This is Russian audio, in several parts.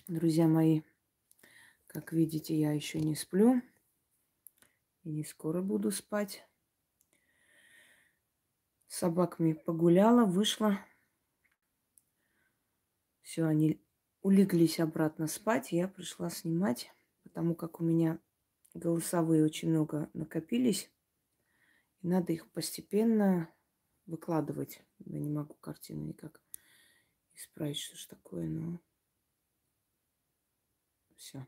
Друзья мои, как видите, я еще не сплю и не скоро буду спать. С собаками погуляла, вышла. Все, они улеглись обратно спать. И я пришла снимать, потому как у меня голосовые очень много накопились. И надо их постепенно выкладывать. Я не могу картину никак исправить, что ж такое, но все.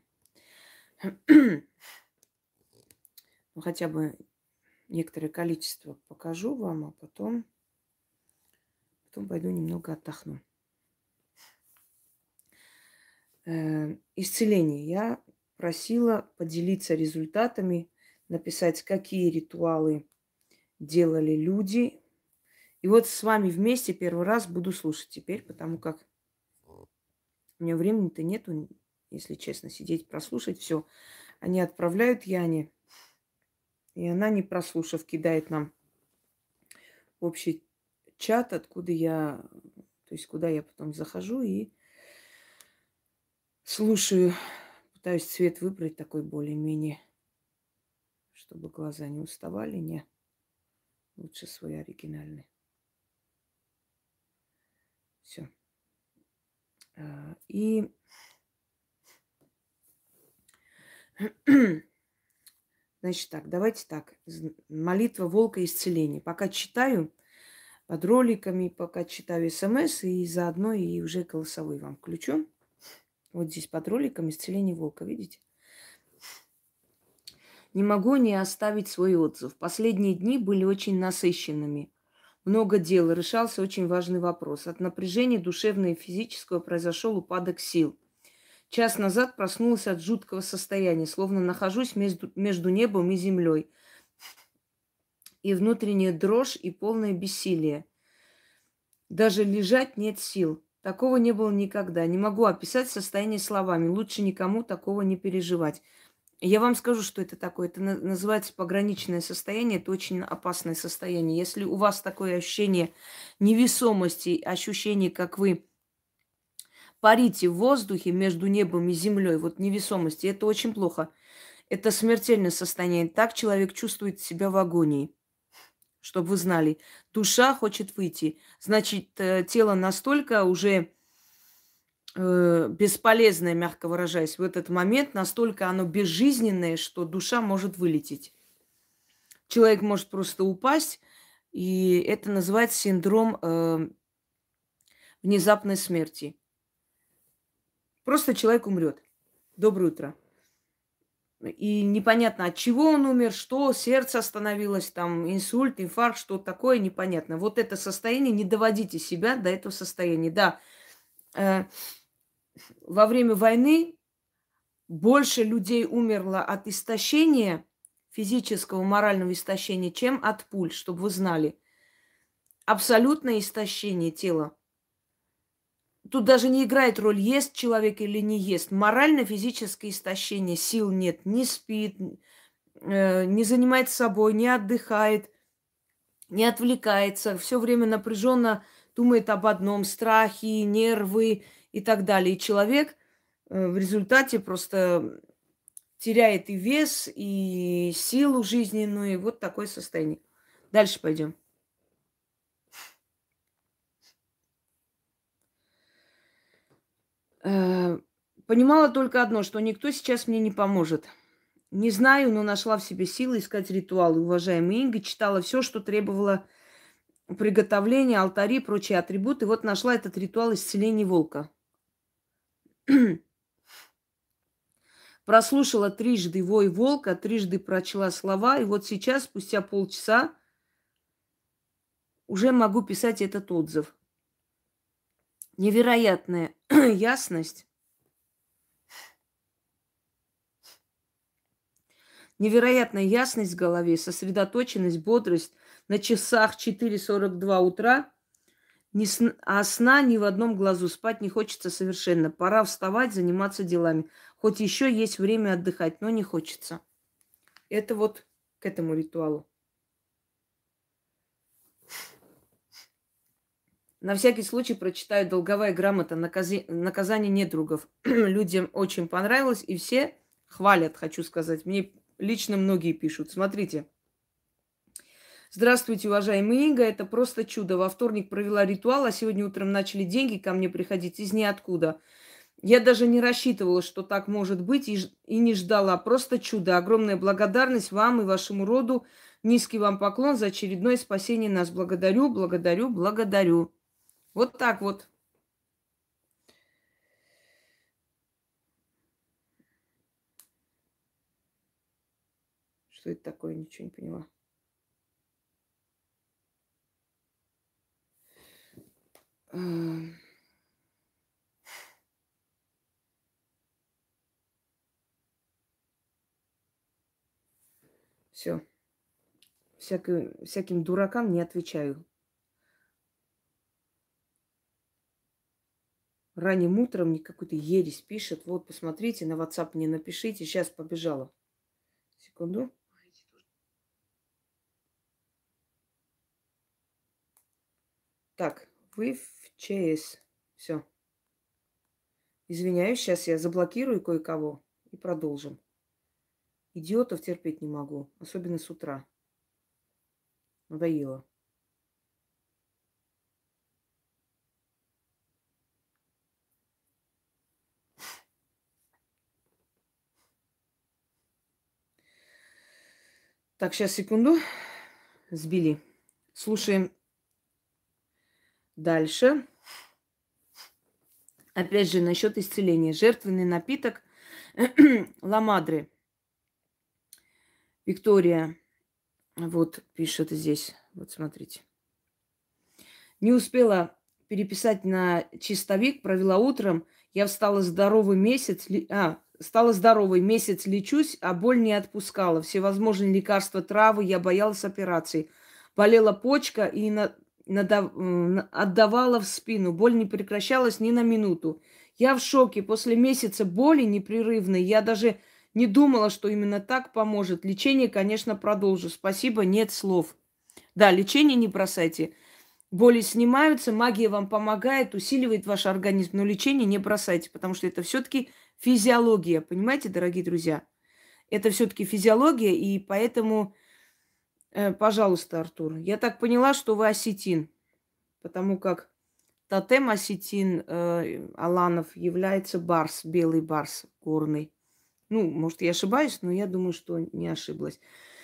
Ну, хотя бы некоторое количество покажу вам, а потом пойду немного отдохну. Исцеление. Я просила поделиться результатами, написать, какие ритуалы делали люди. И вот с вами вместе первый раз буду слушать теперь, потому как у меня времени-то нету, если честно, сидеть, прослушать все. Они отправляют Яне, и она, не прослушав, кидает нам в общий чат, то есть куда я потом захожу и слушаю, пытаюсь цвет выбрать такой более-менее, чтобы глаза не уставали, не лучше свой оригинальный. Все. И значит так, давайте так. Молитва волка исцеления. Пока читаю под роликами, пока читаю СМС, и заодно и уже голосовые вам включу. Вот здесь под роликом исцеление волка, видите? Не могу не оставить свой отзыв. Последние дни были очень насыщенными. Много дел, решался очень важный вопрос. От напряжения душевного и физического произошел упадок сил. Час назад проснулась от жуткого состояния, словно нахожусь между небом и землей. И внутренняя дрожь, и полное бессилие. Даже лежать нет сил. Такого не было никогда. Не могу описать состояние словами. Лучше никому такого не переживать. Я вам скажу, что это такое. Это называется пограничное состояние. Это очень опасное состояние. Если у вас такое ощущение невесомости, ощущение, как вы парите в воздухе между небом и землей, вот невесомости, это очень плохо. Это смертельное состояние. Так человек чувствует себя в агонии. Чтобы вы знали, душа хочет выйти. Значит, тело настолько уже бесполезное, мягко выражаясь, в этот момент, настолько оно безжизненное, что душа может вылететь. Человек может просто упасть, и это называется синдром внезапной смерти. Просто человек умрет. Доброе утро. И непонятно, от чего он умер, что, сердце остановилось, там, инсульт, инфаркт, что такое, непонятно. Вот это состояние, не доводите себя до этого состояния. Да, э, во время войны больше людей умерло от истощения, физического, морального истощения, чем от пуль, чтобы вы знали. Абсолютное истощение тела. Тут даже не играет роль, ест человек или не ест. Морально-физическое истощение, сил нет, не спит, не занимается собой, не отдыхает, не отвлекается, все время напряженно думает об одном, страхи, нервы и так далее. И человек в результате просто теряет и вес, и силу жизненную, и вот такое состояние. Дальше пойдем. Понимала только одно, что никто сейчас мне не поможет. Не знаю, но нашла в себе силы искать ритуалы. Уважаемая Инга, читала все, что требовало приготовления, алтари, прочие атрибуты. Вот нашла этот ритуал исцеления волка. Прослушала трижды вой волка, трижды прочла слова, и вот сейчас, спустя полчаса, уже могу писать этот отзыв. Невероятная ясность, невероятная ясность в голове, сосредоточенность, бодрость. На часах 4:42 утра, а сна ни в одном глазу. Спать не хочется совершенно. Пора вставать, заниматься делами. Хоть еще есть время отдыхать, но не хочется. Это вот к этому ритуалу. На всякий случай прочитаю долговая грамота наказание недругов. Людям очень понравилось, и все хвалят, хочу сказать. Мне лично многие пишут. Смотрите. Здравствуйте, уважаемый Инга. Это просто чудо. Во вторник провела ритуал, а сегодня утром начали деньги ко мне приходить из ниоткуда. Я даже не рассчитывала, что так может быть, и не ждала. Просто чудо. Огромная благодарность вам и вашему роду. Низкий вам поклон за очередное спасение нас. Благодарю, благодарю, благодарю. Вот так вот. Что это такое? Ничего не поняла. Все. Всяким дуракам не отвечаю. Ранним утром мне какую-то ересь пишет. Вот, посмотрите, на WhatsApp мне напишите. Сейчас побежала. Секунду. Так, вы в ЧС. Все. Извиняюсь, сейчас я заблокирую кое-кого и продолжим. Идиотов терпеть не могу, особенно с утра. Надоело. Так, сейчас, секунду. Сбили. Слушаем дальше. Опять же, насчет исцеления. Жертвенный напиток ламадры. Виктория вот пишет здесь. Вот смотрите. Не успела переписать на чистовик, провела утром. Я встала здоровый месяц. Стала здоровой, месяц лечусь, а боль не отпускала. Всевозможные лекарства, травы, я боялась операции. Болела почка и отдавала в спину. Боль не прекращалась ни на минуту. Я в шоке. После месяца боли непрерывной я даже не думала, что именно так поможет. Лечение, конечно, продолжу. Спасибо, нет слов. Да, лечение не бросайте. Боли снимаются, магия вам помогает, усиливает ваш организм, но лечение не бросайте, потому что это все-таки физиология. Понимаете, дорогие друзья? Это все-таки физиология, и поэтому, пожалуйста, Артур, я так поняла, что вы осетин, потому как тотем осетин Аланов является барс, белый барс горный. Ну, может, я ошибаюсь, но я думаю, что не ошиблась.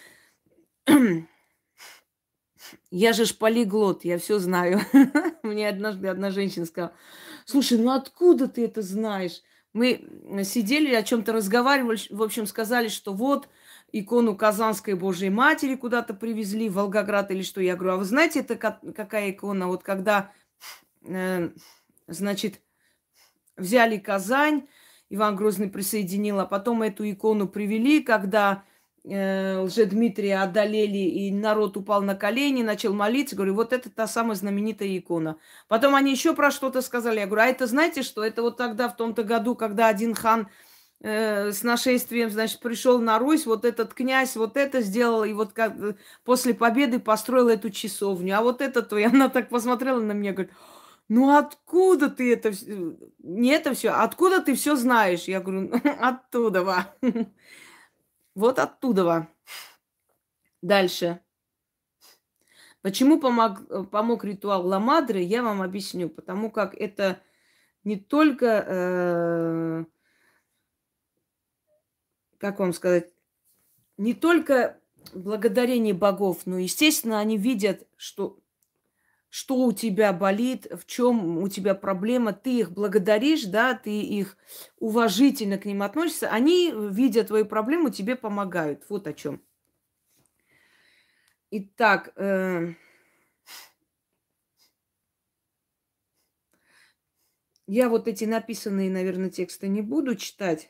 Я же ж полиглот, я все знаю. Мне однажды одна женщина сказала: слушай, ну откуда ты это знаешь? Мы сидели, о чем-то разговаривали, в общем, сказали, что вот икону Казанской Божьей Матери куда-то привезли, в Волгоград или что. Я говорю, а вы знаете, это какая икона? Вот когда, значит, взяли Казань, Иван Грозный присоединил, а потом эту икону привели, когда Лжедмитрия одолели, и народ упал на колени, начал молиться. Говорю, вот это та самая знаменитая икона. Потом они еще про что-то сказали. Я говорю, а это знаете что? Это вот тогда, в том-то году, когда один хан с нашествием, значит, пришел на Русь, вот этот князь вот это сделал, и вот как, после победы построил эту часовню. А вот это-то, и она так посмотрела на меня, говорит, ну откуда ты это, не это все, откуда ты все знаешь? Я говорю, оттуда. Вот оттуда. Дальше. Почему помог ритуал Ламадры, я вам объясню. Потому как это не только, как вам сказать, не только благодарение богов, но, естественно, они видят, что у тебя болит, в чем у тебя проблема, ты их благодаришь, да, ты их уважительно к ним относишься, они, видя твою проблему, тебе помогают. Вот о чем. Итак, я вот эти написанные, наверное, тексты не буду читать,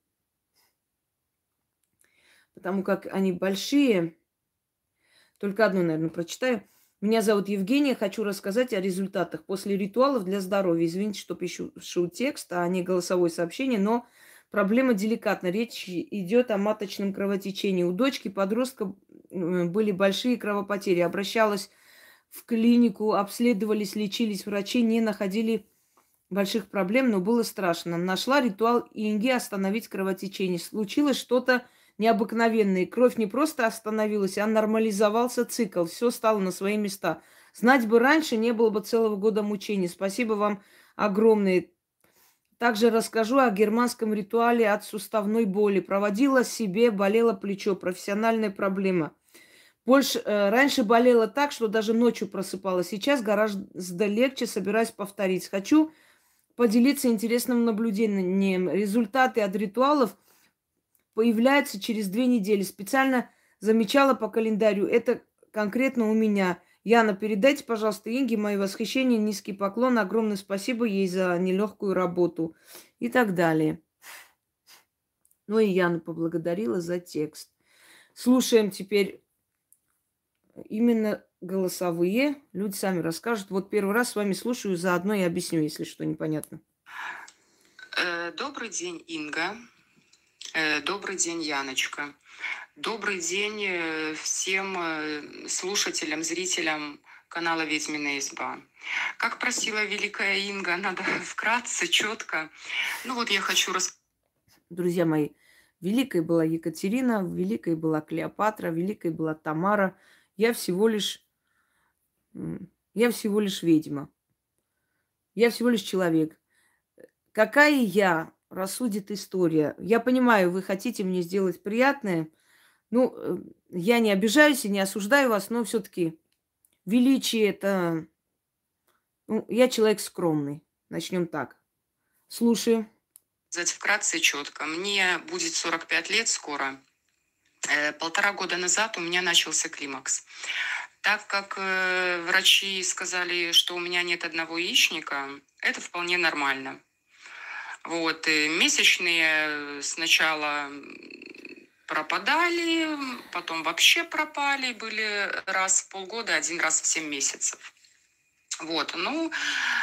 потому как они большие. Только одно, наверное, прочитаю. Меня зовут Евгения, хочу рассказать о результатах после ритуалов для здоровья. Извините, что пишу текст, а не голосовое сообщение, но проблема деликатна. Речь идет о маточном кровотечении. У дочки подростка были большие кровопотери. Обращалась в клинику, обследовались, лечились, врачи не находили больших проблем, но было страшно. Нашла ритуал Инги остановить кровотечение. Случилось что-то необыкновенное. Кровь не просто остановилась, а нормализовался цикл. Все стало на свои места. Знать бы раньше, не было бы целого года мучений. Спасибо вам огромное. Также расскажу о германском ритуале от суставной боли. Проводила себе, болело плечо. Профессиональная проблема. Раньше болело так, что даже ночью просыпалась. Сейчас гораздо легче, собираюсь повторить. Хочу поделиться интересным наблюдением. Результаты от ритуалов появляются через 2 недели. Специально замечала по календарю. Это конкретно у меня. Яна, передайте, пожалуйста, Инге мои восхищения, низкий поклон. Огромное спасибо ей за нелегкую работу. И так далее. Ну и Яна поблагодарила за текст. Слушаем теперь именно голосовые. Люди сами расскажут. Вот первый раз с вами слушаю, заодно и объясню, если что непонятно. Добрый день, Инга. Добрый день, Яночка. Добрый день всем слушателям, зрителям канала «Ведьмина изба». Как просила великая Инга, надо вкратце, четко. Ну вот я хочу Друзья мои, великой была Екатерина, великой была Клеопатра, великой была Тамара. Я всего лишь ведьма. Я всего лишь человек. Какая я, рассудит история. Я понимаю, вы хотите мне сделать приятное. Ну, я не обижаюсь и не осуждаю вас, но все-таки величие это... Ну, я человек скромный. Начнем так. Слушаю. сказать вкратце и четко. Мне будет 45 лет скоро. 1,5 года назад у меня начался климакс. Так как врачи сказали, что у меня нет одного яичника, это вполне нормально. Вот, и месячные сначала пропадали, потом вообще пропали, были раз в полгода, один раз в 7 месяцев. Вот, ну,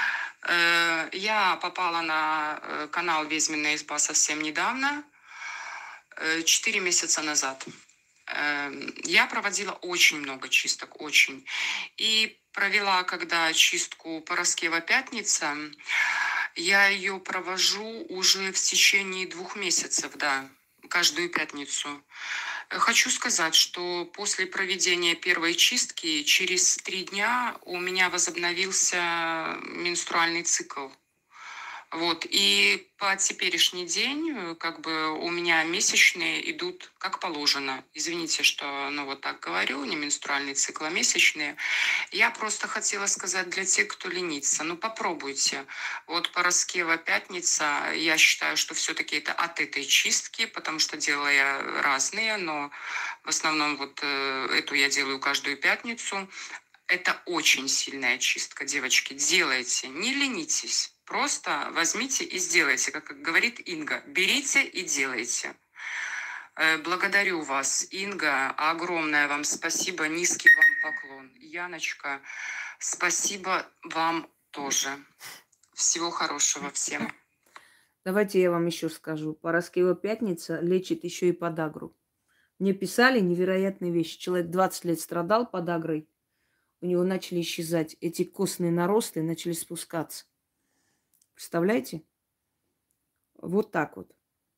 я попала на канал «Ведьмина изба» совсем недавно, 4 месяца назад. Я проводила очень много чисток, очень. И провела, когда чистку Параскева Пятница, я ее провожу уже в течение 2 месяцев, да, каждую пятницу. Хочу сказать, что после проведения первой чистки через 3 дня у меня возобновился менструальный цикл. Вот, и по теперешний день, как бы, у меня месячные идут как положено. Извините, что, ну, вот так говорю, не менструальный цикл, а месячные. Я просто хотела сказать для тех, кто ленится, ну, попробуйте. Вот Параскева Пятница, я считаю, что все-таки это от этой чистки, потому что делала я разные, но в основном вот эту я делаю каждую пятницу. Это очень сильная чистка, девочки. Делайте, не ленитесь. Просто возьмите и сделайте, как говорит Инга. Берите и делайте. Благодарю вас, Инга. Огромное вам спасибо. Низкий вам поклон. Яночка, спасибо вам тоже. Всего хорошего всем. Давайте я вам еще скажу. Параскева Пятница лечит еще и подагру. Мне писали невероятные вещи. Человек 20 лет страдал подагрой. У него начали исчезать. Эти костные наросты начали спускаться. Представляете? Вот так вот.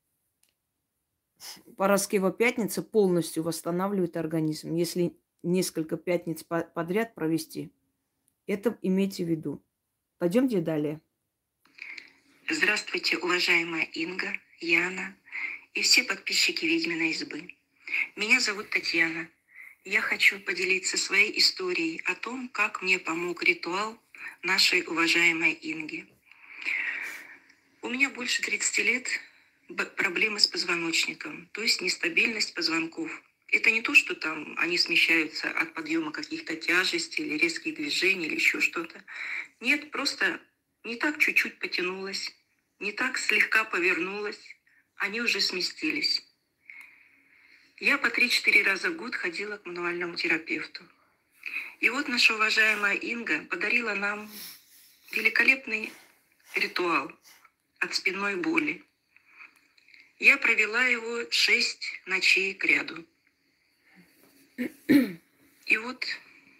Параскева Пятница полностью восстанавливает организм. Если несколько пятниц подряд провести, это имейте в виду. Пойдемте далее. Здравствуйте, уважаемая Инга, Яна и все подписчики «Ведьминой избы». Меня зовут Татьяна. Я хочу поделиться своей историей о том, как мне помог ритуал нашей уважаемой Инги. У меня больше 30 лет проблемы с позвоночником, то есть нестабильность позвонков. Это не то, что там они смещаются от подъема каких-то тяжестей или резких движений или еще что-то. Нет, просто не так чуть-чуть потянулась, не так слегка повернулась, они уже сместились. Я по 3-4 раза в год ходила к мануальному терапевту. И вот наша уважаемая Инга подарила нам великолепный ритуал от спинной боли. Я провела его 6 ночей кряду. И вот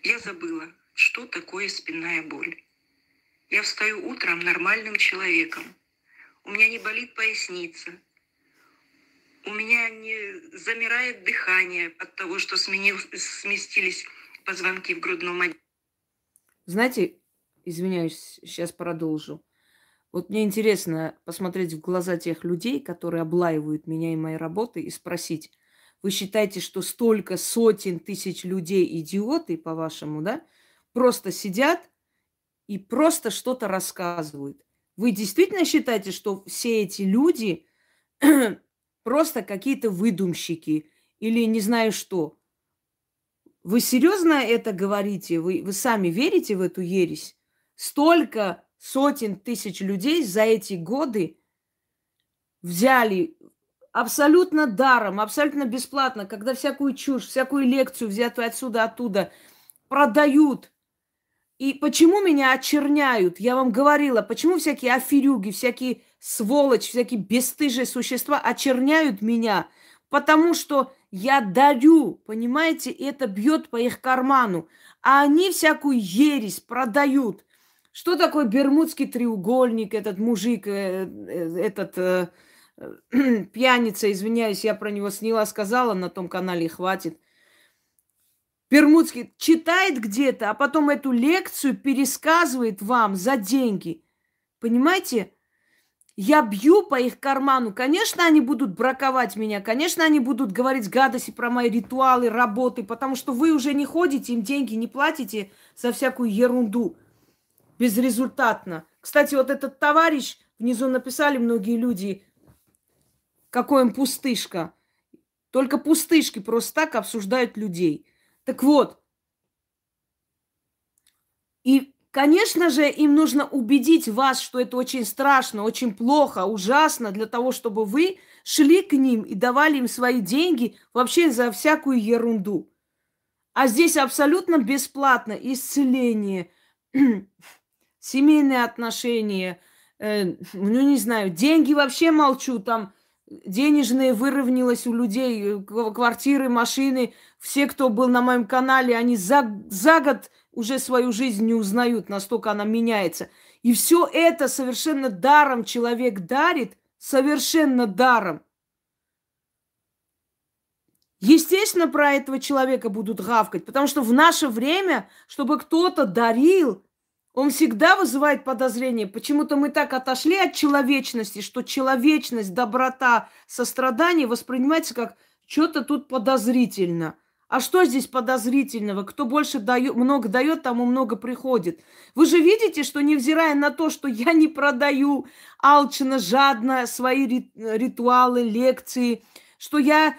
Я забыла, что такое спинная боль. Я встаю утром нормальным человеком. У меня не болит поясница. У меня не замирает дыхание от того, что сместились позвонки в грудном отделе. Знаете, извиняюсь, сейчас продолжу. Вот мне интересно посмотреть в глаза тех людей, которые облаивают меня и мои работы, и спросить: вы считаете, что столько сотен тысяч людей идиоты, по-вашему, да? Просто сидят и просто что-то рассказывают. Вы действительно считаете, что все эти люди просто какие-то выдумщики или не знаю что? Вы серьезно это говорите? Вы сами верите в эту ересь? Столько сотен тысяч людей за эти годы взяли абсолютно даром, абсолютно бесплатно, когда всякую чушь, всякую лекцию, взятую отсюда, оттуда, продают. И почему меня очерняют? Я вам говорила, почему всякие аферюги, всякие сволочи, всякие бесстыжие существа очерняют меня? Потому что я дарю, понимаете, и это бьет по их карману. А они всякую ересь продают. Что такое Бермудский треугольник, этот мужик, пьяница, извиняюсь, я про него сняла, сказала на том канале, хватит. Бермудский читает где-то, а потом эту лекцию пересказывает вам за деньги. Понимаете? Я бью по их карману. Конечно, они будут браковать меня. Конечно, они будут говорить гадости про мои ритуалы, работы, потому что вы уже не ходите, им деньги не платите за всякую ерунду. Безрезультатно. Кстати, вот этот товарищ, внизу написали многие люди, какой он пустышка. Только пустышки просто так обсуждают людей. Так вот, и, конечно же, им нужно убедить вас, что это очень страшно, очень плохо, ужасно, для того, чтобы вы шли к ним и давали им свои деньги вообще за всякую ерунду. А здесь абсолютно бесплатно исцеление, семейные отношения, ну, не знаю, деньги вообще молчу, там денежные выровнялось у людей, квартиры, машины. Все, кто был на моем канале, они за год уже свою жизнь не узнают, настолько она меняется. И все это совершенно даром человек дарит, совершенно даром. Естественно, про этого человека будут гавкать, потому что в наше время, чтобы кто-то дарил, он всегда вызывает подозрение. Почему-то мы так отошли от человечности, что человечность, доброта, сострадание воспринимается как что-то тут подозрительно. А что здесь подозрительного? Кто больше дает, много дает, тому много приходит. Вы же видите, что невзирая на то, что я не продаю алчно, жадно свои ритуалы, лекции, что я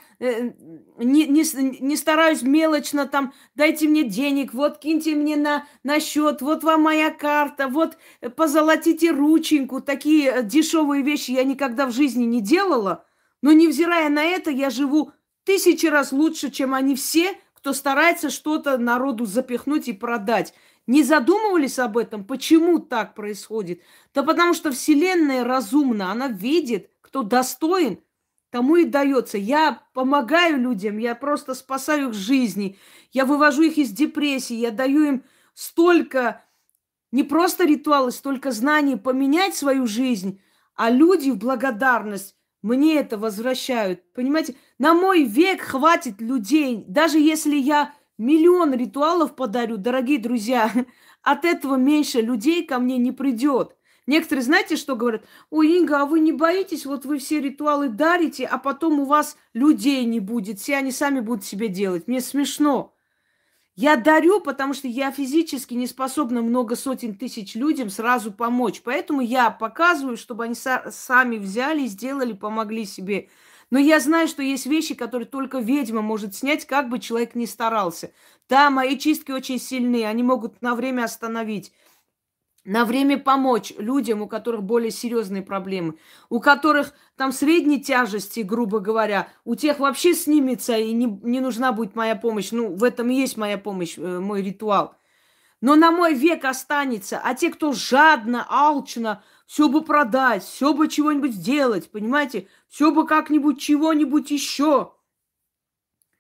не стараюсь мелочно там, дайте мне денег, вот киньте мне на счет, вот вам моя карта, вот позолотите рученьку. Такие дешевые вещи я никогда в жизни не делала. Но невзирая на это, я живу 1000 раз лучше, чем они все, кто старается что-то народу запихнуть и продать. Не задумывались об этом? Почему так происходит? Да потому что Вселенная разумна, она видит, кто достоин, тому и дается. Я помогаю людям, я просто спасаю их жизни, я вывожу их из депрессии, я даю им столько, не просто ритуалы, столько знаний поменять свою жизнь, а люди в благодарность мне это возвращают. Понимаете, на мой век хватит людей, даже если я 1 000 000 ритуалов подарю, дорогие друзья, от этого меньше людей ко мне не придет. Некоторые, знаете, что говорят? Ой, Инга, а вы не боитесь, вот вы все ритуалы дарите, а потом у вас людей не будет, все они сами будут себе делать. Мне смешно. Я дарю, потому что я физически не способна много сотен тысяч людям сразу помочь. Поэтому я показываю, чтобы они сами взяли, сделали, помогли себе. Но я знаю, что есть вещи, которые только ведьма может снять, как бы человек ни старался. Да, мои чистки очень сильные, они могут на время остановить. На время помочь людям, у которых более серьезные проблемы, у которых там средней тяжести, грубо говоря, у тех вообще снимется и не нужна будет моя помощь. Ну, в этом и есть моя помощь, мой ритуал. Но на мой век останется. А те, кто жадно, алчно, все бы продать, все бы чего-нибудь сделать, понимаете? Все бы как-нибудь, чего-нибудь еще.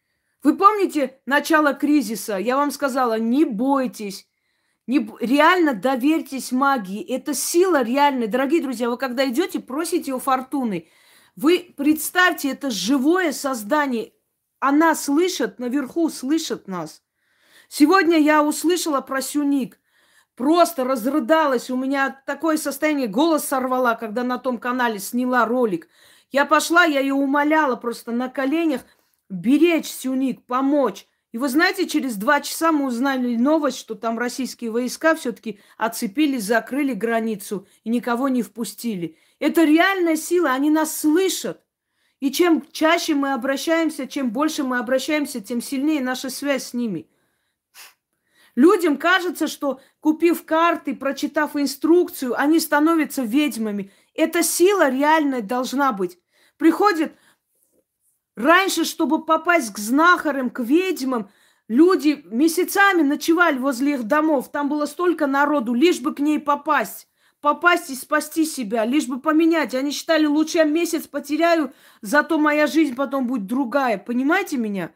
Вы помните начало кризиса? Я вам сказала, не бойтесь. Реально доверьтесь магии. Это сила реальная. Дорогие друзья, вы когда идете, просите у фортуны. Вы представьте, это живое создание. Она слышит, наверху слышит нас. Сегодня я услышала про Сюник. Просто разрыдалась. У меня такое состояние, голос сорвала, когда на том канале сняла ролик. Я пошла, я ее умоляла просто на коленях беречь Сюник, помочь. И вы знаете, через 2 часа мы узнали новость, что там российские войска все-таки оцепили, закрыли границу и никого не впустили. Это реальная сила, они нас слышат. И чем чаще мы обращаемся, чем больше мы обращаемся, тем сильнее наша связь с ними. Людям кажется, что купив карты, прочитав инструкцию, они становятся ведьмами. Эта сила реальная должна быть. Приходит раньше, чтобы попасть к знахарям, к ведьмам, люди месяцами ночевали возле их домов. Там было столько народу, лишь бы к ней попасть. Попасть и спасти себя, лишь бы поменять. Они считали, лучше я месяц потеряю, зато моя жизнь потом будет другая. Понимаете меня?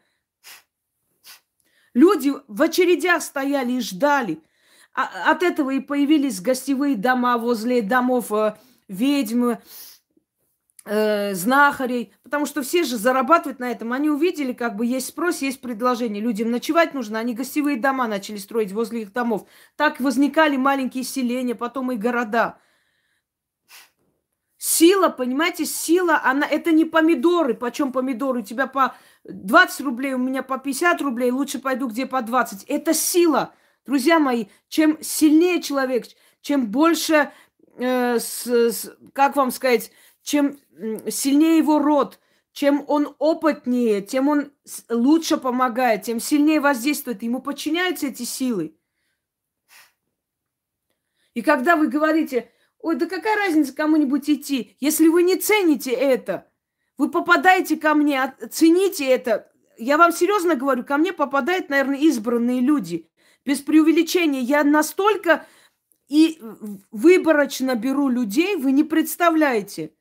Люди в очередях стояли и ждали. От этого и появились гостевые дома возле домов ведьм, знахарей. Потому что все же зарабатывают на этом. Они увидели, как бы есть спрос, есть предложение. Людям ночевать нужно. Они гостевые дома начали строить возле их домов. Так возникали маленькие селения, потом и города. Сила, понимаете, сила, она, это не помидоры. Почем помидоры? У тебя по 20 рублей, у меня по 50 рублей. Лучше пойду где по 20. Это сила. Друзья мои, чем сильнее человек, чем больше, как вам сказать, чем сильнее его род, чем он опытнее, тем он лучше помогает, тем сильнее воздействует. Ему подчиняются эти силы. И когда вы говорите... Ой, да какая разница кому-нибудь идти? Если вы не цените это, вы попадаете ко мне, цените это. Я вам серьезно говорю, ко мне попадают, наверное, избранные люди. Без преувеличения. Я настолько и выборочно беру людей, вы не представляете.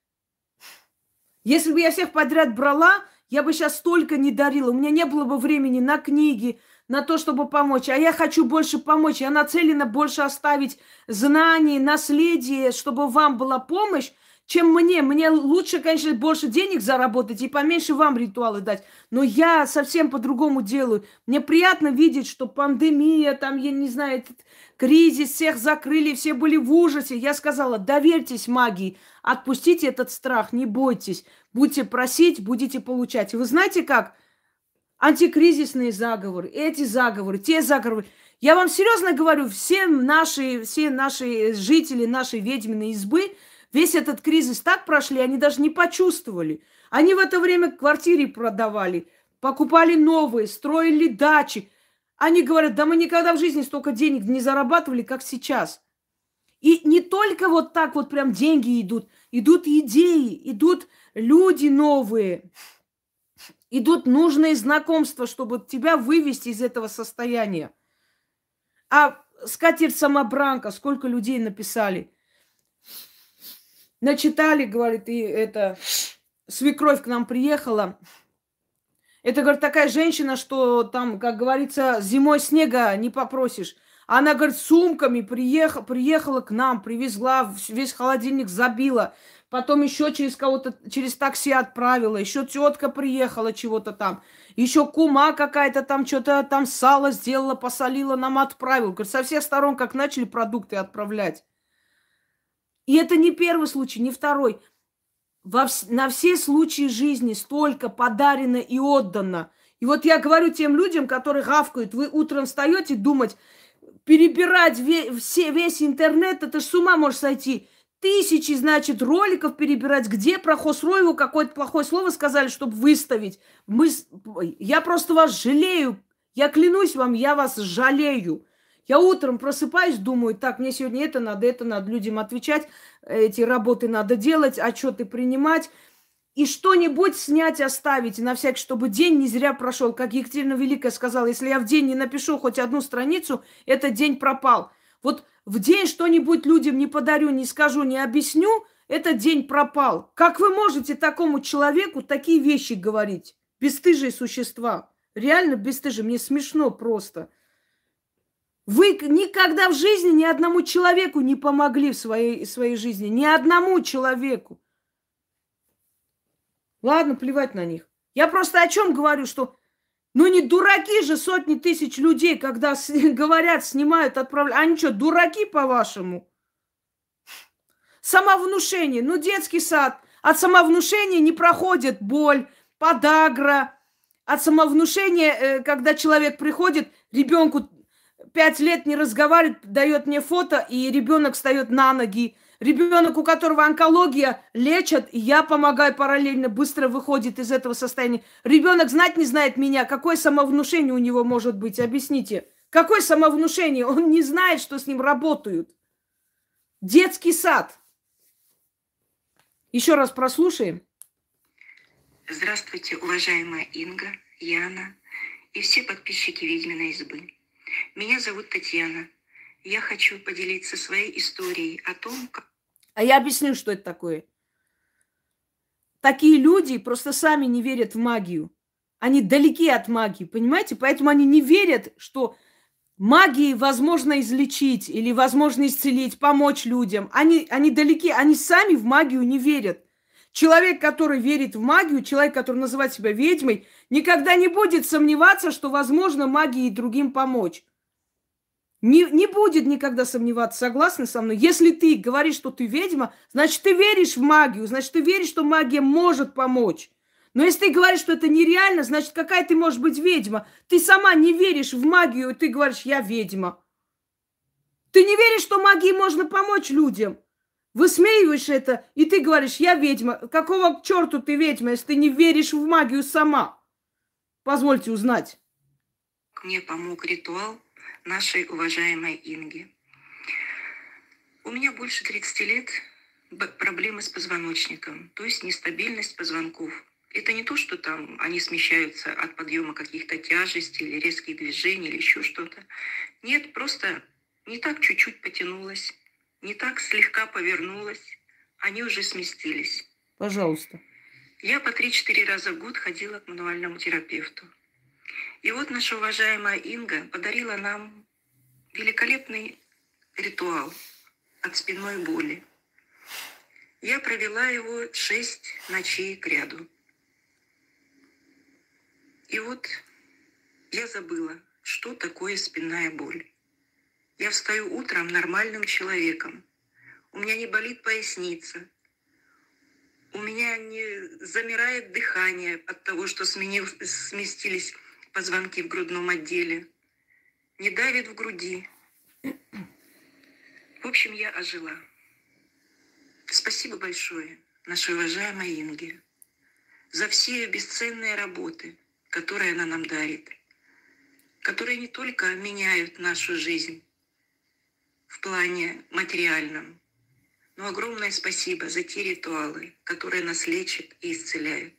Если бы я всех подряд брала, я бы сейчас столько не дарила. У меня не было бы времени на книги, на то, чтобы помочь. А я хочу больше помочь. Я нацелена больше оставить знаний, наследие, чтобы вам была помощь, чем мне. Мне лучше, конечно, больше денег заработать и поменьше вам ритуалы дать. Но я совсем по-другому делаю. Мне приятно видеть, что пандемия, там, я не знаю, этот кризис, всех закрыли, все были в ужасе. Я сказала, доверьтесь магии, отпустите этот страх, не бойтесь. Будете просить, будете получать. И вы знаете как? Антикризисные заговоры, эти заговоры, те заговоры. Я вам серьезно говорю, все наши жители нашей ведьминой избы, весь этот кризис так прошли, они даже не почувствовали. Они в это время квартиры продавали, покупали новые, строили дачи. Они говорят, да мы никогда в жизни столько денег не зарабатывали, как сейчас. И не только вот так вот прям деньги идут, идут идеи, идут люди новые. Идут нужные знакомства, чтобы тебя вывести из этого состояния. А скатерть-самобранка, сколько людей написали. Начитали, говорит, и это свекровь к нам приехала. Это, говорит, такая женщина, что там, как говорится, зимой снега не попросишь. Она, говорит, сумками приехала к нам, привезла, весь холодильник забила. Потом еще через кого-то, через такси отправила. Еще тетка приехала чего-то там. Еще кума какая-то там что-то там сало сделала, посолила, нам отправила. Говорит, со всех сторон как начали продукты отправлять. И это не первый случай, не второй. На все случаи жизни столько подарено и отдано. И вот я говорю тем людям, которые гавкают, вы утром встаете думать, перебирать весь интернет, это ж с ума может сойти. Тысячи, значит, роликов перебирать, где про Хосроеву какое-то плохое слово сказали, чтобы выставить. Я просто вас жалею. Я клянусь вам, я вас жалею. Я утром просыпаюсь, думаю, так, мне сегодня это надо людям отвечать, эти работы надо делать, отчеты принимать. И что-нибудь снять, оставить, на всякий, чтобы день не зря прошел. Как Екатерина Великая сказала, если я в день не напишу хоть одну страницу, этот день пропал. Вот в день что-нибудь людям не подарю, не скажу, не объясню, этот день пропал. Как вы можете такому человеку такие вещи говорить? Бесстыжие существа. Реально бесстыжие. Мне смешно просто. Вы никогда в жизни ни одному человеку не помогли в своей жизни. Ни одному человеку. Ладно, плевать на них. Я просто о чем говорю, что ну не дураки же сотни тысяч людей, когда говорят, снимают, отправляют. Они что, дураки, по-вашему? Самовнушение. Ну, детский сад. От самовнушения не проходит боль, подагра. От самовнушения, когда человек приходит, ребенку 5 лет не разговаривает, дает мне фото, и ребенок встает на ноги. Ребенок, у которого онкология, лечат, и я помогаю параллельно, быстро выходит из этого состояния. Ребенок знать не знает меня. Какое самовнушение у него может быть? Объясните. Какое самовнушение? Он не знает, что с ним работают. Детский сад. Еще раз прослушаем. Здравствуйте, уважаемая Инга, Яна и все подписчики «Ведьминой избы». Меня зовут Татьяна. Я хочу поделиться своей историей о том, как... А я объясню, что это такое. Такие люди просто сами не верят в магию. Они далеки от магии, понимаете? Поэтому они не верят, что магией возможно излечить или возможно исцелить, помочь людям. Они далеки, они сами в магию не верят. Человек, который верит в магию, человек, который называет себя ведьмой, никогда не будет сомневаться, что возможно магией другим помочь. Не будет никогда сомневаться, согласны со мной? Если ты говоришь, что ты ведьма, значит, ты веришь в магию, значит, ты веришь, что магия может помочь. Но если ты говоришь, что это нереально, значит, какая ты можешь быть ведьма? Ты сама не веришь в магию, и ты говоришь, я ведьма. Ты не веришь, что магией можно помочь людям. Высмеиваешь это, и ты говоришь, я ведьма. Какого черту ты ведьма, если ты не веришь в магию сама? Позвольте узнать. Мне помог ритуал нашей уважаемой Инги. У меня больше 30 лет проблемы с позвоночником, то есть нестабильность позвонков. Это не то, что там они смещаются от подъема каких-то тяжестей или резких движений или еще что-то. Нет, просто не так чуть-чуть потянулась, не так слегка повернулась, они уже сместились. Пожалуйста. Я по 3-4 раза в год ходила к мануальному терапевту. И вот наша уважаемая Инга подарила нам великолепный ритуал от спинной боли. Я провела его 6 ночей кряду. И вот я забыла, что такое спинная боль. Я встаю утром нормальным человеком. У меня не болит поясница. У меня не замирает дыхание от того, что сместились позвонки в грудном отделе. Не давит в груди. В общем, я ожила. Спасибо большое нашей уважаемой Инге за все бесценные работы, которые она нам дарит, которые не только меняют нашу жизнь в плане материальном, но огромное спасибо за те ритуалы, которые нас лечат и исцеляют.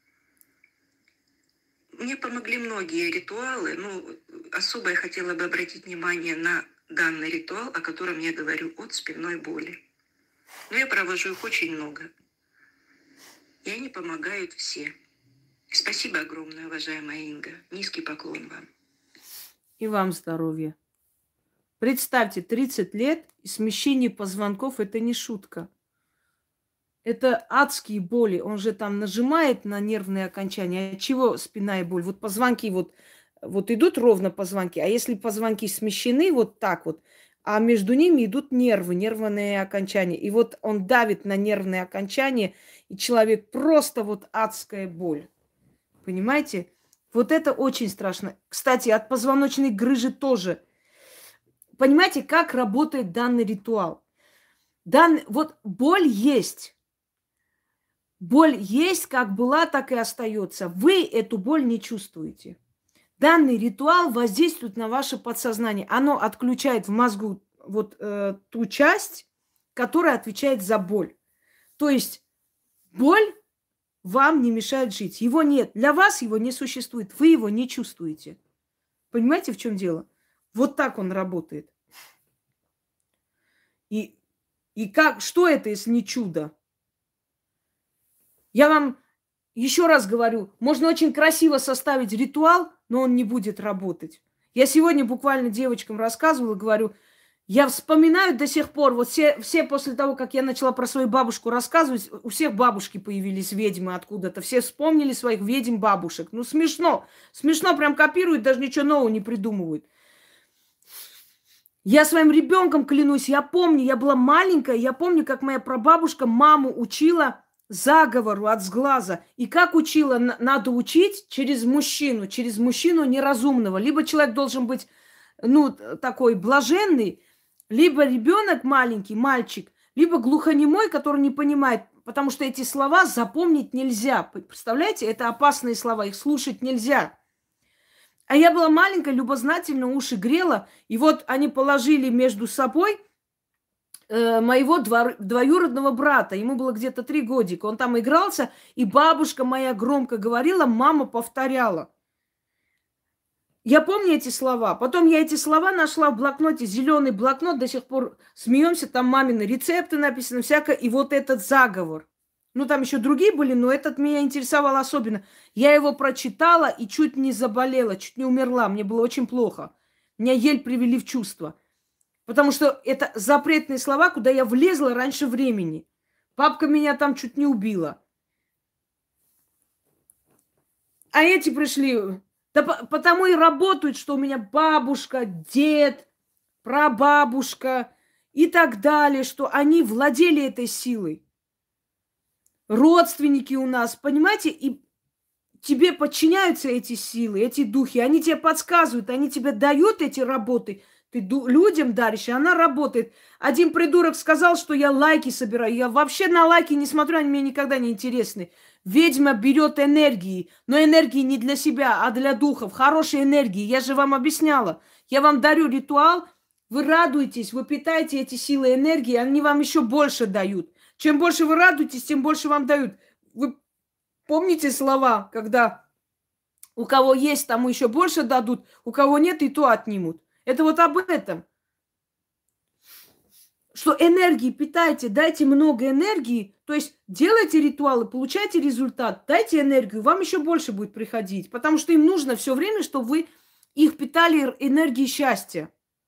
Мне помогли многие ритуалы, особо я хотела бы обратить внимание на данный ритуал, о котором я говорю, от спинной боли. Но я провожу их очень много. И они помогают все. Спасибо огромное, уважаемая Инга. Низкий поклон вам. И вам здоровья. Представьте, 30 лет и смещение позвонков – это не шутка. Это адские боли. Он же там нажимает на нервные окончания. От чего спинная боль? Вот позвонки вот идут ровно позвонки, а если позвонки смещены вот так вот, а между ними идут нервы, нервные окончания. И вот он давит на нервные окончания, и человек просто вот адская боль. Понимаете? Вот это очень страшно. Кстати, от позвоночной грыжи тоже. Понимаете, как работает данный ритуал? Вот боль есть. Боль есть, как была, так и остается. Вы эту боль не чувствуете. Данный ритуал воздействует на ваше подсознание. Оно отключает в мозгу ту часть, которая отвечает за боль. То есть боль вам не мешает жить. Его нет. Для вас его не существует. Вы его не чувствуете. Понимаете, в чем дело? Вот так он работает. И что это, если не чудо? Я вам еще раз говорю, можно очень красиво составить ритуал, но он не будет работать. Я сегодня буквально девочкам рассказывала, говорю, я вспоминаю до сих пор, вот все после того, как я начала про свою бабушку рассказывать, у всех бабушки появились ведьмы откуда-то. Все вспомнили своих ведьм бабушек. Ну, смешно. Смешно прям копируют, даже ничего нового не придумывают. Я своим ребенком клянусь, я помню, я была маленькая, я помню, как моя прабабушка маму учила заговору от сглаза. И как учила, надо учить через мужчину неразумного. Либо человек должен быть, ну, такой блаженный, либо ребенок маленький, мальчик, либо глухонемой, который не понимает, потому что эти слова запомнить нельзя. Представляете, это опасные слова, их слушать нельзя. А я была маленькая, любознательно уши грела, и вот они положили между собой моего двоюродного брата. Ему было где-то 3 годика. Он там игрался, и бабушка моя громко говорила, мама повторяла. Я помню эти слова. Потом я эти слова нашла в блокноте, зеленый блокнот, до сих пор смеемся, там мамины рецепты написаны, всякое, и вот этот заговор. Ну, там еще другие были, но этот меня интересовал особенно. Я его прочитала и чуть не заболела, чуть не умерла. Мне было очень плохо. Меня еле привели в чувство. Потому что это запретные слова, куда я влезла раньше времени. Папка меня там чуть не убила. А эти пришли... Да потому и работают, что у меня бабушка, дед, прабабушка и так далее, что они владели этой силой. Родственники у нас, понимаете, и тебе подчиняются эти силы, эти духи, они тебе подсказывают, они тебе дают эти работы, ты людям даришь, и она работает. Один придурок сказал, что я лайки собираю, я вообще на лайки не смотрю, они мне никогда не интересны. Ведьма берет энергии, но энергии не для себя, а для духов, хорошей энергии. Я же вам объясняла. Я вам дарю ритуал, вы радуетесь, вы питаете эти силы энергии, они вам еще больше дают. Чем больше вы радуетесь, тем больше вам дают. Вы помните слова, когда у кого есть, тому еще больше дадут, у кого нет, и то отнимут. Это вот об этом. Что энергии питайте, дайте много энергии, то есть делайте ритуалы, получайте результат, дайте энергию, вам еще больше будет приходить, потому что им нужно все время, чтобы вы их питали энергией счастья.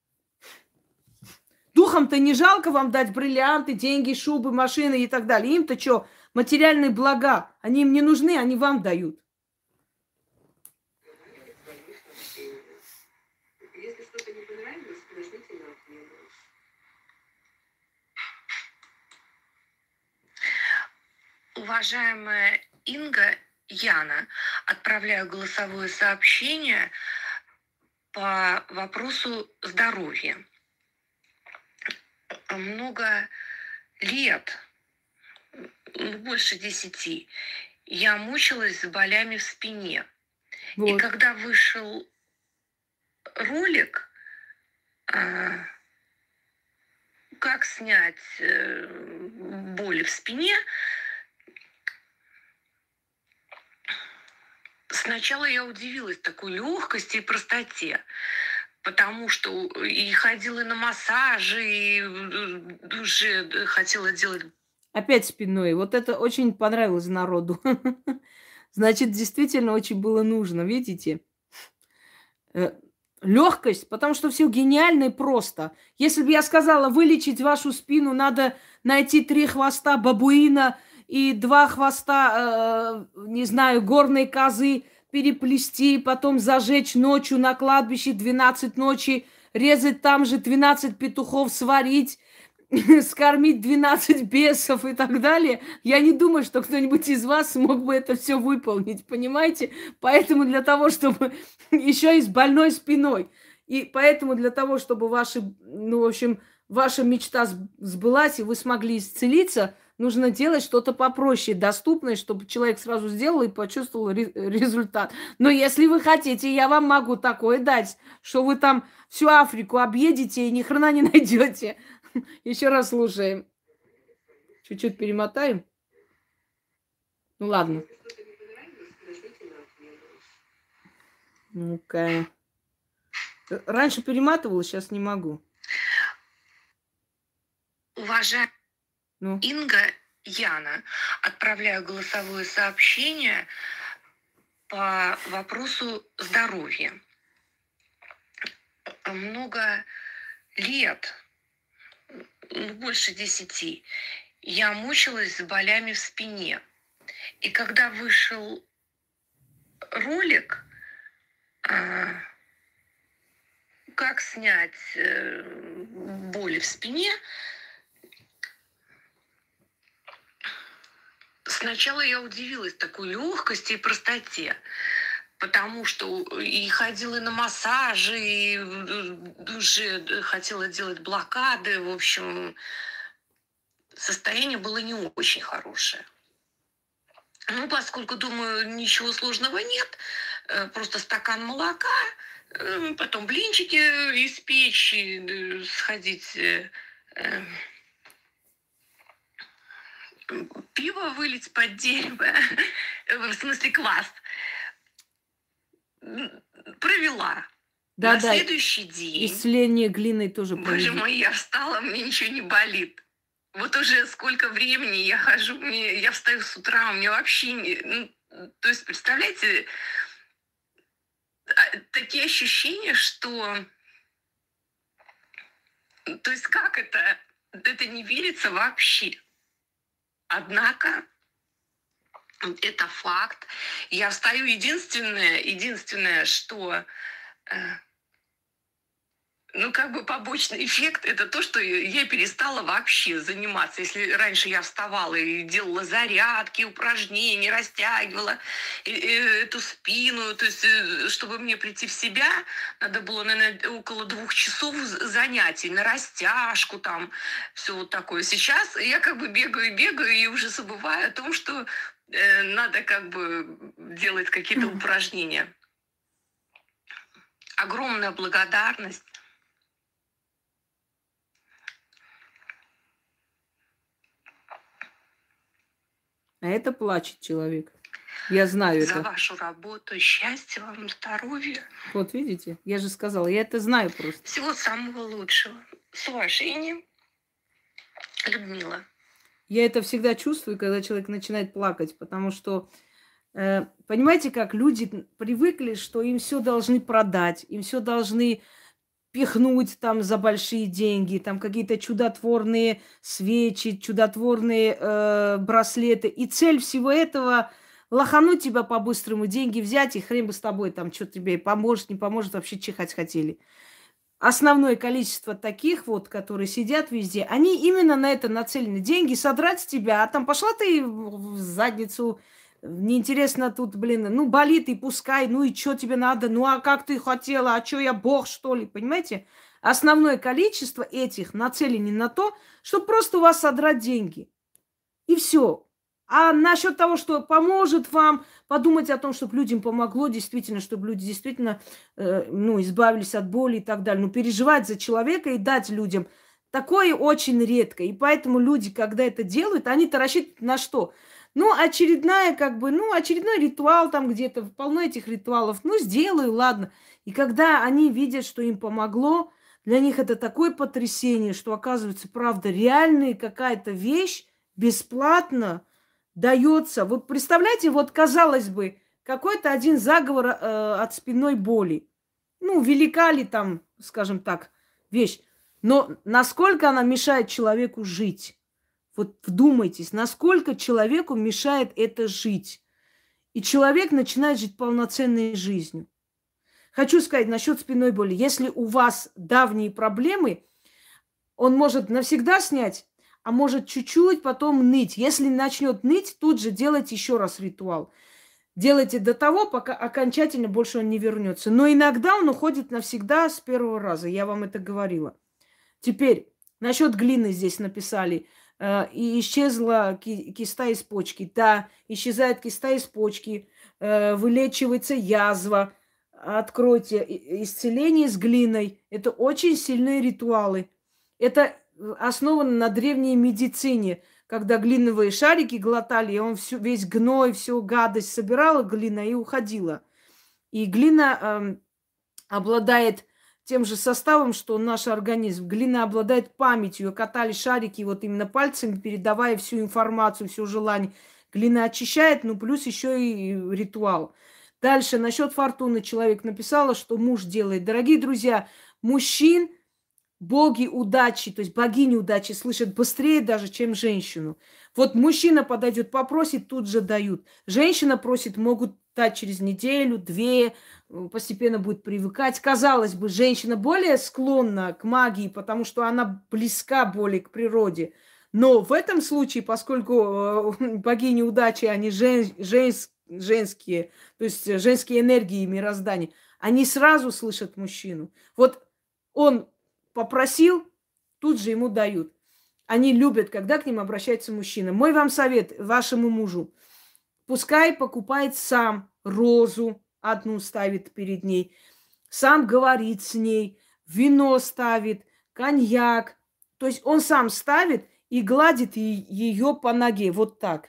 Духом-то не жалко вам дать бриллианты, деньги, шубы, машины и так далее. Им-то что, материальные блага, они им не нужны, они вам дают. Уважаемая Инга, Яна, отправляю голосовое сообщение по вопросу здоровья. Много лет, больше 10, я мучилась с болями в спине. Вот. И когда вышел ролик, как снять боли в спине, сначала я удивилась такой легкости и простоте, потому что и ходила на массажи, и уже хотела делать... Опять спиной. Вот это очень понравилось народу. Значит, действительно очень было нужно, видите? Легкость, потому что все гениально и просто. Если бы я сказала, вылечить вашу спину, надо найти 3 хвоста бабуина и 2 хвоста, не знаю, горной козы, переплести, потом зажечь ночью на кладбище 12 ночи, резать там же 12 петухов, сварить, скормить 12 бесов и так далее. Я не думаю, что кто-нибудь из вас смог бы это все выполнить, понимаете? Поэтому для того, чтобы еще и с больной спиной, и поэтому для того, чтобы ваши, ну, в общем, ваша мечта сбылась, и вы смогли исцелиться, нужно делать что-то попроще, доступное, чтобы человек сразу сделал и почувствовал результат. Но если вы хотите, я вам могу такое дать, что вы там всю Африку объедете и ни хрена не найдете. Еще раз слушаем. Чуть-чуть перемотаем. Ну ладно. Ну-ка. Раньше перематывала, сейчас не могу. Уважаемая Инга, Яна, отправляю голосовое сообщение по вопросу здоровья. Много лет, больше 10, я мучилась с болями в спине. И когда вышел ролик, как снять боли в спине, сначала я удивилась такой легкости и простоте, потому что и ходила на массажи, и уже хотела делать блокады. В общем, состояние было не очень хорошее. Ну, поскольку, думаю, ничего сложного нет, просто стакан молока, потом блинчики испечь, сходить, пиво вылить под дерево, в смысле квас, провела. Да, На следующий день... исцеление глиной тоже Боже мой, я встала, мне ничего не болит. Вот уже сколько времени я хожу, я встаю с утра, у меня вообще не... то есть, представляете, такие ощущения, что... То есть, как это? Это не верится вообще. Однако, это факт. Я встаю, единственное, что... побочный эффект – это то, что я перестала вообще заниматься. Если раньше я вставала и делала зарядки, упражнения, растягивала эту спину, то есть, чтобы мне прийти в себя, надо было, наверное, около 2 часов занятий на растяжку, там, все вот такое. Сейчас я бегаю и уже забываю о том, что надо делать какие-то упражнения. Огромная благодарность. А это плачет человек. Я знаю это. За вашу работу, счастья вам, здоровья. Вот видите, я же сказала, я это знаю просто. Всего самого лучшего. С уважением, Людмила. Я это всегда чувствую, когда человек начинает плакать, потому что, понимаете, как люди привыкли, что им все должны продать, им все должны пихнуть там за большие деньги, там какие-то чудотворные свечи, чудотворные браслеты. И цель всего этого лохануть тебя по-быстрому, деньги взять, и хрен бы с тобой, там, что тебе поможет, не поможет, вообще чихать хотели. Основное количество таких вот, которые сидят везде, они именно на это нацелены. Деньги содрать с тебя, а там пошла ты в задницу, неинтересно тут, болит и пускай, и что тебе надо, а как ты хотела, а что я бог, что ли, понимаете? Основное количество этих нацелены на то, чтобы просто у вас содрать деньги. И все. А насчет того, что поможет вам, подумать о том, чтобы людям помогло, действительно, чтобы люди действительно избавились от боли и так далее. переживать за человека и дать людям такое очень редко. И поэтому люди, когда это делают, они-то рассчитывают на что? Очередной ритуал там где-то, полно этих ритуалов. Сделаю, ладно. И когда они видят, что им помогло, для них это такое потрясение, что оказывается, правда, реальная какая-то вещь бесплатно дается. Вот представляете, казалось бы, какой-то один заговор от спинной боли. Велика ли там, скажем так, вещь. Но насколько она мешает человеку жить? Вот вдумайтесь, насколько человеку мешает это жить. И человек начинает жить полноценной жизнью. Хочу сказать насчет спинной боли. Если у вас давние проблемы, он может навсегда снять, а может чуть-чуть потом ныть. Если начнет ныть, тут же делайте еще раз ритуал. Делайте до того, пока окончательно больше он не вернется. Но иногда он уходит навсегда с первого раза. Я вам это говорила. Теперь насчет глины здесь написали. И исчезла киста из почки. Да, исчезает киста из почки, вылечивается язва. Откройте исцеление с глиной. Это очень сильные ритуалы. Это основано на древней медицине, когда глиняные шарики глотали, и он весь гной, всю гадость собирала глина и уходила. И глина обладает тем же составом, что наш организм. Глина обладает памятью. Катали шарики вот именно пальцами, передавая всю информацию, все желание. Глина очищает, ну плюс еще и ритуал. Дальше, насчет фортуны человек написала, что муж делает. Дорогие друзья, мужчин боги удачи, то есть богини удачи слышат быстрее даже, чем женщину. Вот мужчина подойдет, попросит, тут же дают. Женщина просит, могут дать через неделю, две, постепенно будет привыкать. Казалось бы, женщина более склонна к магии, потому что она близка более к природе. Но в этом случае, поскольку богини удачи, они женские, то есть женские энергии мироздания, они сразу слышат мужчину. Вот он попросил, тут же ему дают. Они любят, когда к ним обращается мужчина. Мой вам совет вашему мужу. Пускай покупает сам розу, одну ставит перед ней, сам говорит с ней, вино ставит, коньяк. То есть он сам ставит и гладит ее по ноге. Вот так.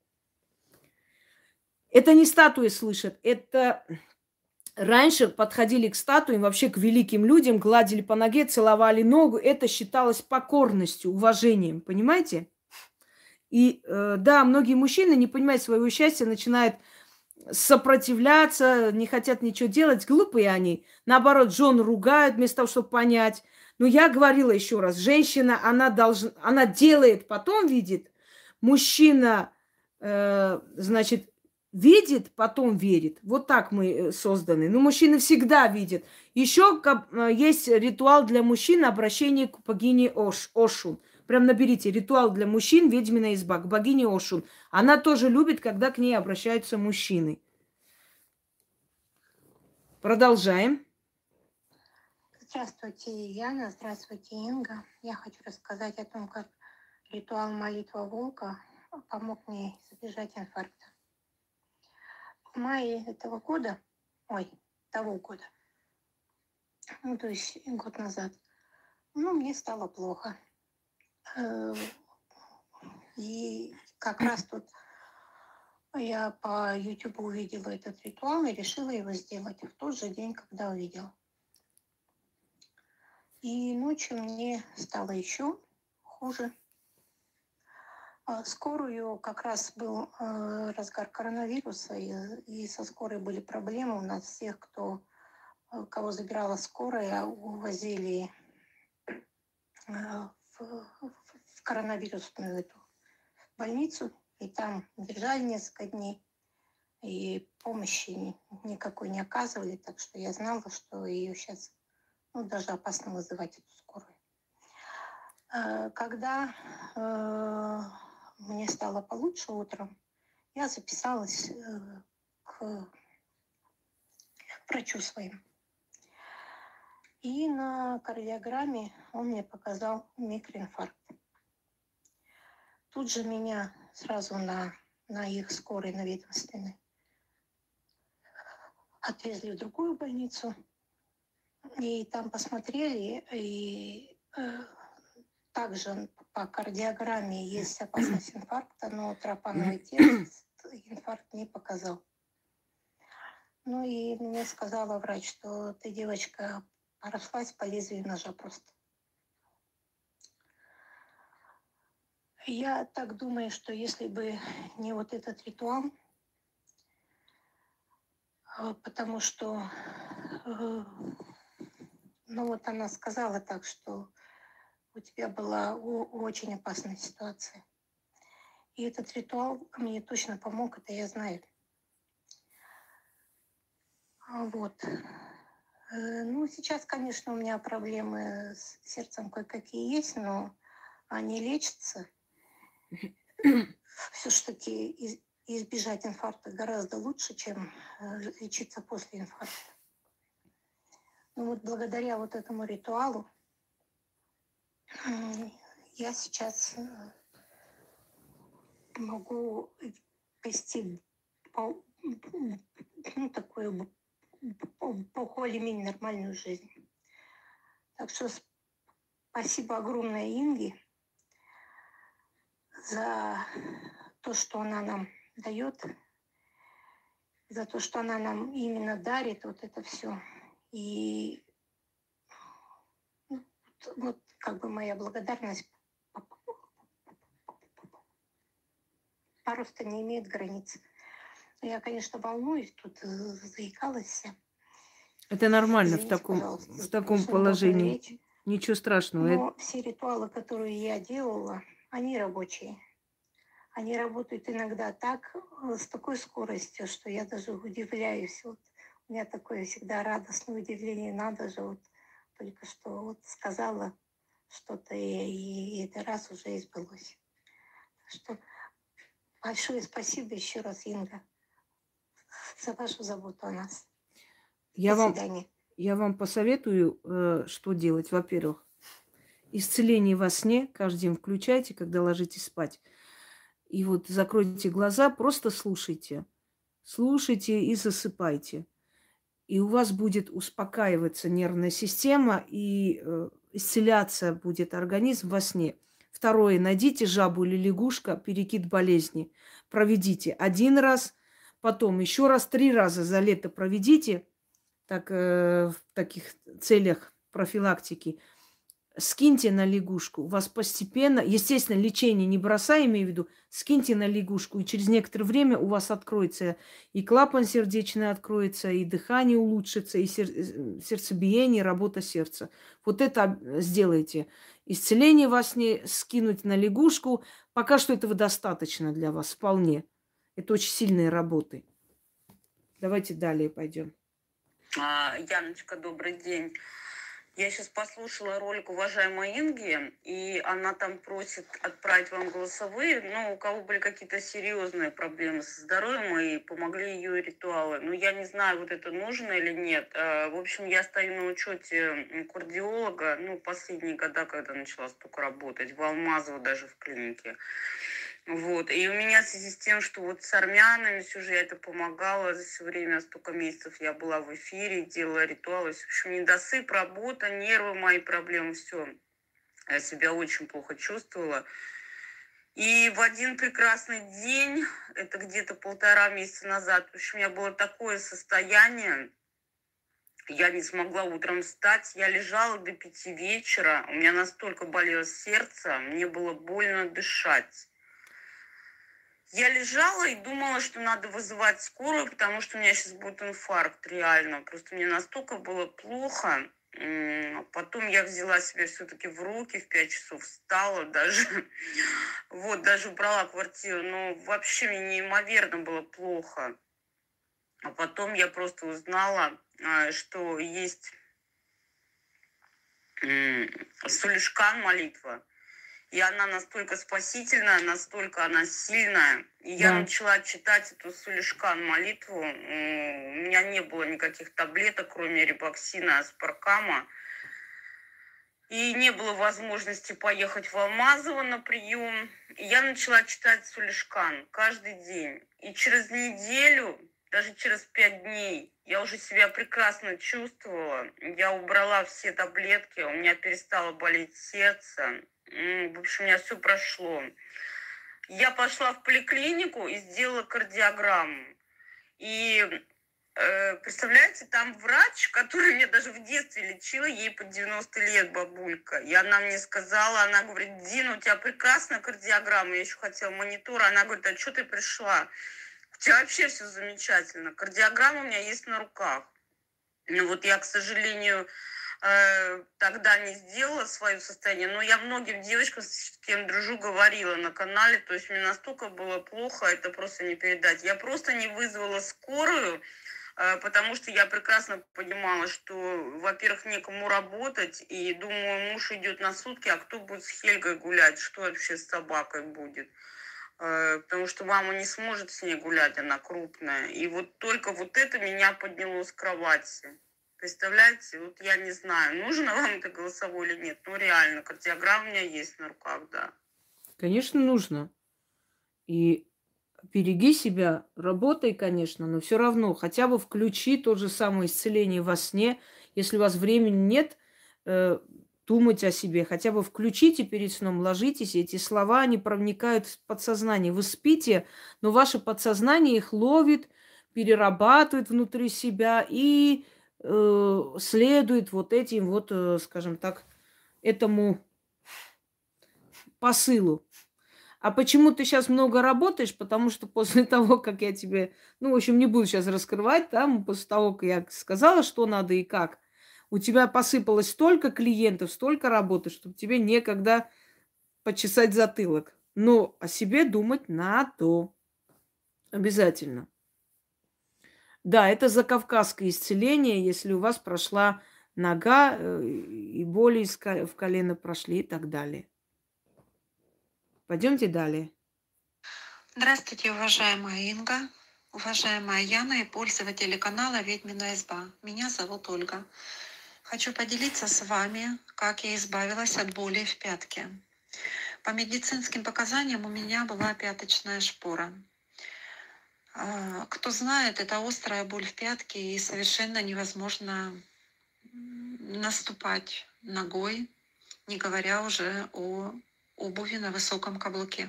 Это не статуи слышат, это раньше подходили к статуям, вообще к великим людям, гладили по ноге, целовали ногу. Это считалось покорностью, уважением, понимаете? И да, многие мужчины, не понимая своего счастья, начинают сопротивляться, не хотят ничего делать. Глупые они. Наоборот, жен ругают вместо того, чтобы понять. Но я говорила еще раз, женщина, она делает, потом видит. Мужчина, значит, видит, потом верит. Вот так мы созданы. Но мужчины всегда видят. Еще есть ритуал для мужчин обращение к богине Ошун. Прям наберите ритуал для мужчин «Ведьмина изба» к богине Ошун. Она тоже любит, когда к ней обращаются мужчины. Продолжаем. Здравствуйте, Яна. Здравствуйте, Инга. Я хочу рассказать о том, как ритуал молитва волка помог мне избежать инфаркта. В мае этого года, того года, то есть год назад, мне стало плохо. И как раз тут я по YouTube увидела этот ритуал и решила его сделать в тот же день, когда увидела. И ночью мне стало еще хуже. Скорую как раз был разгар коронавируса, и со скорой были проблемы. У нас всех, кого забирала скорая, увозили в коронавирусную эту больницу, и там держали несколько дней, и помощи никакой не оказывали, так что я знала, что ее сейчас даже опасно вызывать эту скорую. Когда мне стало получше утром, я записалась к врачу своим. И на кардиограмме он мне показал микроинфаркт. Тут же меня сразу на их скорой, на ведомственной, отвезли в другую больницу. И там посмотрели, и также по кардиограмме есть опасность инфаркта, но тропановый тест инфаркт не показал. И мне сказала врач, что ты, девочка, порослась по лезвию ножа просто. Я так думаю, что если бы не вот этот ритуал, потому что, она сказала так, что у тебя была очень опасная ситуация. И этот ритуал мне точно помог, это я знаю. Сейчас, конечно, у меня проблемы с сердцем кое-какие есть, но они лечатся. Все-таки избежать инфаркта гораздо лучше, чем лечиться после инфаркта. Благодаря вот этому ритуалу я сейчас могу вести такую более-менее нормальную жизнь. Так что спасибо огромное Инге за то, что она нам дает, за то, что она нам именно дарит вот это все. И вот как бы моя благодарность просто не имеет границ. Я, конечно, волнуюсь, тут заикалась вся. Это нормально Извините, в пожалуйста, таком очень добрая положении. речь. Ничего страшного. Но все ритуалы, которые я делала, они рабочие. Они работают иногда так, с такой скоростью, что я даже удивляюсь. Вот у меня такое всегда радостное удивление. Надо же, вот только что вот сказала что-то, и это раз уже и сбылось. Так что большое спасибо еще раз, Инга, за вашу заботу о нас. Я До вам, свидания. я вам посоветую, что делать. Во-первых, исцеление во сне каждый день включайте, когда ложитесь спать. И вот закройте глаза, просто слушайте. Слушайте и засыпайте. И у вас будет успокаиваться нервная система, и исцеляться будет организм во сне. Второе. Найдите жабу или лягушка, перекид болезни. Проведите 1 раз, потом еще раз, 3 раза за лето проведите, так, в таких целях профилактики. Скиньте на лягушку. У вас постепенно, естественно, лечение не бросай, имею в виду, скиньте на лягушку, и через некоторое время у вас откроется и клапан сердечный откроется, и дыхание улучшится, и сердцебиение, и работа сердца. Вот это сделайте. Исцеление во сне, скинуть на лягушку. Пока что этого достаточно для вас, вполне. Это очень сильные работы. Давайте далее пойдем. Яночка, добрый день. Я сейчас послушала ролик уважаемой Инги, и она там просит отправить вам голосовые, у кого были какие-то серьезные проблемы со здоровьем, и помогли ее ритуалы. Я не знаю, вот это нужно или нет. В общем, я стою на учете кардиолога, последние года, когда начала столько работать, в Алмазово даже в клинике. Вот. И у меня в связи с тем, что вот с армянами все же я это помогала за все время, столько месяцев я была в эфире, делала ритуалы. В общем, недосып, работа, нервы, мои проблемы, все. Я себя очень плохо чувствовала. И в один прекрасный день, это где-то 1,5 месяца назад, в общем, у меня было такое состояние, я не смогла утром встать, я лежала до 5 вечера, у меня настолько болело сердце, мне было больно дышать. Я лежала и думала, что надо вызывать скорую, потому что у меня сейчас будет инфаркт, реально. Просто мне настолько было плохо. Потом я взяла себя все-таки в руки, в 5 часов встала даже. Вот, даже убрала квартиру. Но вообще мне неимоверно было плохо. А потом я просто узнала, что есть Сулишкан молитва. И она настолько спасительная, настолько она сильная. И я начала читать эту Сулишкан молитву. У меня не было никаких таблеток, кроме рибоксина, аспаркама. И не было возможности поехать в Алмазово на прием. И я начала читать Сулишкан каждый день. И через неделю, даже через 5 дней, я уже себя прекрасно чувствовала. Я убрала все таблетки, у меня перестало болеть сердце. В общем, у меня все прошло. Я пошла в поликлинику и сделала кардиограмму. И представляете, там врач, который меня даже в детстве лечила, ей под 90 лет бабулька. И она мне сказала, она говорит: Дина, у тебя прекрасная кардиограмма. Я еще хотела монитор. Она говорит: а что ты пришла? У тебя вообще все замечательно. Кардиограмма у меня есть на руках. Но вот я, к сожалению, тогда не сделала свое состояние, но я многим девочкам, с кем дружу, говорила на канале, то есть мне настолько было плохо, это просто не передать. Я просто не вызвала скорую, потому что я прекрасно понимала, что, во-первых, некому работать, и думаю, муж идет на сутки, а кто будет с Хельгой гулять, что вообще с собакой будет? Потому что мама не сможет с ней гулять, она крупная. И вот только вот это меня подняло с кровати. Представляете, вот я не знаю, нужно вам это голосовое или нет. Реально, кардиограмма у меня есть на руках, да. Конечно, нужно. И береги себя, работай, конечно, но все равно хотя бы включи то же самое исцеление во сне. Если у вас времени нет, думать о себе, хотя бы включите перед сном, ложитесь, и эти слова, они проникают в подсознание. Вы спите, но ваше подсознание их ловит, перерабатывает внутри себя и следует вот этим вот, скажем так, этому посылу. А почему ты сейчас много работаешь? Потому что после того, как я тебе... Ну, в общем, не буду сейчас раскрывать, там, после того, как я сказала, что надо и как, у тебя посыпалось столько клиентов, столько работы, чтобы тебе некогда почесать затылок. Но о себе думать надо. Обязательно. Да, это закавказское исцеление, если у вас прошла нога, и боли в колено прошли и так далее. Пойдемте далее. Здравствуйте, уважаемая Инга, уважаемая Яна и пользователи канала «Ведьмина изба». Меня зовут Ольга. Хочу поделиться с вами, как я избавилась от боли в пятке. По медицинским показаниям у меня была пяточная шпора. Кто знает, это острая боль в пятке, и совершенно невозможно наступать ногой, не говоря уже о обуви на высоком каблуке.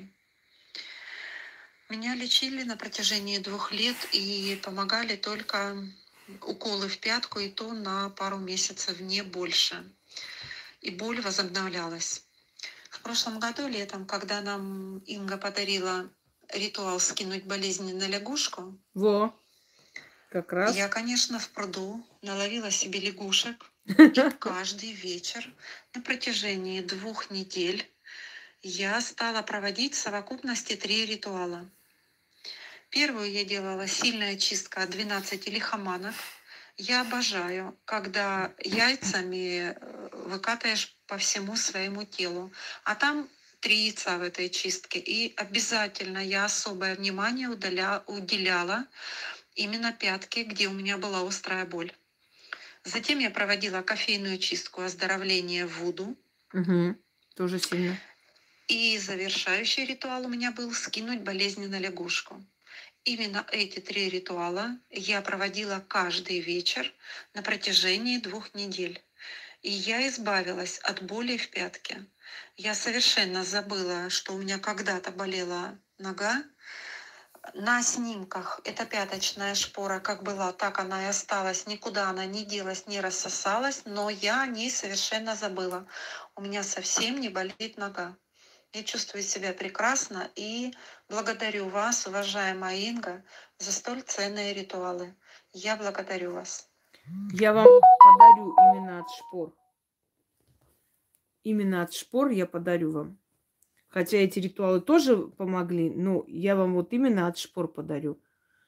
Меня лечили на протяжении 2 лет и помогали только уколы в пятку, и то на пару месяцев, не больше. И боль возобновлялась. В прошлом году летом, когда нам Инга подарила ритуал «Скинуть болезни на лягушку», Во, как раз. я, конечно, в пруду наловила себе лягушек, и каждый вечер на протяжении 2 недель я стала проводить в совокупности 3 ритуала. Первую я делала сильная чистка от 12 лихоманок. Я обожаю, когда яйцами выкатываешь по всему своему телу. А там 3 яйца в этой чистке. И обязательно я особое внимание уделяла именно пятке, где у меня была острая боль. Затем я проводила кофейную чистку оздоровления Вуду. Угу. Тоже сильно. И завершающий ритуал у меня был «Скинуть болезни на лягушку». Именно эти 3 ритуала я проводила каждый вечер на протяжении 2 недель. И я избавилась от боли в пятке. Я совершенно забыла, что у меня когда-то болела нога. На снимках эта пяточная шпора как была, так она и осталась. Никуда она не делась, не рассосалась, но я о ней совершенно забыла. У меня совсем не болит нога. Я чувствую себя прекрасно и благодарю вас, уважаемая Инга, за столь ценные ритуалы. Я благодарю вас. Я вам подарю именно от шпор. Именно от шпор я подарю вам. Хотя эти ритуалы тоже помогли, но я вам вот именно от шпор подарю.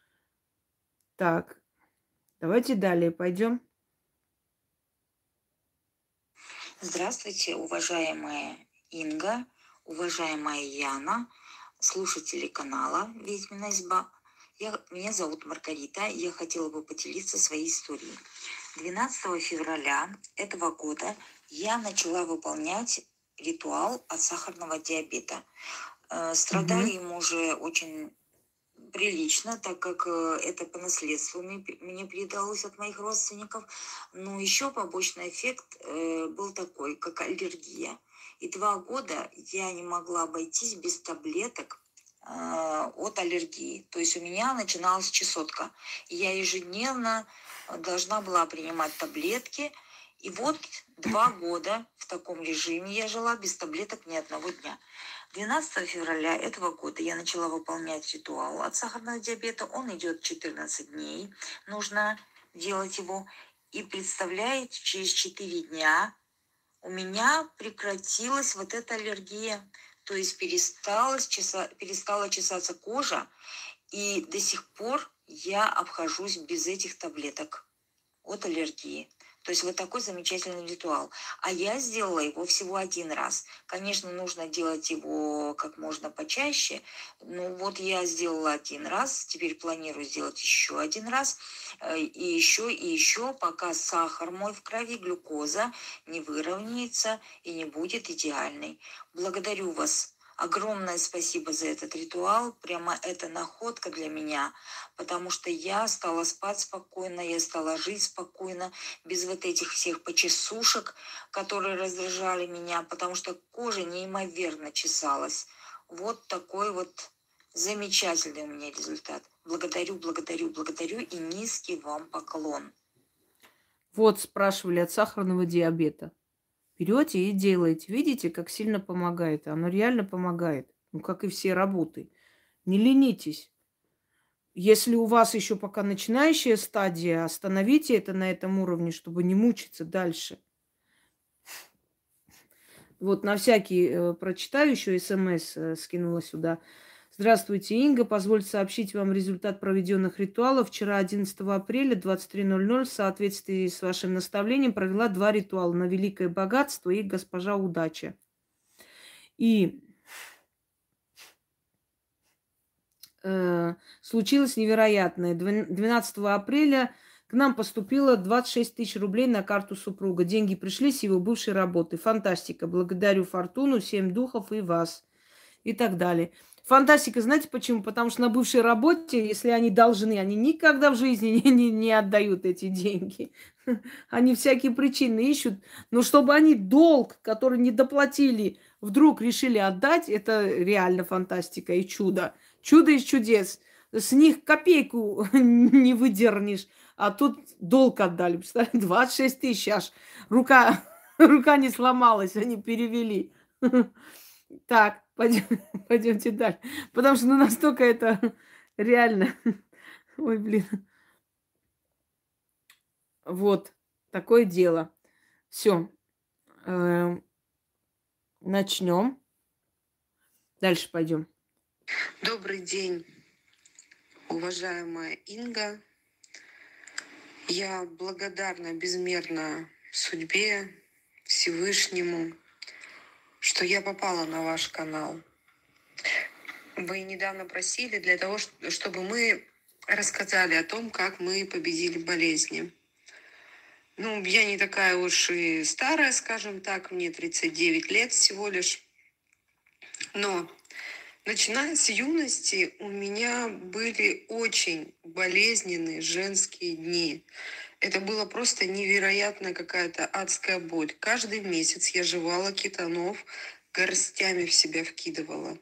Так, давайте далее пойдем. Здравствуйте, уважаемая Инга, уважаемая Яна, слушатели канала «Ведьмина изба». Меня зовут Маргарита, и я хотела бы поделиться своей историей. 12 февраля этого года я начала выполнять ритуал от сахарного диабета. Страдали им уже очень прилично, так как это по наследству мне передалось от моих родственников. Но еще побочный эффект был такой, как аллергия. И 2 года я не могла обойтись без таблеток от аллергии. То есть у меня начиналась чесотка. И я ежедневно должна была принимать таблетки. И вот 2 года в таком режиме я жила без таблеток ни одного дня. 12 февраля этого года я начала выполнять ритуал от сахарного диабета. Он идет 14 дней. Нужно делать его. И представляете, через 4 дня у меня прекратилась вот эта аллергия. То есть перестала чесаться кожа. И до сих пор я обхожусь без этих таблеток от аллергии. То есть вот такой замечательный ритуал. А я сделала его всего 1 раз. Конечно, нужно делать его как можно почаще. Ну вот я сделала 1 раз. Теперь планирую сделать еще 1 раз. И еще, пока сахар мой в крови, глюкоза не выровняется и не будет идеальной. Благодарю вас. Огромное спасибо за этот ритуал. Прямо это находка для меня, потому что я стала спать спокойно, я стала жить спокойно, без вот этих всех почесушек, которые раздражали меня, потому что кожа неимоверно чесалась. Вот такой вот замечательный у меня результат. Благодарю и низкий вам поклон. Вот спрашивали от сахарного диабета. Берете и делаете. Видите, как сильно помогает? Оно реально помогает. Ну, как и все работы. Не ленитесь. Если у вас еще пока начинающая стадия, остановите это на этом уровне, чтобы не мучиться дальше. Вот на всякий прочитаю еще СМС скинула сюда. Здравствуйте, Инга. Позвольте сообщить вам результат проведенных ритуалов. Вчера, 11 апреля, 23:00, в соответствии с вашим наставлением, провела 2 ритуала на великое богатство и госпожа удача. И случилось невероятное. 12 апреля к нам поступило 26 тысяч рублей на карту супруга. Деньги пришли с его бывшей работы. Фантастика. Благодарю Фортуну, 7 духов и вас. И так далее. Фантастика, знаете почему? Потому что на бывшей работе, если они должны, они никогда в жизни не отдают эти деньги. Они всякие причины ищут. Но чтобы они долг, который не доплатили, вдруг решили отдать, это реально фантастика и чудо. Чудо из чудес. С них копейку не выдернешь. А тут долг отдали. Представляете, 26 тысяч аж. Рука не сломалась, они перевели. Так, пойдемте дальше. Потому что настолько это реально. Ой, блин. Вот, такое дело. Все. Начнем. Дальше пойдем. Добрый день, уважаемая Инга. Я благодарна безмерно судьбе, Всевышнему, что я попала на ваш канал. Вы недавно просили для того, чтобы мы рассказали о том, как мы победили болезни. Ну, я не такая уж и старая, скажем так, мне 39 лет всего лишь. Но начиная с юности у меня были очень болезненные женские дни. Это было просто невероятная какая-то адская боль. Каждый месяц я жевала кетонов, горстями в себя вкидывала.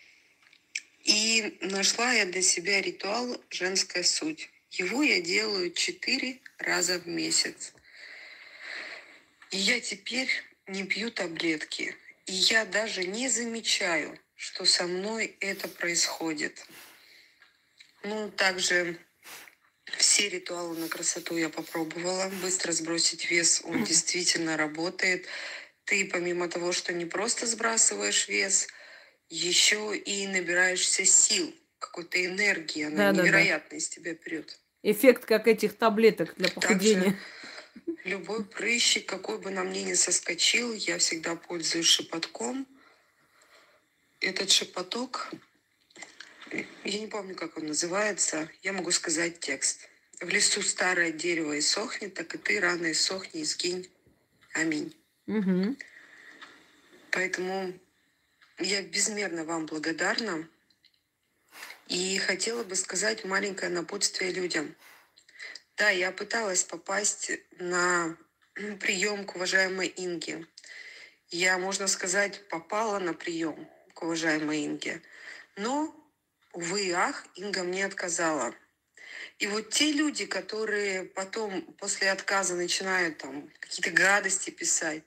И нашла я для себя ритуал «Женская суть». Его я делаю 4 раза в месяц. И я теперь не пью таблетки. И я даже не замечаю, что со мной это происходит. Ну, также все ритуалы на красоту я попробовала. Быстро сбросить вес, он действительно работает. Ты помимо того, что не просто сбрасываешь вес, еще и набираешься сил, какой-то энергии. Она невероятно из тебя прет. Эффект как этих таблеток для похудения. Также любой прыщик, какой бы на мне ни соскочил, я всегда пользуюсь шепотком. Этот шепоток, я не помню, как он называется, я могу сказать текст. В лесу старое дерево иссохнет, так и ты рано иссохни и сгинь. Аминь. Угу. Поэтому я безмерно вам благодарна. И хотела бы сказать маленькое напутствие людям. Да, я пыталась попасть на прием к уважаемой Инге. Я, можно сказать, попала на прием к уважаемой Инге. Но, увы и ах, Инга мне отказала. И вот те люди, которые потом после отказа начинают там какие-то гадости писать,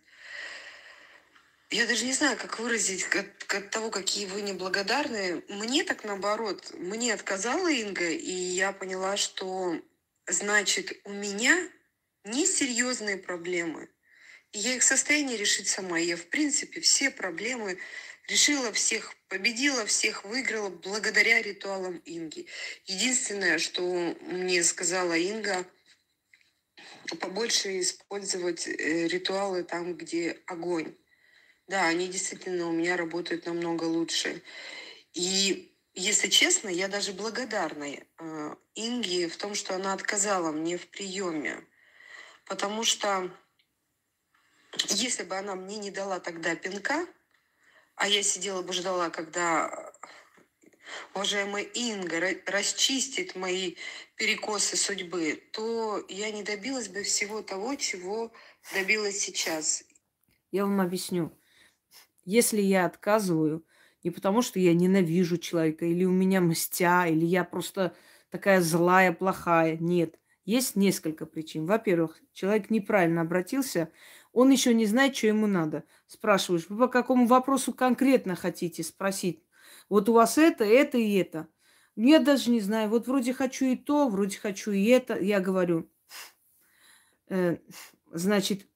я даже не знаю, как выразить от того, какие вы неблагодарные. Мне так наоборот. Мне отказала Инга, и я поняла, что значит у меня несерьезные проблемы. И я их в состоянии решить сама. Я, в принципе, все проблемы решила, всех победила, всех выиграла благодаря ритуалам Инги. Единственное, что мне сказала Инга, побольше использовать ритуалы там, где огонь. Да, они действительно у меня работают намного лучше. И, если честно, я даже благодарна Инге в том, что она отказала мне в приеме. Потому что если бы она мне не дала тогда пинка, а я сидела бы ждала, когда уважаемая Инга расчистит мои перекосы судьбы, то я не добилась бы всего того, чего добилась сейчас. Я вам объясню. Если я отказываю, не потому что я ненавижу человека, или у меня мстя, или я просто такая злая, плохая. Нет. Есть несколько причин. Во-первых, человек неправильно обратился, Он еще не знает, что ему надо. Спрашиваешь, вы по какому вопросу конкретно хотите спросить? Вот у вас это и это. Я даже не знаю, вот вроде хочу и то, вроде хочу и это. Я говорю, значит,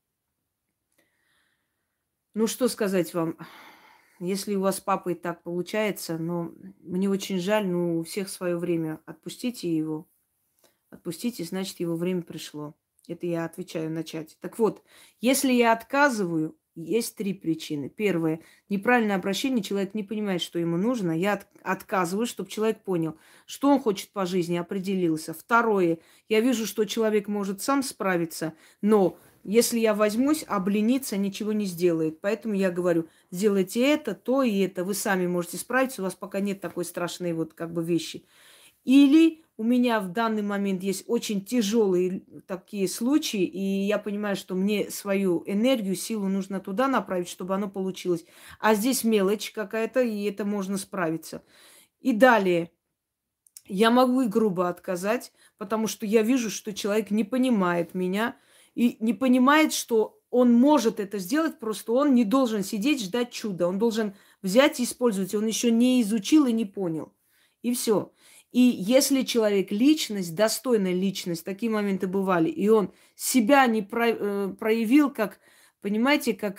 ну что сказать вам, если у вас с папой так получается, но мне очень жаль, но у всех свое время. Отпустите его. Отпустите, значит, его время пришло. Это я отвечаю на чате. Так вот, если я отказываю, есть 3 причины. Первое. Неправильное обращение. Человек не понимает, что ему нужно. Я отказываю, чтобы человек понял, что он хочет по жизни, определился. Второе. Я вижу, что человек может сам справиться, но если я возьмусь, облениться, ничего не сделает. Поэтому я говорю, сделайте это, то и это. Вы сами можете справиться. У вас пока нет такой страшной вот как бы вещи. Или у меня в данный момент есть очень тяжелые такие случаи, и я понимаю, что мне свою энергию, силу нужно туда направить, чтобы оно получилось. А здесь мелочь какая-то, и это можно справиться. И далее. Я могу и грубо отказать, потому что я вижу, что человек не понимает меня и не понимает, что он может это сделать, просто он не должен сидеть, ждать чуда. Он должен взять и использовать. Он еще не изучил и не понял. И все. И если человек личность, достойная личность, такие моменты бывали, и он себя не проявил, как, понимаете, как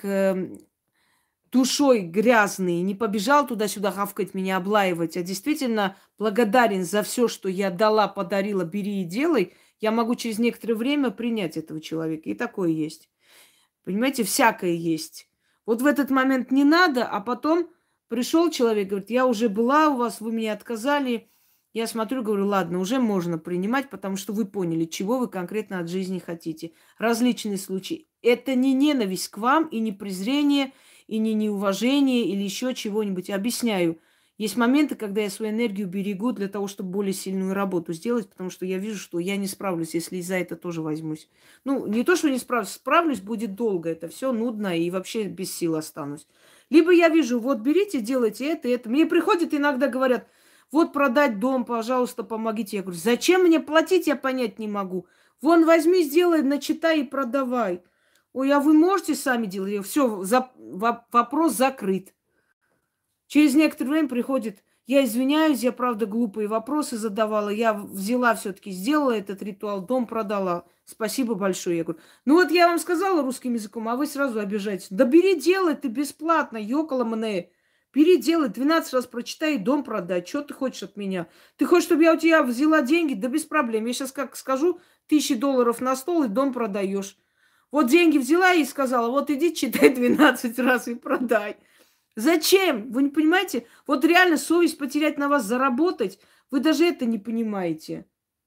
душой грязный, не побежал туда-сюда хавкать меня, облаивать, а действительно благодарен за все, что я дала, подарила, бери и делай, я могу через некоторое время принять этого человека. И такое есть. Понимаете, всякое есть. Вот в этот момент не надо, а потом пришел человек, говорит, я уже была у вас, вы мне отказали. Я смотрю, говорю, ладно, уже можно принимать, потому что вы поняли, чего вы конкретно от жизни хотите. Различные случаи. Это не ненависть к вам, и не презрение, и не неуважение, или еще чего-нибудь. Объясняю. Есть моменты, когда я свою энергию берегу для того, чтобы более сильную работу сделать, потому что я вижу, что я не справлюсь, если за это тоже возьмусь. Ну, не то, что не справлюсь, справлюсь будет долго, это все нудно и вообще без сил останусь. Либо я вижу, вот берите, делайте это и это. Мне приходят иногда, говорят, вот продать дом, пожалуйста, помогите. Я говорю, зачем мне платить, я понять не могу. Вон возьми, сделай, начитай и продавай. Ой, а вы можете сами делать? Все, вопрос закрыт. Через некоторое время приходит, я извиняюсь, я, правда, глупые вопросы задавала, я взяла все-таки, сделала этот ритуал, дом продала. Спасибо большое. Я говорю, ну вот я вам сказала русским языком, а вы сразу обижаетесь. Да бери, делай, ты бесплатно, ёкала мне. Бери, делай, 12 раз прочитай и дом продай. Что ты хочешь от меня? Ты хочешь, чтобы я у тебя взяла деньги? Да без проблем. Я сейчас как скажу, $1000 на стол и дом продаешь. Вот деньги взяла и сказала, вот иди читай 12 раз и продай. Зачем? Вы не понимаете? Вот реально совесть потерять на вас, заработать, вы даже это не понимаете.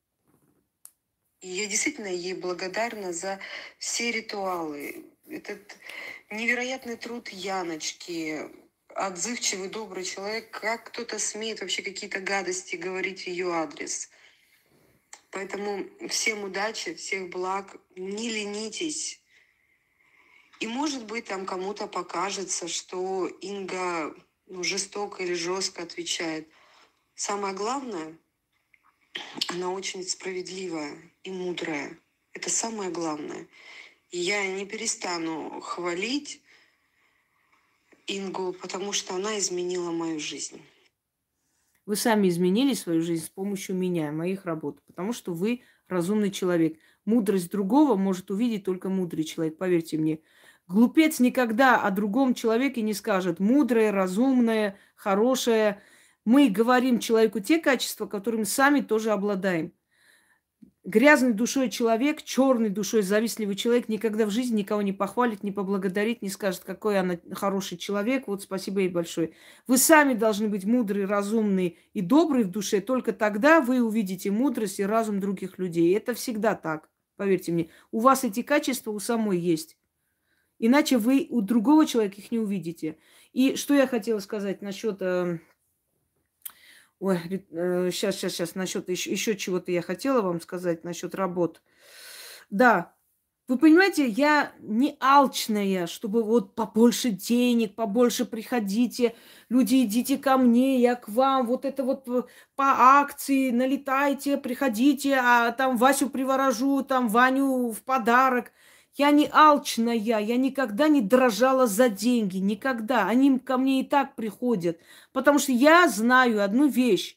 И я действительно ей благодарна за все ритуалы. Этот невероятный труд Яночки, отзывчивый, добрый человек. Как кто-то смеет вообще какие-то гадости говорить в ее адрес. Поэтому всем удачи, всех благ. Не ленитесь. И, может быть, там кому-то покажется, что Инга жестоко или жестко отвечает. Самое главное, она очень справедливая и мудрая. Это самое главное. И я не перестану хвалить Ингу, потому что она изменила мою жизнь. Вы сами изменили свою жизнь с помощью меня, моих работ, потому что вы разумный человек. Мудрость другого может увидеть только мудрый человек, поверьте мне. Глупец никогда о другом человеке не скажет мудрое, разумное, хорошее. Мы говорим человеку те качества, которыми сами тоже обладаем. Грязной душой человек, черной душой завистливый человек никогда в жизни никого не похвалит, не поблагодарит, не скажет, какой она хороший человек. Вот спасибо ей большое. Вы сами должны быть мудрые, разумные и добрые в душе. Только тогда вы увидите мудрость и разум других людей. Это всегда так, поверьте мне. У вас эти качества у самой есть. Иначе вы у другого человека их не увидите. И что я хотела сказать насчет... сейчас, насчет еще чего-то я хотела вам сказать, насчет работ. Да, вы понимаете, я не алчная, чтобы вот побольше денег, побольше приходите, люди, идите ко мне, я к вам, вот это вот по акции, налетайте, приходите, а там Васю приворожу, там Ваню в подарок. Я не алчная, я никогда не дрожала за деньги, никогда. Они ко мне и так приходят, потому что я знаю одну вещь.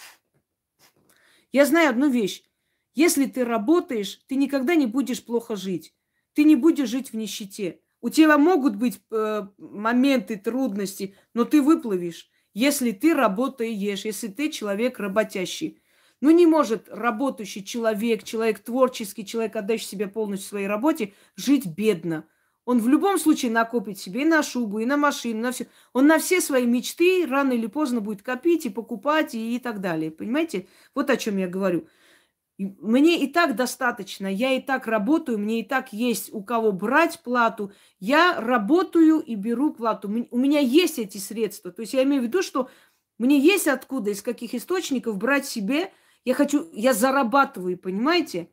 Я знаю одну вещь. Если ты работаешь, ты никогда не будешь плохо жить. Ты не будешь жить в нищете. У тебя могут быть моменты, трудности, но ты выплывешь, если ты работаешь, если ты человек работящий. Ну, не может работающий человек, человек творческий, человек, отдающий себя полностью своей работе, жить бедно. Он в любом случае накопит себе и на шубу, и на машину, на все. Он на все свои мечты рано или поздно будет копить и покупать и так далее. Понимаете? Вот о чем я говорю. Мне и так достаточно, я и так работаю, мне и так есть у кого брать плату. Я работаю и беру плату. У меня есть эти средства. То есть я имею в виду, что мне есть откуда, из каких источников брать себе. Я зарабатываю, понимаете?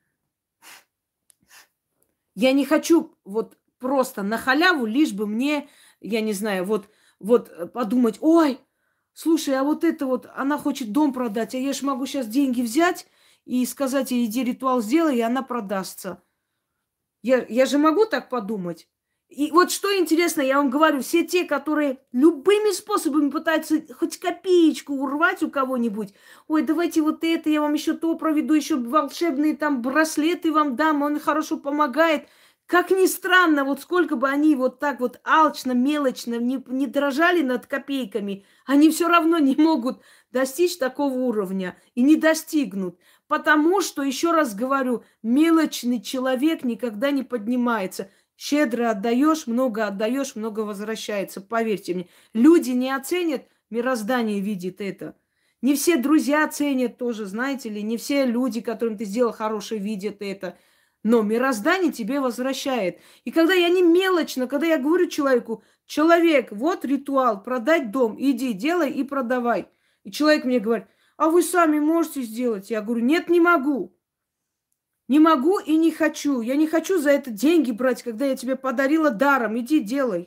Я не хочу вот просто на халяву, лишь бы мне, я не знаю, вот подумать, ой, слушай, а вот это вот, она хочет дом продать, а я же могу сейчас деньги взять и сказать ей, иди ритуал сделай, и она продастся. Я же могу так подумать. И вот что интересно, я вам говорю, все те, которые любыми способами пытаются хоть копеечку урвать у кого-нибудь, ой, давайте вот это, я вам еще то проведу, еще волшебные там браслеты вам дам, он хорошо помогает. Как ни странно, вот сколько бы они вот так вот алчно, мелочно не дрожали над копейками, они все равно не могут достичь такого уровня и не достигнут. Потому что, еще раз говорю, мелочный человек никогда не поднимается. Щедро отдаешь, много возвращается. Поверьте мне, люди не оценят, мироздание видит это. Не все друзья ценят тоже, знаете ли, не все люди, которым ты сделал хорошее, видят это. Но мироздание тебе возвращает. И когда я не мелочно, когда я говорю человеку, человек, вот ритуал, продать дом, иди, делай и продавай. И человек мне говорит, а вы сами можете сделать? Я говорю, нет, не могу. Не могу и не хочу. Я не хочу за это деньги брать, когда я тебе подарила даром. Иди, делай.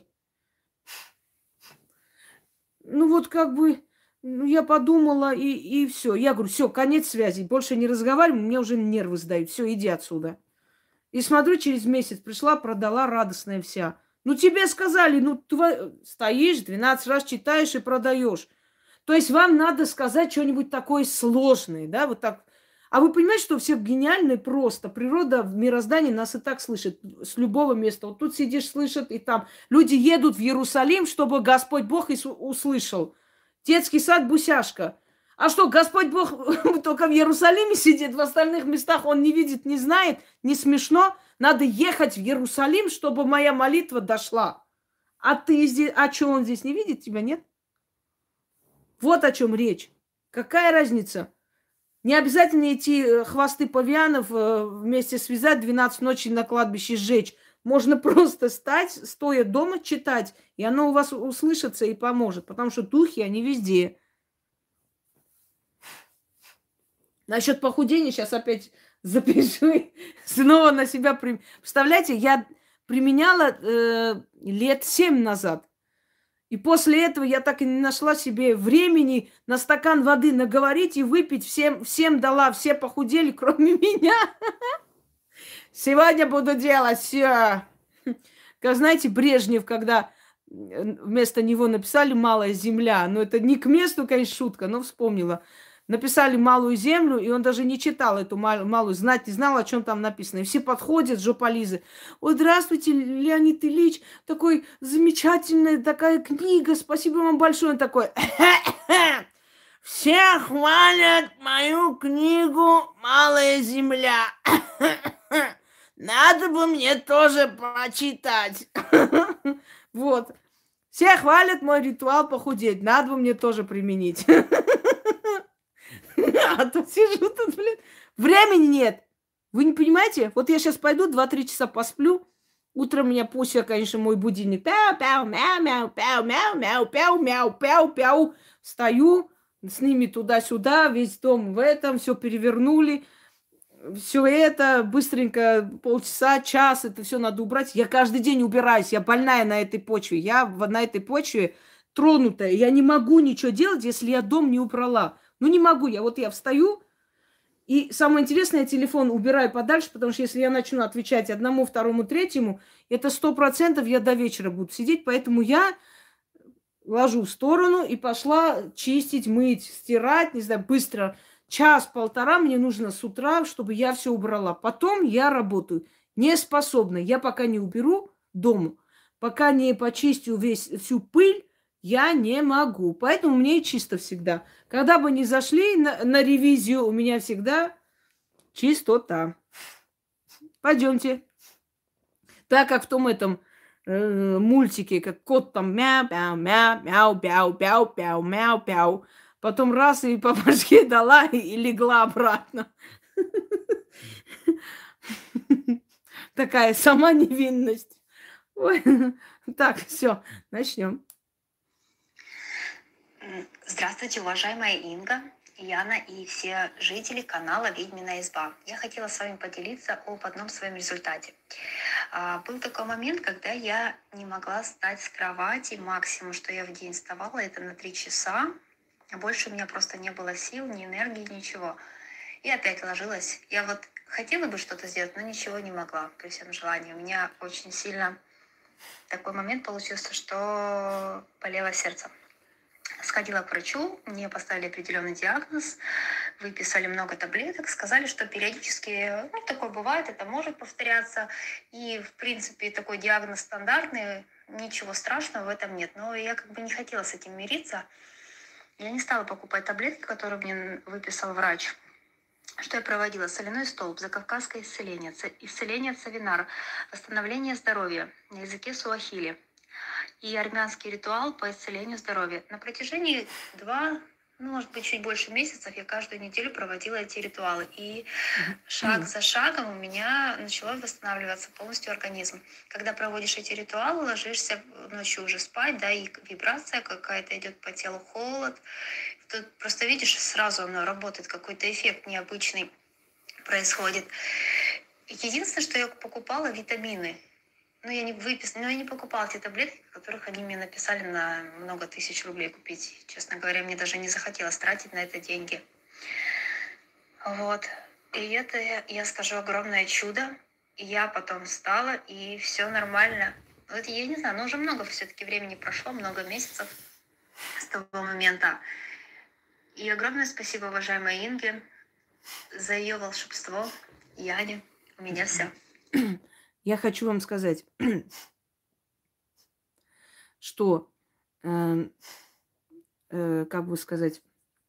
Ну вот как бы, я подумала и все. Я говорю, все, конец связи. Больше не разговариваем, мне уже нервы сдают. Все, иди отсюда. И смотрю, через месяц пришла, продала, радостная вся. Ну тебе сказали, ну ты стоишь, 12 раз читаешь и продаешь. То есть вам надо сказать что-нибудь такое сложное, да, вот так. А вы понимаете, что все гениальные просто. Природа в мироздании нас и так слышит с любого места. Вот тут сидишь, слышат, и там. Люди едут в Иерусалим, чтобы Господь Бог услышал. Детский сад Бусяшка. А что, Господь Бог только в Иерусалиме сидит, в остальных местах он не видит, не знает, не смешно? Надо ехать в Иерусалим, чтобы моя молитва дошла. А ты здесь, а что, он здесь не видит тебя, нет? Вот о чем речь. Какая разница? Не обязательно эти хвосты павианов вместе связать, 12 ночей на кладбище сжечь. Можно просто стать, стоя дома, читать, и оно у вас услышится и поможет. Потому что духи, они везде. Насчет похудения сейчас опять запишу. Снова на себя Представляете, я применяла лет 7 назад. И после этого я так и не нашла себе времени на стакан воды наговорить и выпить. Всем дала, все похудели, кроме меня. Сегодня буду делать все. Как знаете, Брежнев, когда вместо него написали «Малая земля». Ну, это не к месту, конечно, шутка, но вспомнила. Написали «Малую землю», и он даже не читал эту малую, знать не знал, о чем там написано. И все подходят, жополизы. Ой, здравствуйте, Леонид Ильич, такой замечательная такая книга, спасибо вам большое. Он такой, все хвалят мою книгу «Малая земля». Надо бы мне тоже почитать. Вот. Все хвалят мой ритуал похудеть. Надо бы мне тоже применить. А то сижу тут, блин. Времени нет. Вы не понимаете? Вот я сейчас пойду 2-3 часа посплю. Утром меня Пуся, конечно, мой будильник. Пяу-пяу, мяу-мяу, пяу-мяу, мяу-пяу, мяу-пяу-пяу. Встаю, с ними туда-сюда, весь дом в этом, все перевернули. Все это быстренько, полчаса, час, это все надо убрать. Я каждый день убираюсь, я больная на этой почве. Я на этой почве тронутая. Я не могу ничего делать, если я дом не убрала. Ну, не могу я. Вот я встаю, И самое интересное, я телефон убираю подальше, потому что если я начну отвечать одному, второму, третьему, это 100% я до вечера буду сидеть. Поэтому я ложу в сторону и пошла чистить, мыть, стирать, не знаю, быстро. Час-полтора мне нужно с утра, чтобы я все убрала. Потом я работаю. Не способна. Я пока не уберу дом, пока не почистю всю пыль, я не могу. Поэтому мне чисто всегда. Когда бы ни зашли на ревизию, у меня всегда чистота. Пойдемте. Так как в том этом мультике, как кот там мяу-мяу-мяу-мяу-мяу-мяу-мяу-мяу. Потом раз и по башке дала и легла обратно. Такая сама невинность. Ой. Так, все, начнем. Здравствуйте, уважаемая Инга, Яна и все жители канала «Ведьмина изба». Я хотела с вами поделиться об одном своем результате. Был такой момент, когда я не могла встать с кровати. Максимум, что я в день вставала, это на 3 часа. Больше у меня просто не было сил, ни энергии, ничего. И опять ложилась. Я вот хотела бы что-то сделать, но ничего не могла при всем желании. У меня очень сильно такой момент получился, что болело сердце. Сходила к врачу, мне поставили определенный диагноз, выписали много таблеток, сказали, что периодически, такое бывает, это может повторяться. И, в принципе, такой диагноз стандартный, ничего страшного в этом нет. Но я как бы не хотела с этим мириться. Я не стала покупать таблетки, которые мне выписал врач. Что я проводила? Соляной столб, закавказское исцеление, исцеление Цавинар, восстановление здоровья на языке суахили и армянский ритуал по исцелению здоровья. На протяжении 2, может быть, чуть больше месяцев я каждую неделю проводила эти ритуалы. И шаг за шагом у меня начало восстанавливаться полностью организм. Когда проводишь эти ритуалы, ложишься ночью уже спать, да, и вибрация какая-то идет по телу, холод. Тут просто видишь, сразу оно работает, какой-то эффект необычный происходит. Единственное, что я покупала, витамины. Я не покупала те таблетки, которых они мне написали на много тысяч рублей купить. Честно говоря, мне даже не захотелось тратить на это деньги. Вот. И это, я скажу, огромное чудо. И я потом встала, и все нормально. Вот я не знаю, но уже много все-таки времени прошло, много месяцев с того момента. И огромное спасибо, уважаемой Инге, за ее волшебство. Яне, у меня все. Я хочу вам сказать, что, как бы сказать,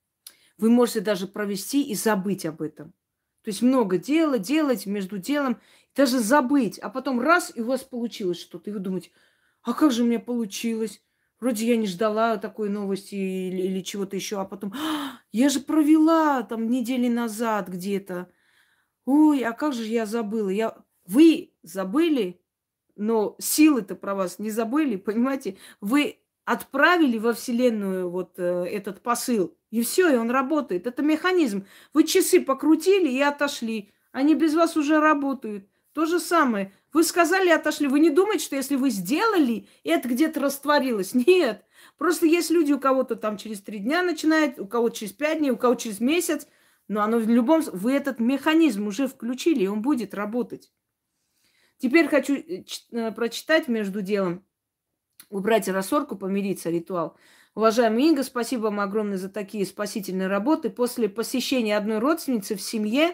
вы можете даже провести и забыть об этом. То есть много делать между делом, даже забыть, а потом раз, и у вас получилось что-то. И вы думаете, а как же у меня получилось? Вроде я не ждала такой новости или чего-то еще, а потом, я же провела там недели назад где-то. Ой, а как же я забыла? Вы забыли, но силы-то про вас не забыли, понимаете? Вы отправили во Вселенную вот этот посыл, и все, и он работает. Это механизм. Вы часы покрутили и отошли. Они без вас уже работают. То же самое. Вы сказали, отошли. Вы не думаете, что если вы сделали, это где-то растворилось. Нет. Просто есть люди, у кого-то там через 3 дня начинает, у кого-то через 5 дней, у кого-то через месяц. Но оно в любом случае, вы этот механизм уже включили, и он будет работать. Теперь хочу прочитать между делом, убрать рассорку, помириться, ритуал. Уважаемая Инга, спасибо вам огромное за такие спасительные работы. После посещения одной родственницы в семье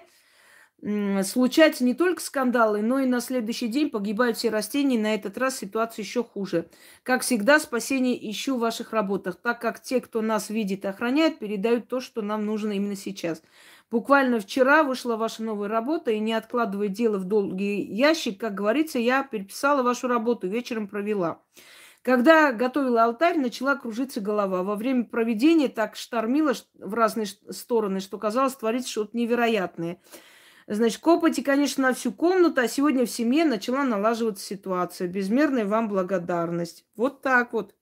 случаются не только скандалы, но и на следующий день погибают все растения. На этот раз ситуация еще хуже. Как всегда, спасение ищу в ваших работах, так как те, кто нас видит и охраняет, передают то, что нам нужно именно сейчас. Буквально вчера вышла ваша новая работа, и не откладывая дело в долгий ящик, как говорится, я переписала вашу работу, вечером провела. Когда готовила алтарь, начала кружиться голова. Во время проведения так штормило в разные стороны, что казалось, творится что-то невероятное. Значит, копоти, конечно, на всю комнату, а сегодня в семье начала налаживаться ситуация. Безмерная вам благодарность. Вот так вот.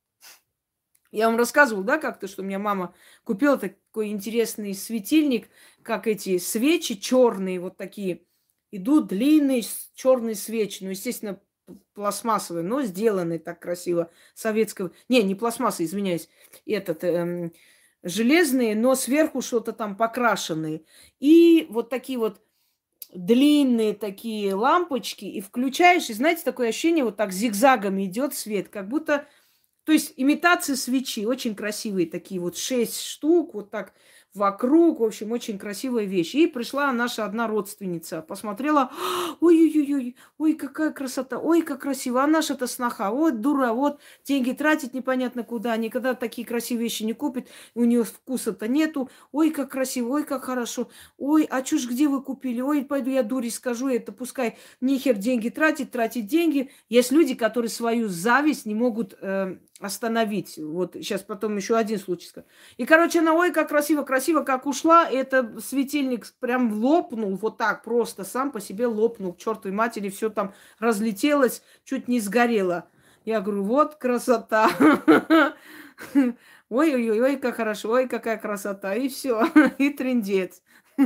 Я вам рассказывала, да, как-то, что у меня мама купила такой интересный светильник, как эти свечи черные, вот такие. Идут длинные черные свечи, ну, естественно, пластмассовые, но сделанные так красиво, советского. Не пластмассовые, извиняюсь. железные, но сверху что-то там покрашенные. И вот такие вот длинные такие лампочки, и включаешь, и знаете, такое ощущение, вот так зигзагами идет свет, как будто, то есть имитация свечи, очень красивые такие вот 6 штук, вот так вокруг, в общем, очень красивая вещь. И пришла наша одна родственница, посмотрела, ой-ой-ой, ой, какая красота, ой, как красиво, а наша-то сноха, вот дура, вот деньги тратить непонятно куда, никогда такие красивые вещи не купит, у нее вкуса-то нету, ой, как красиво, ой, как хорошо, ой, а чушь где вы купили, ой, пойду я дуре скажу, это пускай нихер деньги тратить деньги. Есть люди, которые свою зависть не могут остановить. Вот сейчас потом еще один случай скажу. И, короче, она, ой, как красиво, красиво, как ушла, это светильник прям лопнул, вот так просто, сам по себе лопнул, к чертовой матери, все там разлетелось, чуть не сгорело. Я говорю, вот красота. Ой-ой-ой, как хорошо, ой, какая красота. И все, и трындец.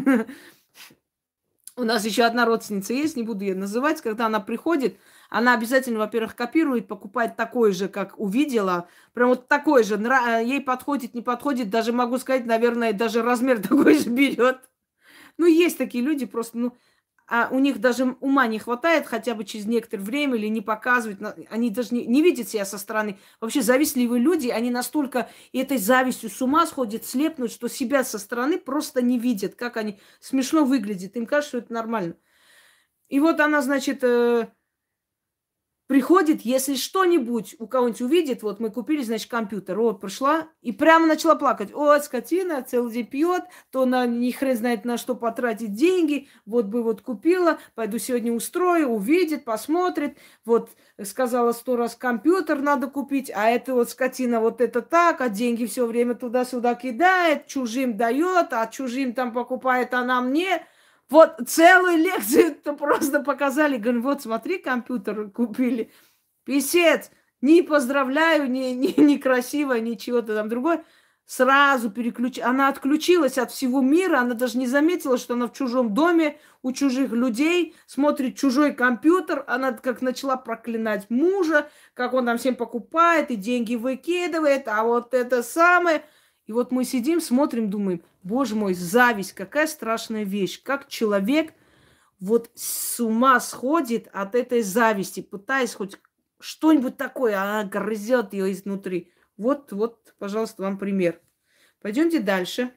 У нас еще одна родственница есть, не буду ее называть, когда она приходит, она обязательно, во-первых, копирует, покупает такой же, как увидела. Прям вот такой же. Ей подходит, не подходит. Даже могу сказать, наверное, даже размер такой же берет. Ну, есть такие люди просто, ну, а у них даже ума не хватает хотя бы через некоторое время или не показывать. Они даже не видят себя со стороны. Вообще завистливые люди, они настолько этой завистью с ума сходят, слепнут, что себя со стороны просто не видят, как они смешно выглядят. Им кажется, что это нормально. И вот она, значит, приходит, если что-нибудь у кого-нибудь увидит, вот мы купили, значит, компьютер, вот пришла и прямо начала плакать. О, скотина, целый день пьет, то на ни хрен знает на что потратить деньги, вот бы вот купила, пойду сегодня устрою, увидит, посмотрит, вот сказала 100 раз компьютер надо купить, а это вот скотина вот это так, а деньги все время туда-сюда кидает, чужим дает, а чужим там покупает, а нам не... Вот целую лекцию-то просто показали. Говорю, вот смотри, компьютер купили. Писец. Не поздравляю, не красиво, ничего-то там другое. Сразу она отключилась от всего мира. Она даже не заметила, что она в чужом доме, у чужих людей, смотрит чужой компьютер. Она как начала проклинать мужа, как он там всем покупает и деньги выкидывает. А вот это самое... И вот мы сидим, смотрим, думаем, боже мой, зависть, какая страшная вещь. Как человек вот с ума сходит от этой зависти, пытаясь хоть что-нибудь такое, она грызет ее изнутри. Вот, пожалуйста, вам пример. Пойдемте дальше.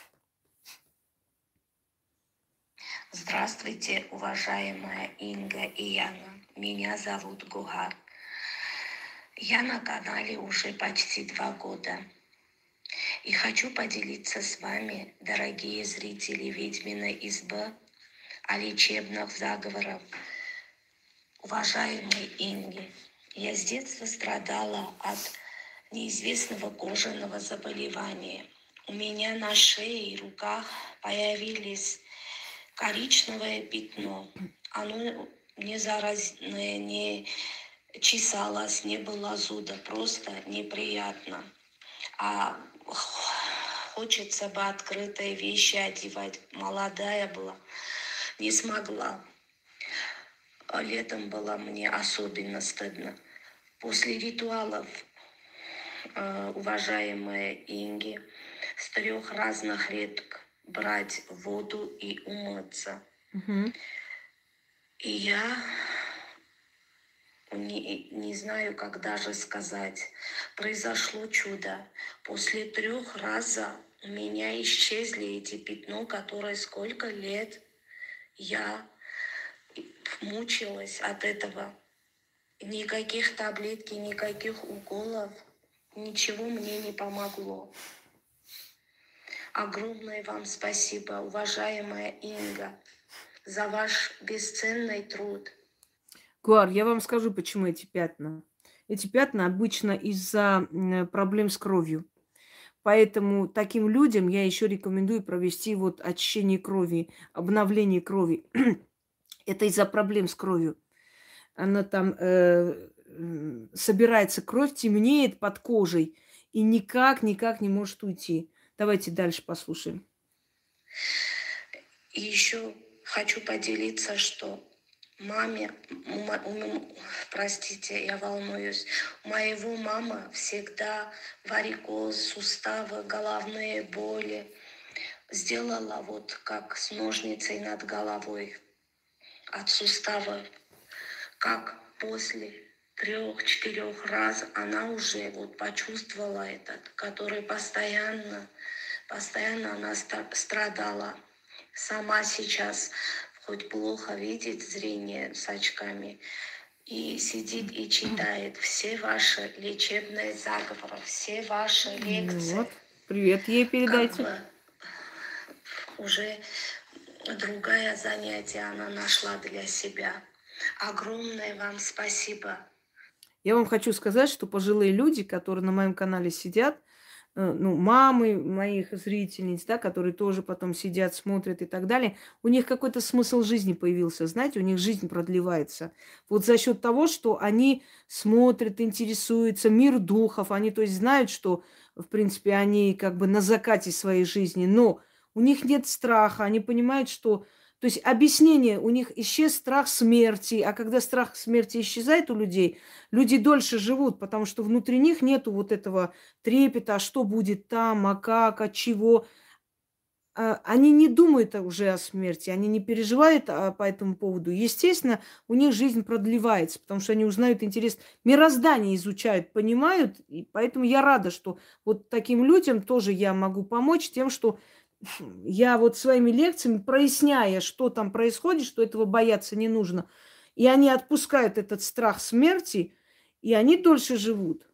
Здравствуйте, уважаемая Инга и Яна. Меня зовут Гугар. Я на канале уже почти 2 года. И хочу поделиться с вами, дорогие зрители «Ведьминой избы», о лечебных заговорах уважаемой Инги. Я с детства страдала от неизвестного кожаного заболевания. У меня на шее и руках появились коричневое пятно. Оно не заразное, не чесалось, не было зуда, просто неприятно. А хочется бы открытые вещи одевать. Молодая была, не смогла. Летом было мне особенно стыдно. После ритуалов, уважаемые Инги, с 3 разных редок брать воду и умыться. И я не знаю, как даже сказать. Произошло чудо. После 3 разов у меня исчезли эти пятно, которые сколько лет я мучилась от этого. Никаких таблеток, никаких уколов, ничего мне не помогло. Огромное вам спасибо, уважаемая Инга, за ваш бесценный труд. Гуар, я вам скажу, почему эти пятна. Эти пятна обычно из-за проблем с кровью. Поэтому таким людям я еще рекомендую провести вот очищение крови, обновление крови. Это из-за проблем с кровью. Она там собирается кровь, темнеет под кожей и никак не может уйти. Давайте дальше послушаем. И еще хочу поделиться, что маме, простите, я волнуюсь, у моего мамы всегда варикоз, суставы, головные боли. Сделала вот как с ножницей над головой от сустава, как после 3-4 раз она уже вот почувствовала этот, который постоянно она страдала. Сама сейчас хоть плохо видит зрение с очками, и сидит и читает все ваши лечебные заговоры, все ваши лекции. Вот. Привет ей передайте. Как бы уже другое занятие она нашла для себя. Огромное вам спасибо. Я вам хочу сказать, что пожилые люди, которые на моем канале сидят, ну, мамы моих зрительниц, да, которые тоже потом сидят, смотрят и так далее, у них какой-то смысл жизни появился, знаете, у них жизнь продлевается. Вот за счет того, что они смотрят, интересуются, мир духов, они, то есть, знают, что, в принципе, они как бы на закате своей жизни, но у них нет страха, они понимают, что... То есть объяснение, у них исчез страх смерти, а когда страх смерти исчезает у людей, люди дольше живут, потому что внутри них нету вот этого трепета, а что будет там, а как, от чего. Они не думают уже о смерти, они не переживают по этому поводу. Естественно, у них жизнь продлевается, потому что они узнают интерес, мироздание изучают, понимают, и поэтому я рада, что вот таким людям тоже я могу помочь тем, что я вот своими лекциями, проясняя, что там происходит, что этого бояться не нужно, и они отпускают этот страх смерти, и они дольше живут.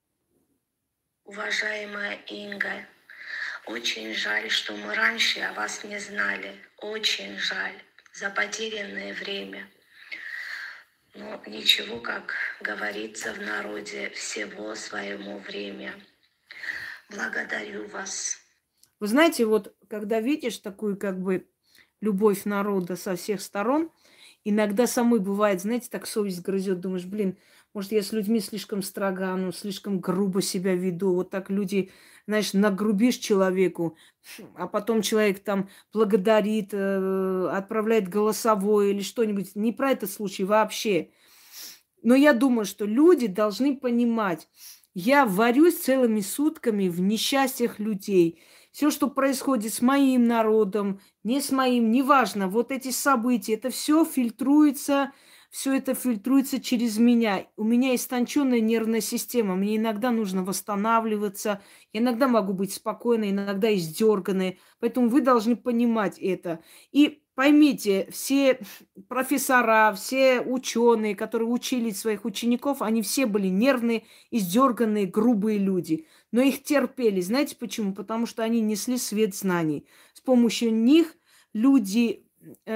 Уважаемая Инга, очень жаль, что мы раньше о вас не знали. Очень жаль за потерянное время. Но ничего, как говорится в народе, всего своему время. Благодарю вас. Вы знаете, вот когда видишь такую как бы любовь народа со всех сторон, иногда самой бывает, знаете, так совесть грызет, думаешь, блин, может, я с людьми слишком строга, ну, слишком грубо себя веду. Вот так люди, знаешь, нагрубишь человеку, а потом человек там благодарит, отправляет голосовое или что-нибудь. Не про этот случай вообще. Но я думаю, что люди должны понимать, я варюсь целыми сутками в несчастьях людей. Все, что происходит с моим народом, не с моим, неважно, вот эти события, это все это фильтруется через меня. У меня истонченная нервная система, мне иногда нужно восстанавливаться, я иногда могу быть спокойной, иногда издерганной, поэтому вы должны понимать это. И поймите, все профессора, все ученые, которые учили своих учеников, они все были нервные, издерганные, грубые люди. Но их терпели. Знаете почему? Потому что они несли свет знаний. С помощью них люди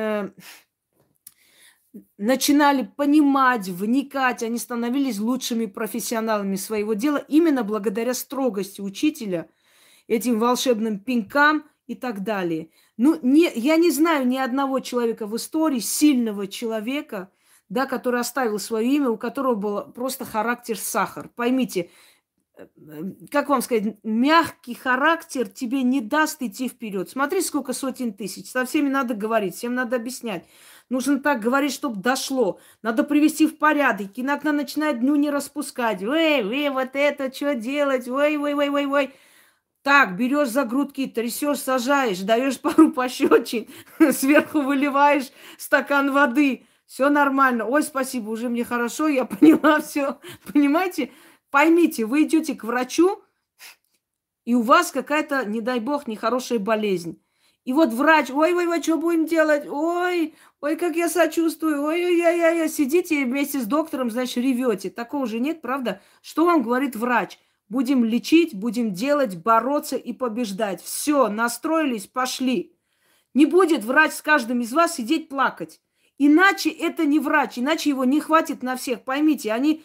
начинали понимать, вникать, они становились лучшими профессионалами своего дела именно благодаря строгости учителя, этим волшебным пинкам и так далее. Ну, я не знаю ни одного человека в истории, сильного человека, да, который оставил свое имя, у которого был просто характер сахар. Поймите, как вам сказать, мягкий характер тебе не даст идти вперед. Смотри, сколько сотен тысяч. Со всеми надо говорить, всем надо объяснять. Нужно так говорить, чтобы дошло. Надо привести в порядок. Иногда начинает дню не распускать. Ой, вот это что делать? Ой. Так, берешь за грудки, трясешь, сажаешь, даешь пару пощечин, сверху выливаешь стакан воды. Все нормально. Ой, спасибо, уже мне хорошо, я поняла все. Понимаете? Поймите, вы идете к врачу, и у вас какая-то, не дай бог, нехорошая болезнь. И вот врач, ой, что будем делать? Ой, как я сочувствую, ой, сидите вместе с доктором, значит, ревете. Такого же нет, правда? Что вам говорит врач? Будем лечить, будем делать, бороться и побеждать. Все, настроились, пошли. Не будет врач с каждым из вас сидеть плакать. Иначе это не врач, иначе его не хватит на всех. Поймите, они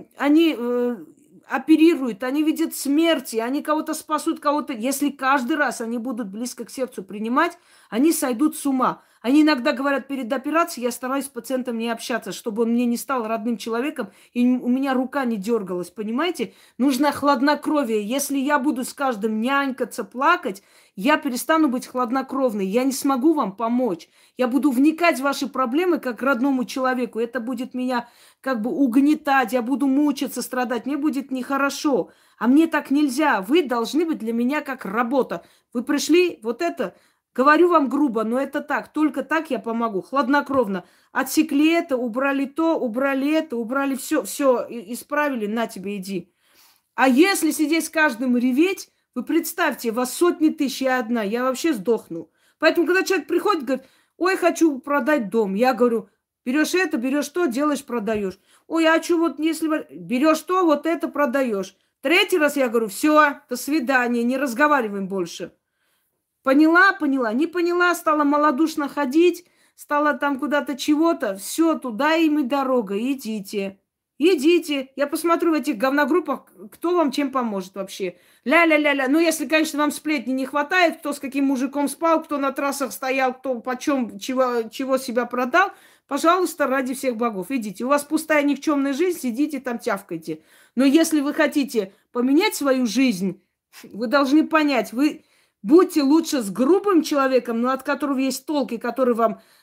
оперируют, они видят смерти, они кого-то спасут, кого-то... Если каждый раз они будут близко к сердцу принимать, они сойдут с ума. Они иногда говорят, перед операцией я стараюсь с пациентом не общаться, чтобы он мне не стал родным человеком, и у меня рука не дергалась, понимаете? Нужно хладнокровие. Если я буду с каждым нянькаться, плакать, я перестану быть хладнокровной. Я не смогу вам помочь. Я буду вникать в ваши проблемы как к родному человеку. Это будет меня как бы угнетать, я буду мучиться, страдать. Мне будет нехорошо. А мне так нельзя. Вы должны быть для меня как работа. Вы пришли, вот это, говорю вам грубо, но это так. Только так я помогу. Хладнокровно. Отсекли это, убрали то, убрали это, убрали все, исправили, на тебе иди. А если сидеть с каждым и реветь, вы представьте, вас сотни тысяч, я одна, я вообще сдохну. Поэтому, когда человек приходит, говорит, ой, хочу продать дом, я говорю, берешь это, берешь то, делаешь, продаешь. Ой, а что вот если берешь то, вот это продаешь. Третий раз я говорю, все, до свидания, не разговариваем больше. Поняла, поняла, не поняла, стала малодушно ходить, стала там куда-то чего-то, все, туда им и дорога, идите. Идите, я посмотрю в этих говногруппах, кто вам чем поможет вообще. Ля-ля-ля-ля. Ну, если, конечно, вам сплетни не хватает, кто с каким мужиком спал, кто на трассах стоял, кто почем чего себя продал, пожалуйста, ради всех богов, идите. У вас пустая никчемная жизнь, сидите там, тявкайте. Но если вы хотите поменять свою жизнь, вы должны понять, вы будьте лучше с грубым человеком, но от которого есть толк, и который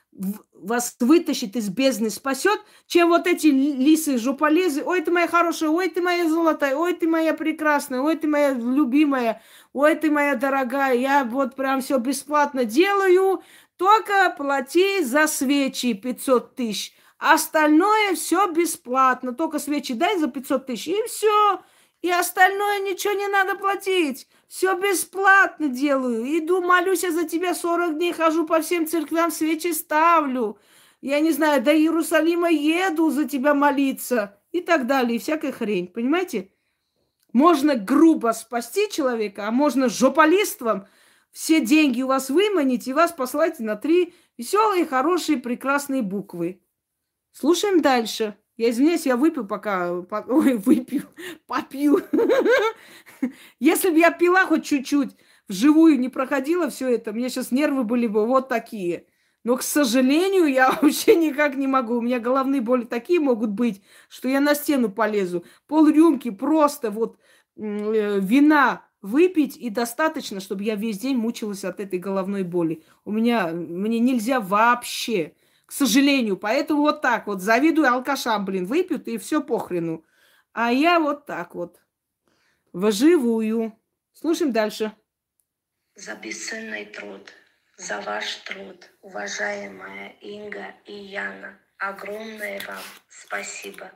вас вытащит из бездны, спасет, чем вот эти лисы, жополезы. Ой, ты моя хорошая, ой, ты моя золотая, ой, ты моя прекрасная, ой, ты моя любимая, ой, ты моя дорогая. Я вот прям все бесплатно делаю, только плати за свечи 500 тысяч. Остальное все бесплатно. Только свечи дай за 500 тысяч, и все. И остальное ничего не надо платить. Все бесплатно делаю. Иду, молюсь я за тебя 40 дней, хожу по всем церквям, свечи ставлю. Я не знаю, до Иерусалима еду за тебя молиться. И так далее, и всякая хрень. Понимаете? Можно грубо спасти человека, а можно жополиством все деньги у вас выманить и вас послать на 3 веселые, хорошие, прекрасные буквы. Слушаем дальше. Я извиняюсь, я выпью пока... попью. Если бы я пила хоть чуть-чуть, вживую не проходила все это, мне сейчас нервы были бы вот такие. Но, к сожалению, я вообще никак не могу. У меня головные боли такие могут быть, что я на стену полезу. Пол-рюмки просто вот вина выпить, и достаточно, чтобы я весь день мучилась от этой головной боли. Мне нельзя вообще... К сожалению, поэтому вот так вот завидую алкашам, выпьют и все похрену. А я вот так вот, вживую. Слушаем дальше. За бесценный труд, за ваш труд, уважаемая Инга и Яна, огромное вам спасибо.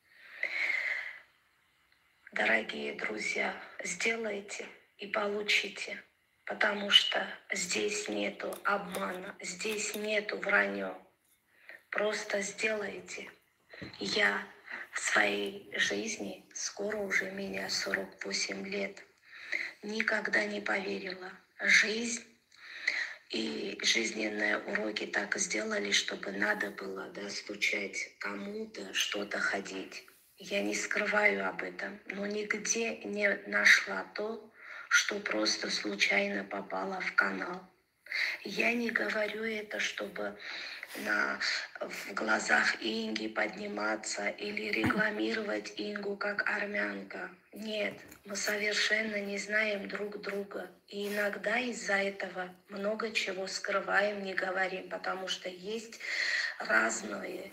Дорогие друзья, сделайте и получите, потому что здесь нету обмана, здесь нету вранья. Просто сделайте. Я в своей жизни, скоро уже меня 48 лет, никогда не поверила. Жизнь и жизненные уроки так сделали, чтобы надо было стучать кому-то, что-то ходить. Я не скрываю об этом, но нигде не нашла то, что просто случайно попало в канал. Я не говорю это, чтобы в глазах Инги подниматься или рекламировать Ингу как армянка. Нет, мы совершенно не знаем друг друга. И иногда из-за этого много чего скрываем, не говорим, потому что есть разные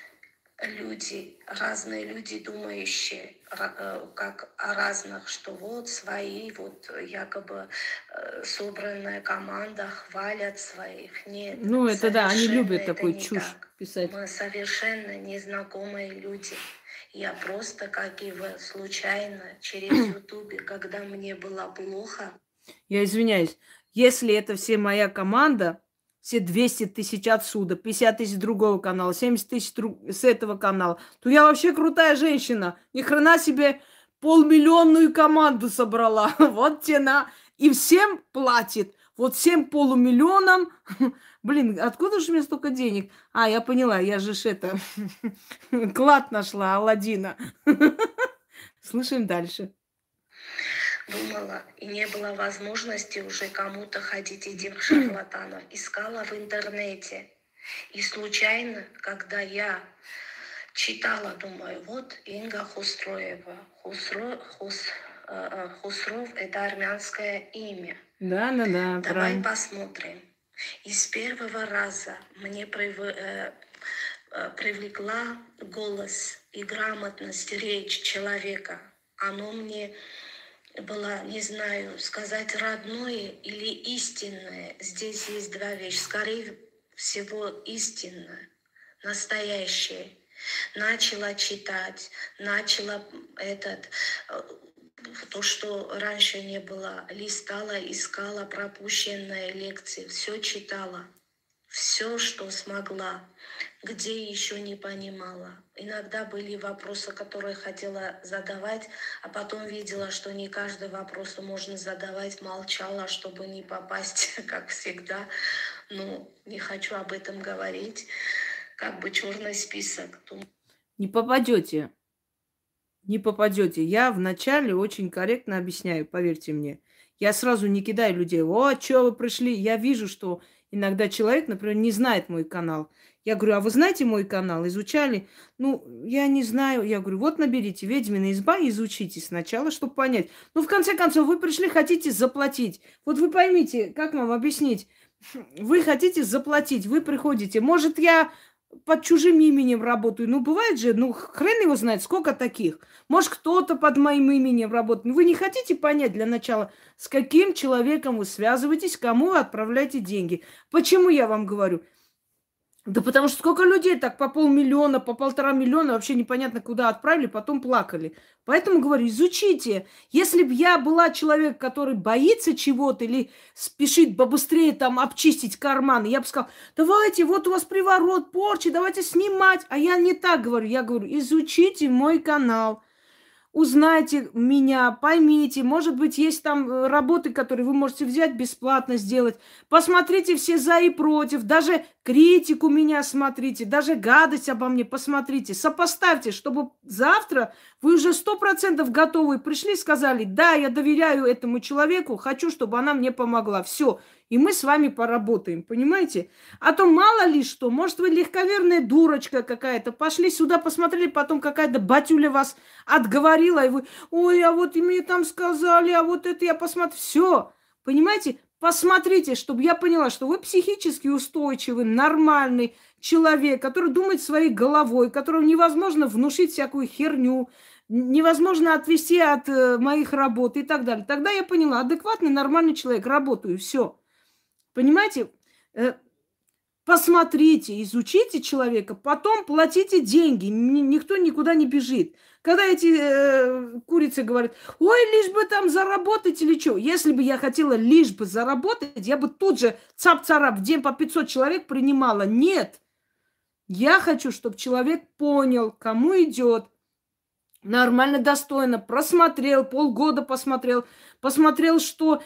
люди, думающие как о разных, что вот свои, вот якобы собранная команда хвалят своих. Нет. Ну, это да, они любят это такую не чушь так. писать. Мы совершенно незнакомые люди. Я просто, как и вы, случайно через Ютубе, когда мне было плохо. Я извиняюсь, если это все моя команда, все 200 тысяч отсюда, 50 тысяч другого канала, 70 тысяч с этого канала, то я вообще крутая женщина. Ни хрена себе 500 000 команду собрала. Вот те на... И всем платит. Вот всем 500 000. Блин, откуда же у меня столько денег? А, я поняла, я же это... клад нашла, Аладдина. Слушаем дальше. думала, и не было возможности уже кому-то ходить этим шарлатаном. Искала в интернете. И случайно, когда я читала, думаю, вот Инга Хусроева. Хусров – это армянское имя. Да, Давай правильно. посмотрим. И с первого раза мне привлекла голос и грамотность, речь человека. Оно мне было, не знаю, сказать родное или истинное. Здесь есть два вещи. Скорее всего, истинное, настоящее. Начала читать, начала то, что раньше не было, листала, искала пропущенные лекции, все читала, все, что смогла, где еще не понимала. Иногда были вопросы, которые хотела задавать, а потом видела, что не каждый вопрос можно задавать, молчала, чтобы не попасть, как всегда. Но не хочу об этом говорить, как бы черный список. Не попадете. Не попадете. Я вначале очень корректно объясняю, поверьте мне. Я сразу не кидаю людей. О, что вы пришли? Я вижу, что иногда человек, например, не знает мой канал. Я говорю, а вы знаете мой канал? Изучали? Ну, я не знаю. Я говорю, вот наберите «Ведьмина изба» и изучите сначала, чтобы понять. Ну, в конце концов, вы пришли, хотите заплатить. Вот вы поймите, как вам объяснить? Вы хотите заплатить, вы приходите. Может, я под чужим именем работаю. Ну, бывает же, ну, хрен его знает, сколько таких. Может, кто-то под моим именем работает. Ну, вы не хотите понять для начала, с каким человеком вы связываетесь, кому вы отправляете деньги. Почему я вам говорю? Да потому что сколько людей так по 500 000, по 1,5 миллиона вообще непонятно куда отправили, потом плакали. Поэтому говорю, изучите. Если бы я была человек, который боится чего-то или спешит побыстрее там обчистить карманы, я бы сказала, давайте, вот у вас приворот, порча, давайте снимать. А я не так говорю. Я говорю, изучите мой канал. Узнайте меня, поймите, может быть, есть там работы, которые вы можете взять бесплатно сделать. Посмотрите все за и против, даже критику меня смотрите, даже гадость обо мне посмотрите. Сопоставьте, чтобы завтра вы уже 100% готовы пришли, сказали, да, я доверяю этому человеку, хочу, чтобы она мне помогла. Все, и мы с вами поработаем, понимаете? А то мало ли что, может, вы легковерная дурочка какая-то, пошли сюда, посмотрели, потом какая-то батюля вас отговорила, и вы, ой, а вот и мне там сказали, а вот это я посмотрю. Все, понимаете? Посмотрите, чтобы я поняла, что вы психически устойчивый, нормальный человек, который думает своей головой, которому невозможно внушить всякую херню, невозможно отвести от моих работ и так далее. Тогда я поняла, адекватный, нормальный человек, работаю, все. Понимаете? Посмотрите, изучите человека, потом платите деньги. Никто никуда не бежит. Когда эти курицы говорят, ой, лишь бы там заработать или что. Если бы я хотела лишь бы заработать, я бы тут же цап-царап в день по 500 человек принимала. Нет. Я хочу, чтобы человек понял, кому идет, нормально, достойно, просмотрел, полгода посмотрел, что,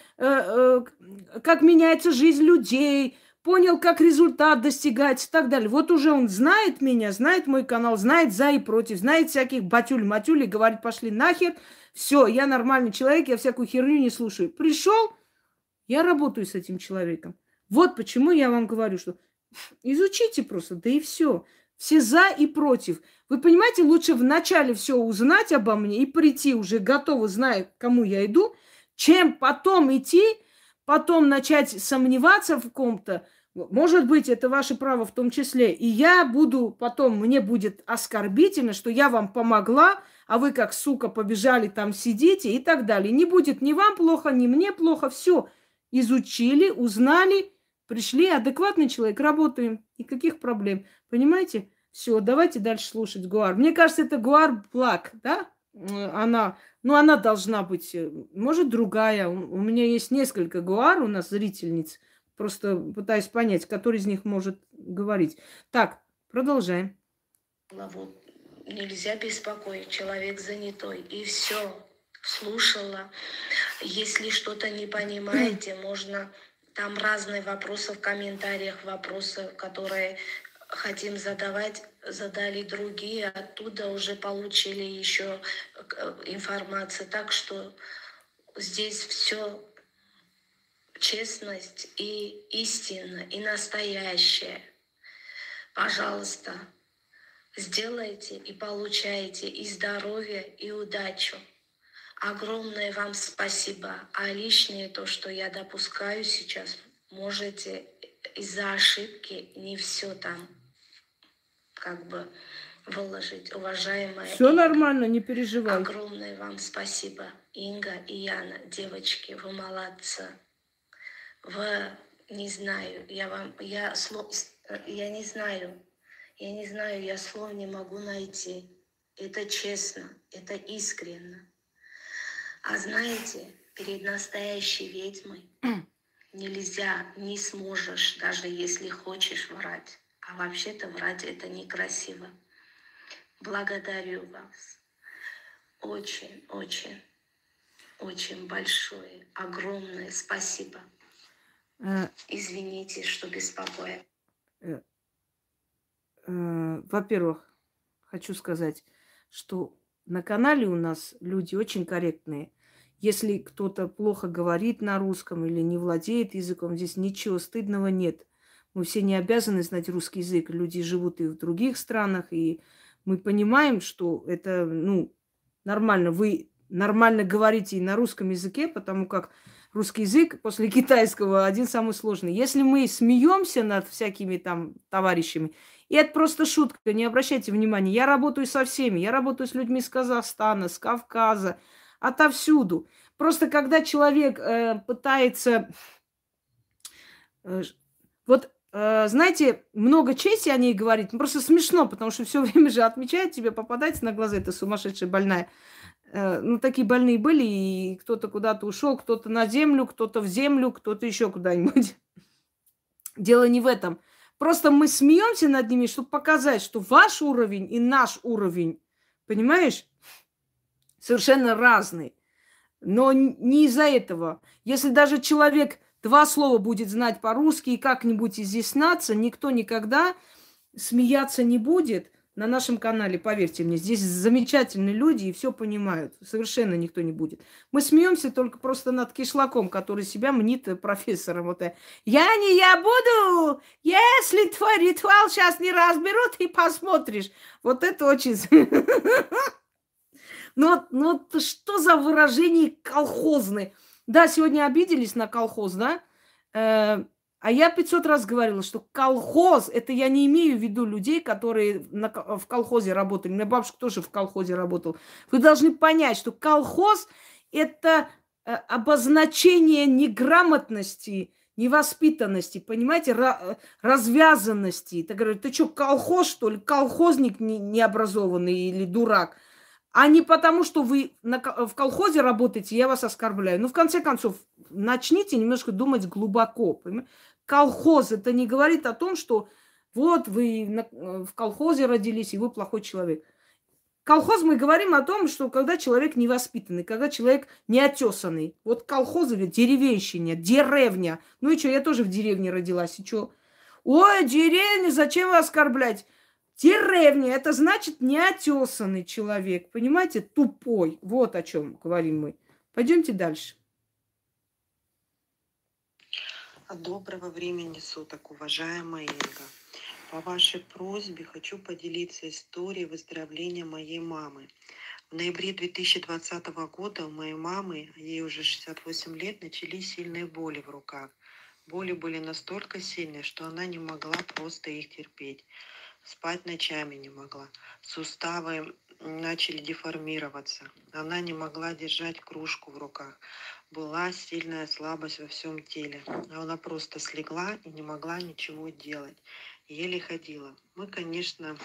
как меняется жизнь людей, понял, как результат достигать и так далее. Вот уже он знает меня, знает мой канал, знает за и против, знает всяких батюль-матюль и говорит, пошли нахер. Все, я нормальный человек, я всякую херню не слушаю. Пришел, я работаю с этим человеком. Вот почему я вам говорю, что изучите просто, да и все. Все за и против. Вы понимаете, лучше вначале все узнать обо мне и прийти уже готово, зная, к кому я иду, чем потом идти, потом начать сомневаться в ком-то. Может быть, это ваше право в том числе. И я буду потом, мне будет оскорбительно, что я вам помогла, а вы как сука побежали там сидите и так далее. Не будет ни вам плохо, ни мне плохо. Все изучили, узнали, пришли, адекватный человек, работаем. Никаких проблем. Понимаете? Все, давайте дальше слушать Гуар. Мне кажется, это Гуар Блак, да? Она должна быть, может, другая. У меня есть несколько Гуар, у нас зрительниц. Просто пытаюсь понять, который из них может говорить. Так, продолжаем. Вот, нельзя беспокоить, человек занятой. И все, слушала. Если что-то не понимаете, можно... Там разные вопросы в комментариях, вопросы, которые хотим задавать, задали другие, оттуда уже получили еще информацию. Так что здесь все честность и истина, и настоящее. Пожалуйста, сделайте и получайте и здоровье, и удачу. Огромное вам спасибо. А лишнее то, что я допускаю сейчас, можете из-за ошибки не все там как бы выложить. Уважаемая Все Инга, нормально, не переживай. огромное вам спасибо. Инга и Яна, девочки, вы молодцы. Вы, не знаю, я не знаю, я слов не могу найти. Это честно, это искренне. А знаете, перед настоящей ведьмой нельзя, не сможешь, даже если хочешь врать. А вообще-то врать это некрасиво. Благодарю вас. Очень, очень, очень большое, огромное спасибо. Извините, что беспокоит. Во-первых, хочу сказать, что на канале у нас люди очень корректные. Если кто-то плохо говорит на русском или не владеет языком, здесь ничего стыдного нет. Мы все не обязаны знать русский язык. Люди живут и в других странах, и мы понимаем, что это, нормально. Вы нормально говорите и на русском языке, потому как русский язык после китайского один самый сложный. Если мы смеемся над всякими там товарищами, и это просто шутка, не обращайте внимания. Я работаю со всеми. Я работаю с людьми из Казахстана, с Кавказа, отовсюду. Просто когда человек пытается... знаете, много чести о ней говорить, просто смешно, потому что все время же отмечает тебе, попадается на глаза, эта сумасшедшая больная. Такие больные были, и кто-то куда-то ушел, кто-то на землю, кто-то в землю, кто-то еще куда-нибудь. Дело не в этом. Просто мы смеемся над ними, чтобы показать, что ваш уровень и наш уровень, понимаешь, совершенно разный. Но не из-за этого. Если даже человек 2 слова будет знать по-русски и как-нибудь изъясняться, никто никогда смеяться не будет на нашем канале, поверьте мне. Здесь замечательные люди и все понимают. Совершенно никто не будет. Мы смеемся только просто над кишлаком, который себя мнит профессором. Я буду, если твой ритуал сейчас не разберут, и посмотришь. Вот это очень... Ну, что за выражение колхозное? Да, сегодня обиделись на колхоз, да? А я 500 раз говорила, что колхоз, это я не имею в виду людей, которые в колхозе работали. У меня бабушка тоже в колхозе работала. Вы должны понять, что колхоз – это обозначение неграмотности, невоспитанности, понимаете, развязанности. Ты говоришь, ты что, колхоз, что ли? Колхозник необразованный или дурак? А не потому, что вы в колхозе работаете, я вас оскорбляю. Ну, в конце концов, начните немножко думать глубоко. Понимаете? Колхоз – это не говорит о том, что вот вы в колхозе родились, и вы плохой человек. Колхоз мы говорим о том, что когда человек невоспитанный, когда человек неотесанный. Вот колхоз или деревенщина, деревня. Ну и что, я тоже в деревне родилась, и что? Ой, деревня, зачем вы оскорблять? Деревня – это значит неотесанный человек, понимаете, тупой. Вот о чем говорим мы. Пойдемте дальше. Доброго времени суток, уважаемая Инга. По вашей просьбе хочу поделиться историей выздоровления моей мамы. В ноябре 2020 года у моей мамы, ей уже 68 лет, начались сильные боли в руках. Боли были настолько сильные, что она не могла просто их терпеть. Спать ночами не могла. Суставы начали деформироваться. Она не могла держать кружку в руках. Была сильная слабость во всем теле. Она просто слегла и не могла ничего делать. Еле ходила. Мы, конечно,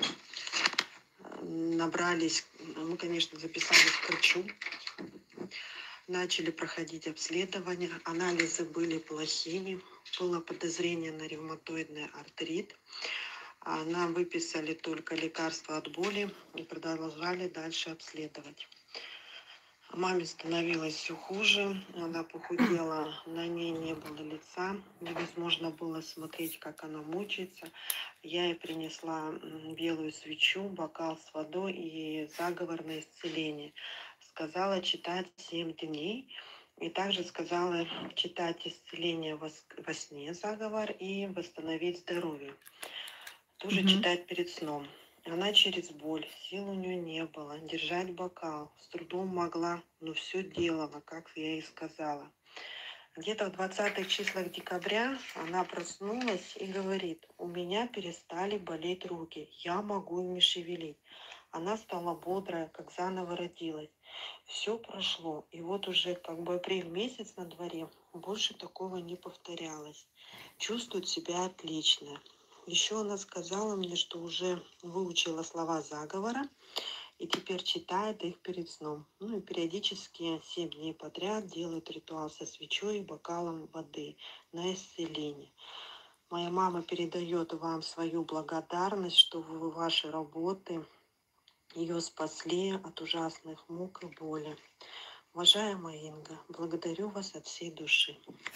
записались к врачу. Начали проходить обследования. Анализы были плохие. Было подозрение на ревматоидный артрит. Нам выписали только лекарства от боли и продолжали дальше обследовать. Маме становилось все хуже, она похудела, на ней не было лица, невозможно было смотреть, как она мучается. Я ей принесла белую свечу, бокал с водой и заговор на исцеление. Сказала читать 7 дней, И также сказала читать исцеление во сне заговор и восстановить здоровье. Тоже Мгм. читать перед сном. Она через боль, сил у нее не было, держать бокал, с трудом могла, но все делала, как я ей сказала. Где-то в 20-х числах декабря она проснулась и говорит: у меня перестали болеть руки, я могу ими шевелить. Она стала бодрая, как заново родилась. Все прошло, и вот уже как бы апрель месяц на дворе, больше такого не повторялось. Чувствует себя отлично. Еще она сказала мне, что уже выучила слова заговора и теперь читает их перед сном. Ну и периодически 7 дней подряд делает ритуал со свечой и бокалом воды на исцеление. Моя мама передает вам свою благодарность, что вы ваши работы ее спасли от ужасных мук и боли. Уважаемая Инга, благодарю вас от всей души.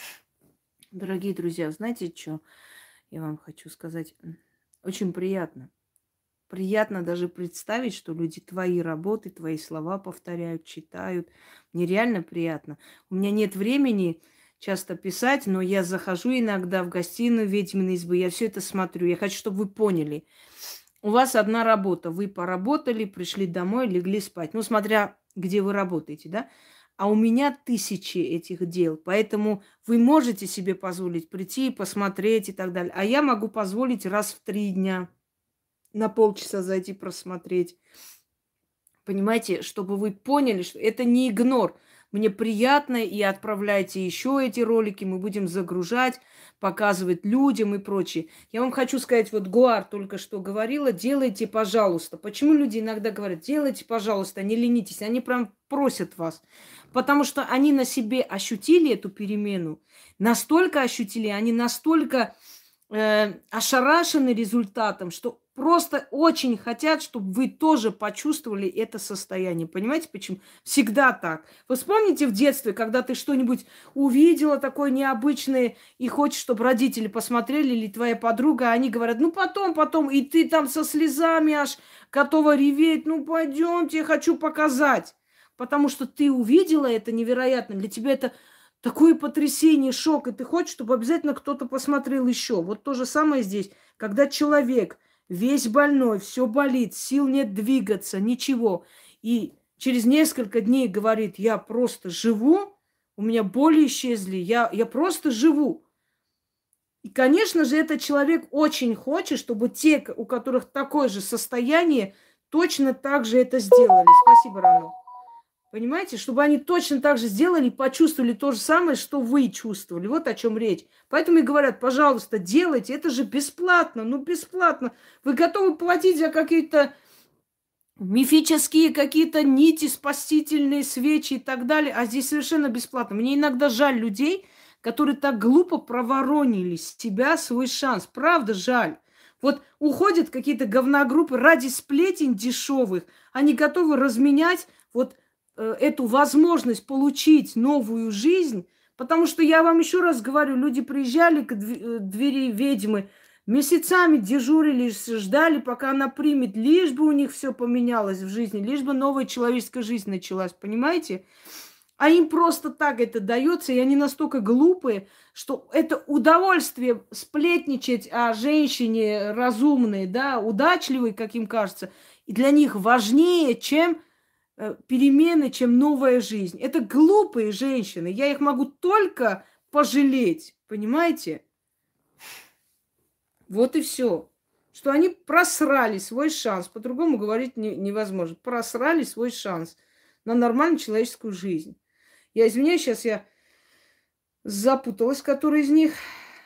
Дорогие друзья, знаете, что я вам хочу сказать? Очень приятно. Приятно даже представить, что люди твои работы, твои слова повторяют, читают. Мне реально приятно. У меня нет времени часто писать, но я захожу иногда в гостиную ведьминой избы, я все это смотрю. Я хочу, чтобы вы поняли. У вас одна работа. Вы поработали, пришли домой, легли спать. Ну, смотря где вы работаете, да? А у меня тысячи этих дел. Поэтому вы можете себе позволить прийти, посмотреть и так далее. А я могу позволить раз в 3 дня на полчаса зайти просмотреть. Понимаете, чтобы вы поняли, что это не игнор. Мне приятно, и отправляйте еще эти ролики, мы будем загружать, показывать людям и прочее. Я вам хочу сказать, вот Гуар только что говорила, делайте, пожалуйста. Почему люди иногда говорят, делайте, пожалуйста, не ленитесь, они прям просят вас. Потому что они на себе ощутили эту перемену, настолько ощутили, они настолько ошарашены результатом, что просто очень хотят, чтобы вы тоже почувствовали это состояние. Понимаете, почему? Всегда так. Вы вспомните в детстве, когда ты что-нибудь увидела такое необычное и хочешь, чтобы родители посмотрели или твоя подруга, а они говорят, ну потом, и ты там со слезами аж готова реветь, ну пойдемте, я хочу показать. Потому что ты увидела это невероятно, для тебя это такое потрясение, шок, и ты хочешь, чтобы обязательно кто-то посмотрел еще. Вот то же самое здесь, когда человек весь больной, все болит, сил нет двигаться, ничего. И через несколько дней говорит, я просто живу, у меня боли исчезли, я просто живу. И, конечно же, этот человек очень хочет, чтобы те, у которых такое же состояние, точно так же это сделали. Спасибо, Рано. Понимаете, чтобы они точно так же сделали, почувствовали то же самое, что вы чувствовали. Вот о чем речь. Поэтому и говорят, пожалуйста, делайте, это же бесплатно, ну бесплатно. Вы готовы платить за какие-то мифические какие-то нити, спасительные свечи и так далее, а здесь совершенно бесплатно. Мне иногда жаль людей, которые так глупо проворонили с тебя свой шанс. Правда, жаль. Вот уходят какие-то говногруппы ради сплетен дешевых, они готовы разменять вот эту возможность получить новую жизнь, потому что я вам еще раз говорю, люди приезжали к двери ведьмы, месяцами дежурили, ждали, пока она примет, лишь бы у них все поменялось в жизни, лишь бы новая человеческая жизнь началась, понимаете? А им просто так это дается, и они настолько глупые, что это удовольствие сплетничать о женщине разумной, да, удачливой, как им кажется, и для них важнее, чем перемены, чем новая жизнь. Это глупые женщины. Я их могу только пожалеть. Понимаете? Вот и все. Что они просрали свой шанс. По-другому говорить невозможно. Просрали свой шанс на нормальную человеческую жизнь. Я извиняюсь, сейчас я запуталась, который из них.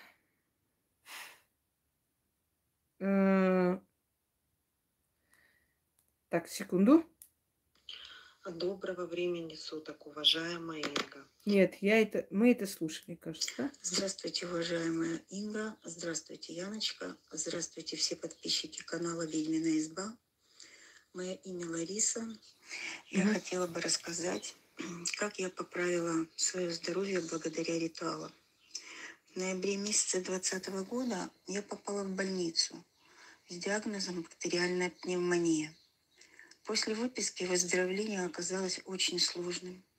Так, секунду. Доброго времени суток, уважаемая Инга. Нет, мы это слушали, кажется, да? Здравствуйте, уважаемая Инга. Здравствуйте, Яночка. Здравствуйте, все подписчики канала «Ведьмина изба». Мое имя Лариса. Я хотела бы рассказать, как я поправила свое здоровье благодаря ритуалам. В ноябре месяце 2020 года я попала в больницу с диагнозом бактериальная пневмония. После выписки выздоровление оказалось очень сложным.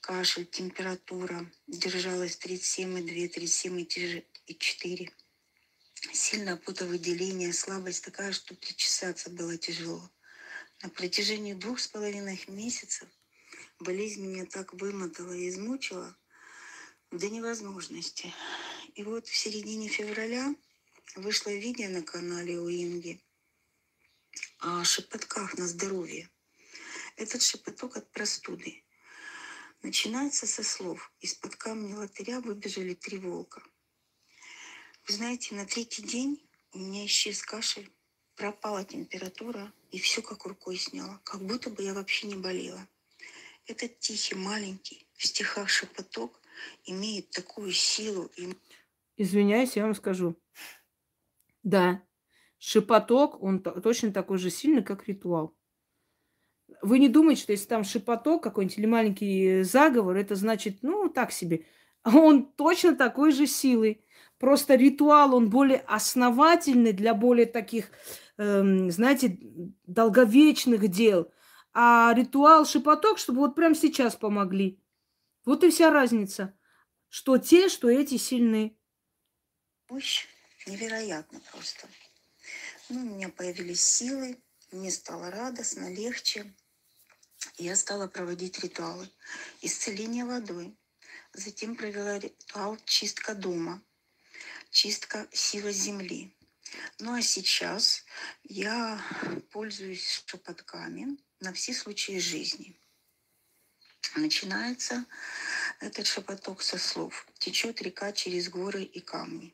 кашель, температура держалась 37,2, 37,4. Сильное потовыделение, слабость такая, что причесаться было тяжело. На протяжении 2,5 месяцев болезнь меня так вымотала и измучила до невозможности. И вот в середине февраля вышло видео на канале у Инги о шепотках на здоровье. Этот шепоток от простуды начинается со слов: «Из-под камня латыря выбежали 3 волка». Вы знаете, на 3-й день у меня исчез кашель, пропала температура, и все как рукой сняло, как будто бы я вообще не болела. Этот тихий, маленький, в стихах шепоток имеет такую силу. Извиняюсь, я вам скажу. Да, шепоток, он точно такой же сильный, как ритуал. Вы не думаете, что если там шепоток какой-нибудь или маленький заговор, это значит, ну, так себе. А он точно такой же силы. Просто ритуал, он более основательный для более таких, знаете, долговечных дел. А ритуал, шепоток, чтобы вот прямо сейчас помогли. Вот и вся разница. Что те, что эти сильны. Мощь невероятно просто. Ну, у меня появились силы, мне стало радостно, легче. Я стала проводить ритуалы исцеления водой. Затем провела ритуал чистка дома, чистка силы земли. Ну а сейчас я пользуюсь шепотками на все случаи жизни. Начинается этот шепоток со слов: «Течет река через горы и камни».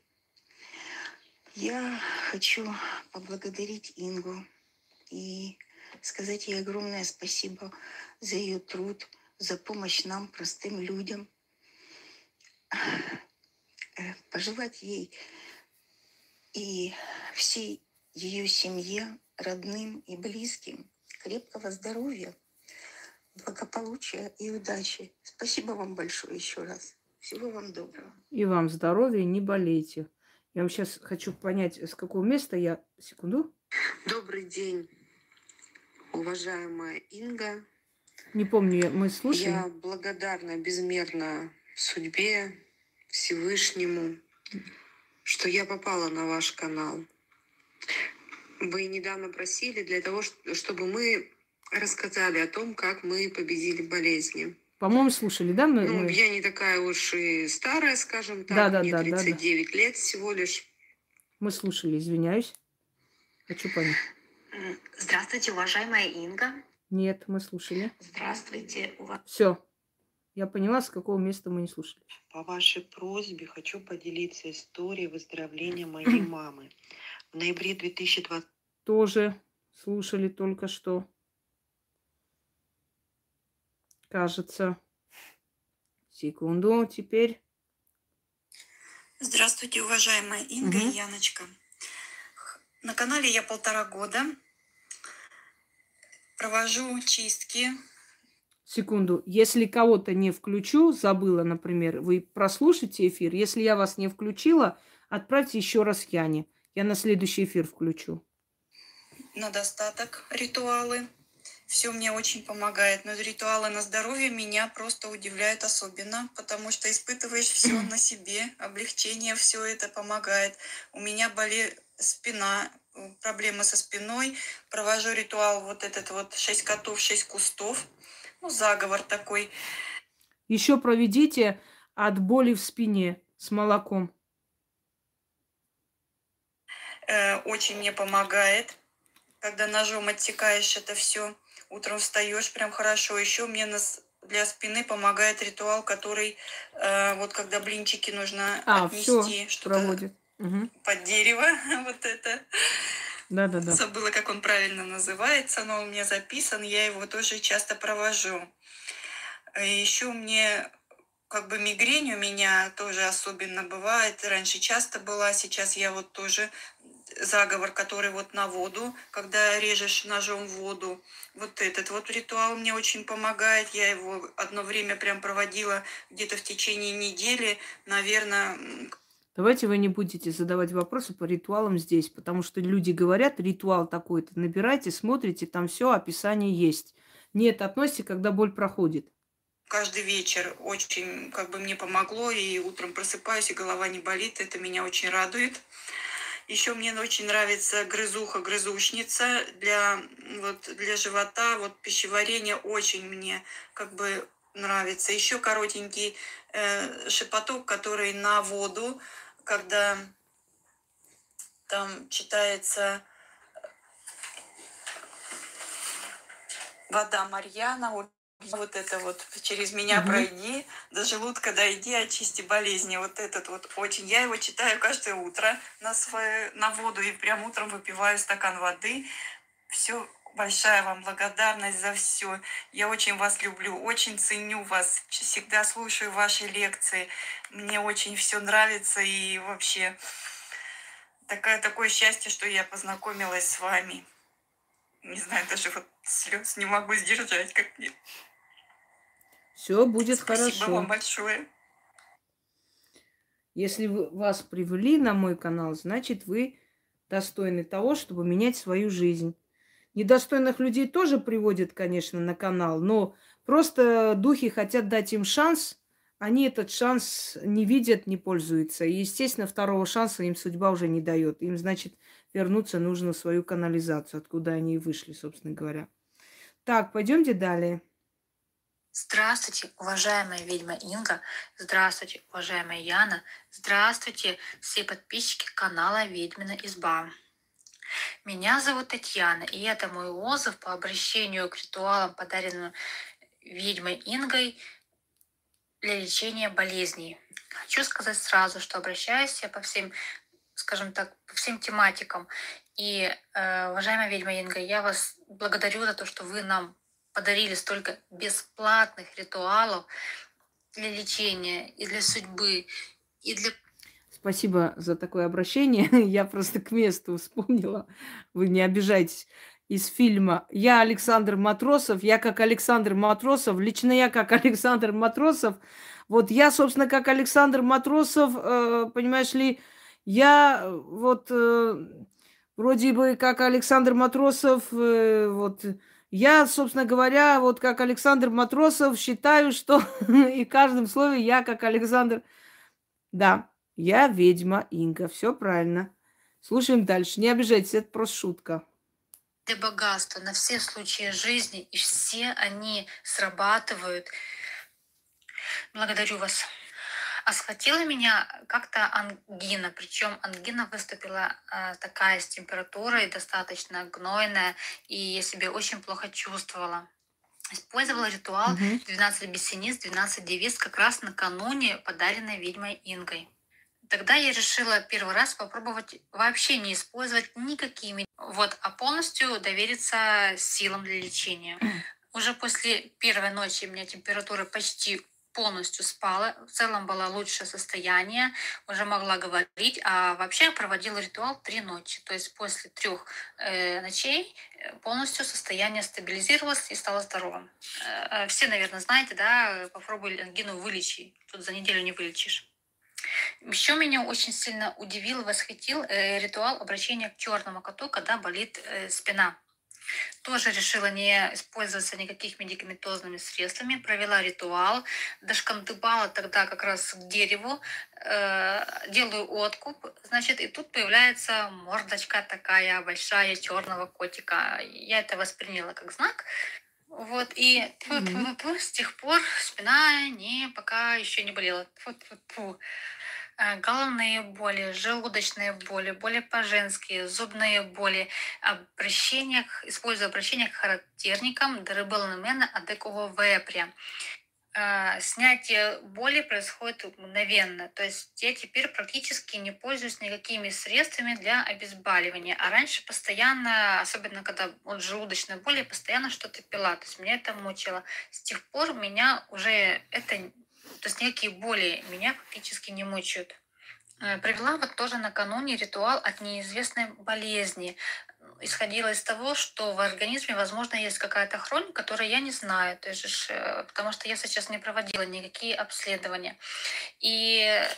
Я хочу поблагодарить Ингу и сказать ей огромное спасибо за ее труд, за помощь нам, простым людям. Пожелать ей и всей ее семье, родным и близким крепкого здоровья, благополучия и удачи. Спасибо вам большое еще раз. Всего вам доброго. И вам здоровья, не болейте. Я вам сейчас хочу понять, с какого места я... Секунду. Добрый день, уважаемая Инга. Не помню, мы слушали. Я благодарна безмерно судьбе, Всевышнему, что я попала на ваш канал. Вы недавно просили для того, чтобы мы рассказали о том, как мы победили болезни. По-моему, слушали, да? Мы... Я не такая уж и старая, скажем так, мне 39 лет всего лишь. Мы слушали, извиняюсь. Хочу понять. Здравствуйте, уважаемая Инга. Нет, мы слушали. Здравствуйте. Все. Я поняла, с какого места мы не слушали. По вашей просьбе хочу поделиться историей выздоровления моей мамы. В ноябре 2020... Тоже слушали только что. Кажется. Секунду, теперь. Здравствуйте, уважаемая Инга и Яночка. На канале я 1,5 года. Провожу чистки. Секунду. Если кого-то не включу, забыла, например, вы прослушайте эфир. Если я вас не включила, отправьте еще раз Яне. Я на следующий эфир включу. На достаток ритуалы. Все мне очень помогает. Но ритуалы на здоровье меня просто удивляют особенно, потому что испытываешь все на себе. Облегчение, все это помогает. У меня болит спина, проблемы со спиной. Провожу ритуал вот этот вот 6 котов, 6 кустов. Ну, заговор такой. Еще проведите от боли в спине с молоком. Очень мне помогает. Когда ножом отсекаешь это все, утром встаешь прям хорошо. Еще мне для спины помогает ритуал, который вот когда блинчики нужно отнести, что-то под дерево. Вот это. Да. Забыла, как он правильно называется, но он у меня записан, я его тоже часто провожу. Еще мне как бы мигрень у меня тоже особенно бывает. Раньше часто была, сейчас я вот тоже заговор, который вот на воду, когда режешь ножом воду. Вот этот вот ритуал мне очень помогает. Я его одно время прям проводила где-то в течение недели, наверное. Давайте вы не будете задавать вопросы по ритуалам здесь, потому что люди говорят, ритуал такой-то, набирайте, смотрите, там все описание есть. Нет, относите, когда боль проходит. каждый вечер. Очень как бы мне помогло, и утром просыпаюсь, и голова не болит. Это меня очень радует. Еще мне очень нравится грызуха-грызушница для живота, вот пищеварение очень мне как бы нравится. Еще коротенький шепоток, который на воду, когда там читается вода Марьяна, вот это вот через меня пройди, до желудка дойди, очисти болезни. Вот этот вот очень. Я его читаю каждое утро на воду и прям утром выпиваю стакан воды. Все, большая вам благодарность за все. Я очень вас люблю, очень ценю вас, всегда слушаю ваши лекции. Мне очень все нравится и вообще такое счастье, что я познакомилась с вами. Не знаю, даже вот слез не могу сдержать, как мне. Все будет Спасибо вам хорошо. большое. Если вас привели на мой канал, значит, вы достойны того, чтобы менять свою жизнь. Недостойных людей тоже приводят, конечно, на канал, но просто духи хотят дать им шанс, они этот шанс не видят, не пользуются. И, естественно, второго шанса им судьба уже не дает. Им, значит, вернуться нужно в свою канализацию, откуда они и вышли, собственно говоря. Так, пойдемте далее. Здравствуйте, уважаемая ведьма Инга. Здравствуйте, уважаемая Яна. Здравствуйте, все подписчики канала Ведьмина изба. Меня зовут Татьяна, и это мой отзыв по обращению к ритуалам, подаренным ведьмой Ингой для лечения болезней. Хочу сказать сразу, что обращаюсь я по всем, скажем так, по всем тематикам. И, уважаемая ведьма Инга, я вас благодарю за то, что вы нам подарили столько бесплатных ритуалов для лечения и для судьбы, и для... Спасибо за такое обращение. Я просто к месту вспомнила. Вы не обижайтесь. Из фильма «Я Александр Матросов». Я как Александр Матросов. Лично я как Александр Матросов. Вот я, собственно, как Александр Матросов, понимаешь ли, я вот вроде бы как Александр Матросов, вот я, собственно говоря, вот как Александр Матросов считаю, что и в каждом слове я как Александр... Да, я ведьма Инга, все правильно. Слушаем дальше. Не обижайтесь, это просто шутка. для богатства на все случаи жизни, и все они срабатывают. Благодарю вас. А схватила меня как-то ангина, причем ангина выступила такая с температурой достаточно гнойная, и я себя очень плохо чувствовала. Использовала ритуал 12 бесениц, 12 девиц как раз накануне подаренной ведьмой Ингой. Тогда я решила первый раз попробовать вообще не использовать никакими, а полностью довериться силам для лечения. Уже после первой ночи у меня температура почти полностью спала, в целом было лучшее состояние, уже могла говорить, а вообще я проводила ритуал 3 ночи, то есть после 3 ночей полностью состояние стабилизировалось и стало здоровым. Все, наверное, знаете, да, попробуй ангину вылечи, тут за неделю не вылечишь. Еще меня очень сильно удивил, восхитил ритуал обращения к черному коту, когда болит спина. Тоже решила не использоваться никаких медикаментозными средствами, провела ритуал, дошкандыбала тогда как раз к дереву, делаю откуп, значит, и тут появляется мордочка такая большая черного котика. Я это восприняла как знак. И с тех пор спина пока еще не болела. Головные боли, желудочные боли, боли по-женски, зубные боли, использую обращение к характерникам дерибелного мена адекого вепря. Снятие боли происходит мгновенно. То есть я теперь практически не пользуюсь никакими средствами для обезболивания. А раньше постоянно, особенно когда желудочная боль, я постоянно что-то пила. То есть меня это мучило. С тех пор меня уже то есть никакие боли меня практически не мучают. Провела тоже накануне ритуал от неизвестной болезни. Исходила из того, что в организме, возможно, есть какая-то хроника, которую я не знаю, то есть, потому что я сейчас не проводила никакие обследования. И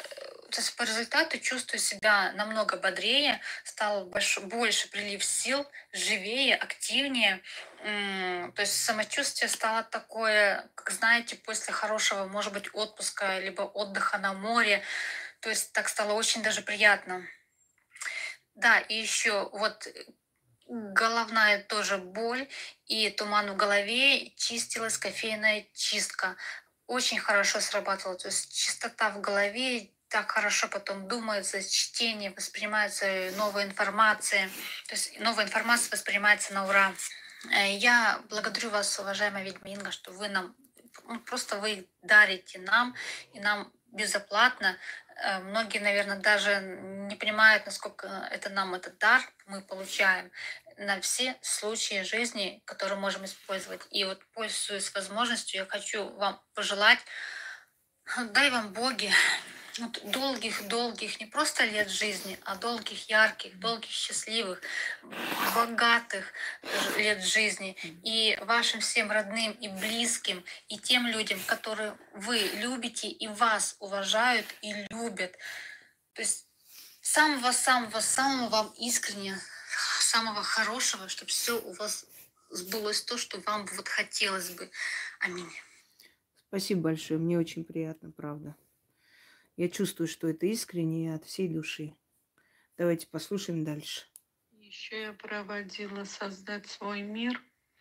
то есть по результату чувствую себя намного бодрее, стал больше прилив сил, живее, активнее. То есть самочувствие стало такое, как знаете, после хорошего, может быть, отпуска, либо отдыха на море. То есть так стало очень даже приятно. Да, и еще вот головная тоже боль и туман в голове, чистилась кофейная чистка. Очень хорошо срабатывала. То есть чистота в голове, так хорошо потом думается, чтение, воспринимается новая информация. То есть новая информация воспринимается на ура. Я благодарю вас, уважаемая ведьма Инга, что вы нам, просто вы дарите нам и нам безоплатно. Многие, наверное, даже не понимают, насколько это нам этот дар мы получаем на все случаи жизни, которые можем использовать. И вот, пользуясь возможностью, я хочу вам пожелать, дай вам боги вот долгих не просто лет жизни, а долгих, ярких, долгих, счастливых, богатых лет жизни. И вашим всем родным и близким, и тем людям, которые вы любите и вас уважают и любят. То есть самого вам искренне, самого хорошего, чтобы все у вас сбылось то, что вам вот хотелось бы. Аминь. Спасибо большое. Мне очень приятно, правда. Я чувствую, что это искренне и от всей души. Давайте послушаем дальше. Еще я проводила «Создать свой мир»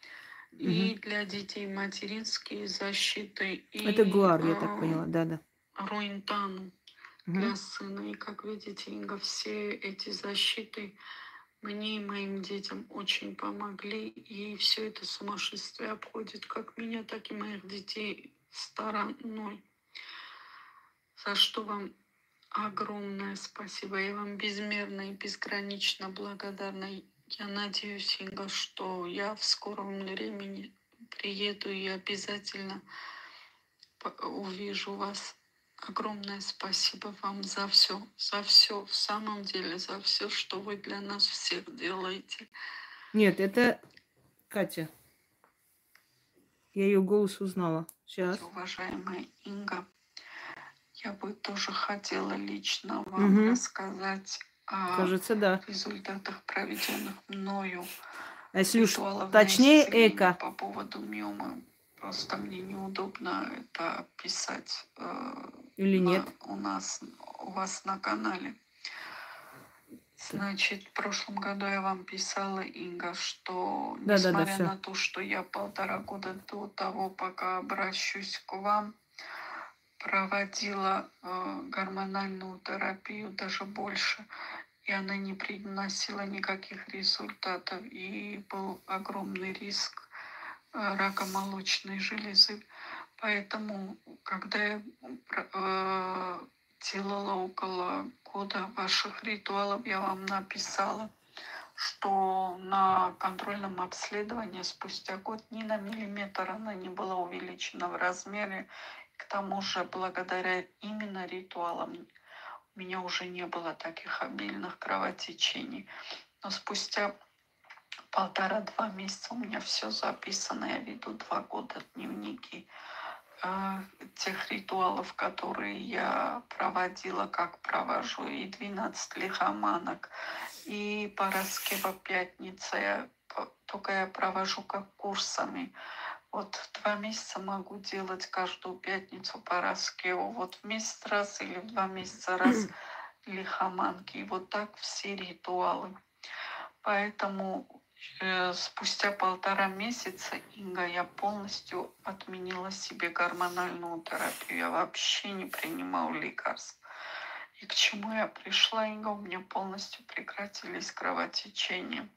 и для детей материнские защиты. Это И Гуар, я так поняла, да-да. Руинтану для сына. И, как видите, Инга, все эти защиты мне и моим детям очень помогли. И все это сумасшествие обходит как меня, так и моих детей стороной. За что вам огромное спасибо. Я вам безмерно и безгранично благодарна. Я надеюсь, Инга, что я в скором времени приеду и обязательно увижу вас. Огромное спасибо вам за все, в самом деле, за все, что вы для нас всех делаете. Нет, это Катя. Я ее голос узнала. Сейчас. Уважаемая Инга, я бы тоже хотела лично вам рассказать о Кажется, да. результатах, проведенных мною. А если уж точнее, эко. По поводу миомы. Просто мне неудобно это писать или нет у вас на канале. Значит, в прошлом году я вам писала, Инга, что несмотря на то, что я 1,5 года до того, пока обращусь к вам, проводила гормональную терапию, даже больше, и она не приносила никаких результатов, и был огромный риск рака молочной железы. Поэтому, когда я делала около года ваших ритуалов, я вам написала, что на контрольном обследовании спустя год ни на миллиметр она не была увеличена в размере. К тому же, благодаря именно ритуалам, у меня уже не было таких обильных кровотечений. Но спустя 1,5-2 месяца у меня все записано. Я веду 2 года дневники тех ритуалов, которые я проводила, как провожу, и 12 лихоманок, и Параскева пятница. Только я провожу как курсами. Вот 2 месяца могу делать каждую пятницу Параскеву. Вот в месяц раз или в 2 месяца раз лихоманки. И вот так все ритуалы. Поэтому спустя 1,5 месяца, Инга, я полностью отменила себе гормональную терапию. Я вообще не принимала лекарств. И к чему я пришла, Инга, у меня полностью прекратились кровотечения.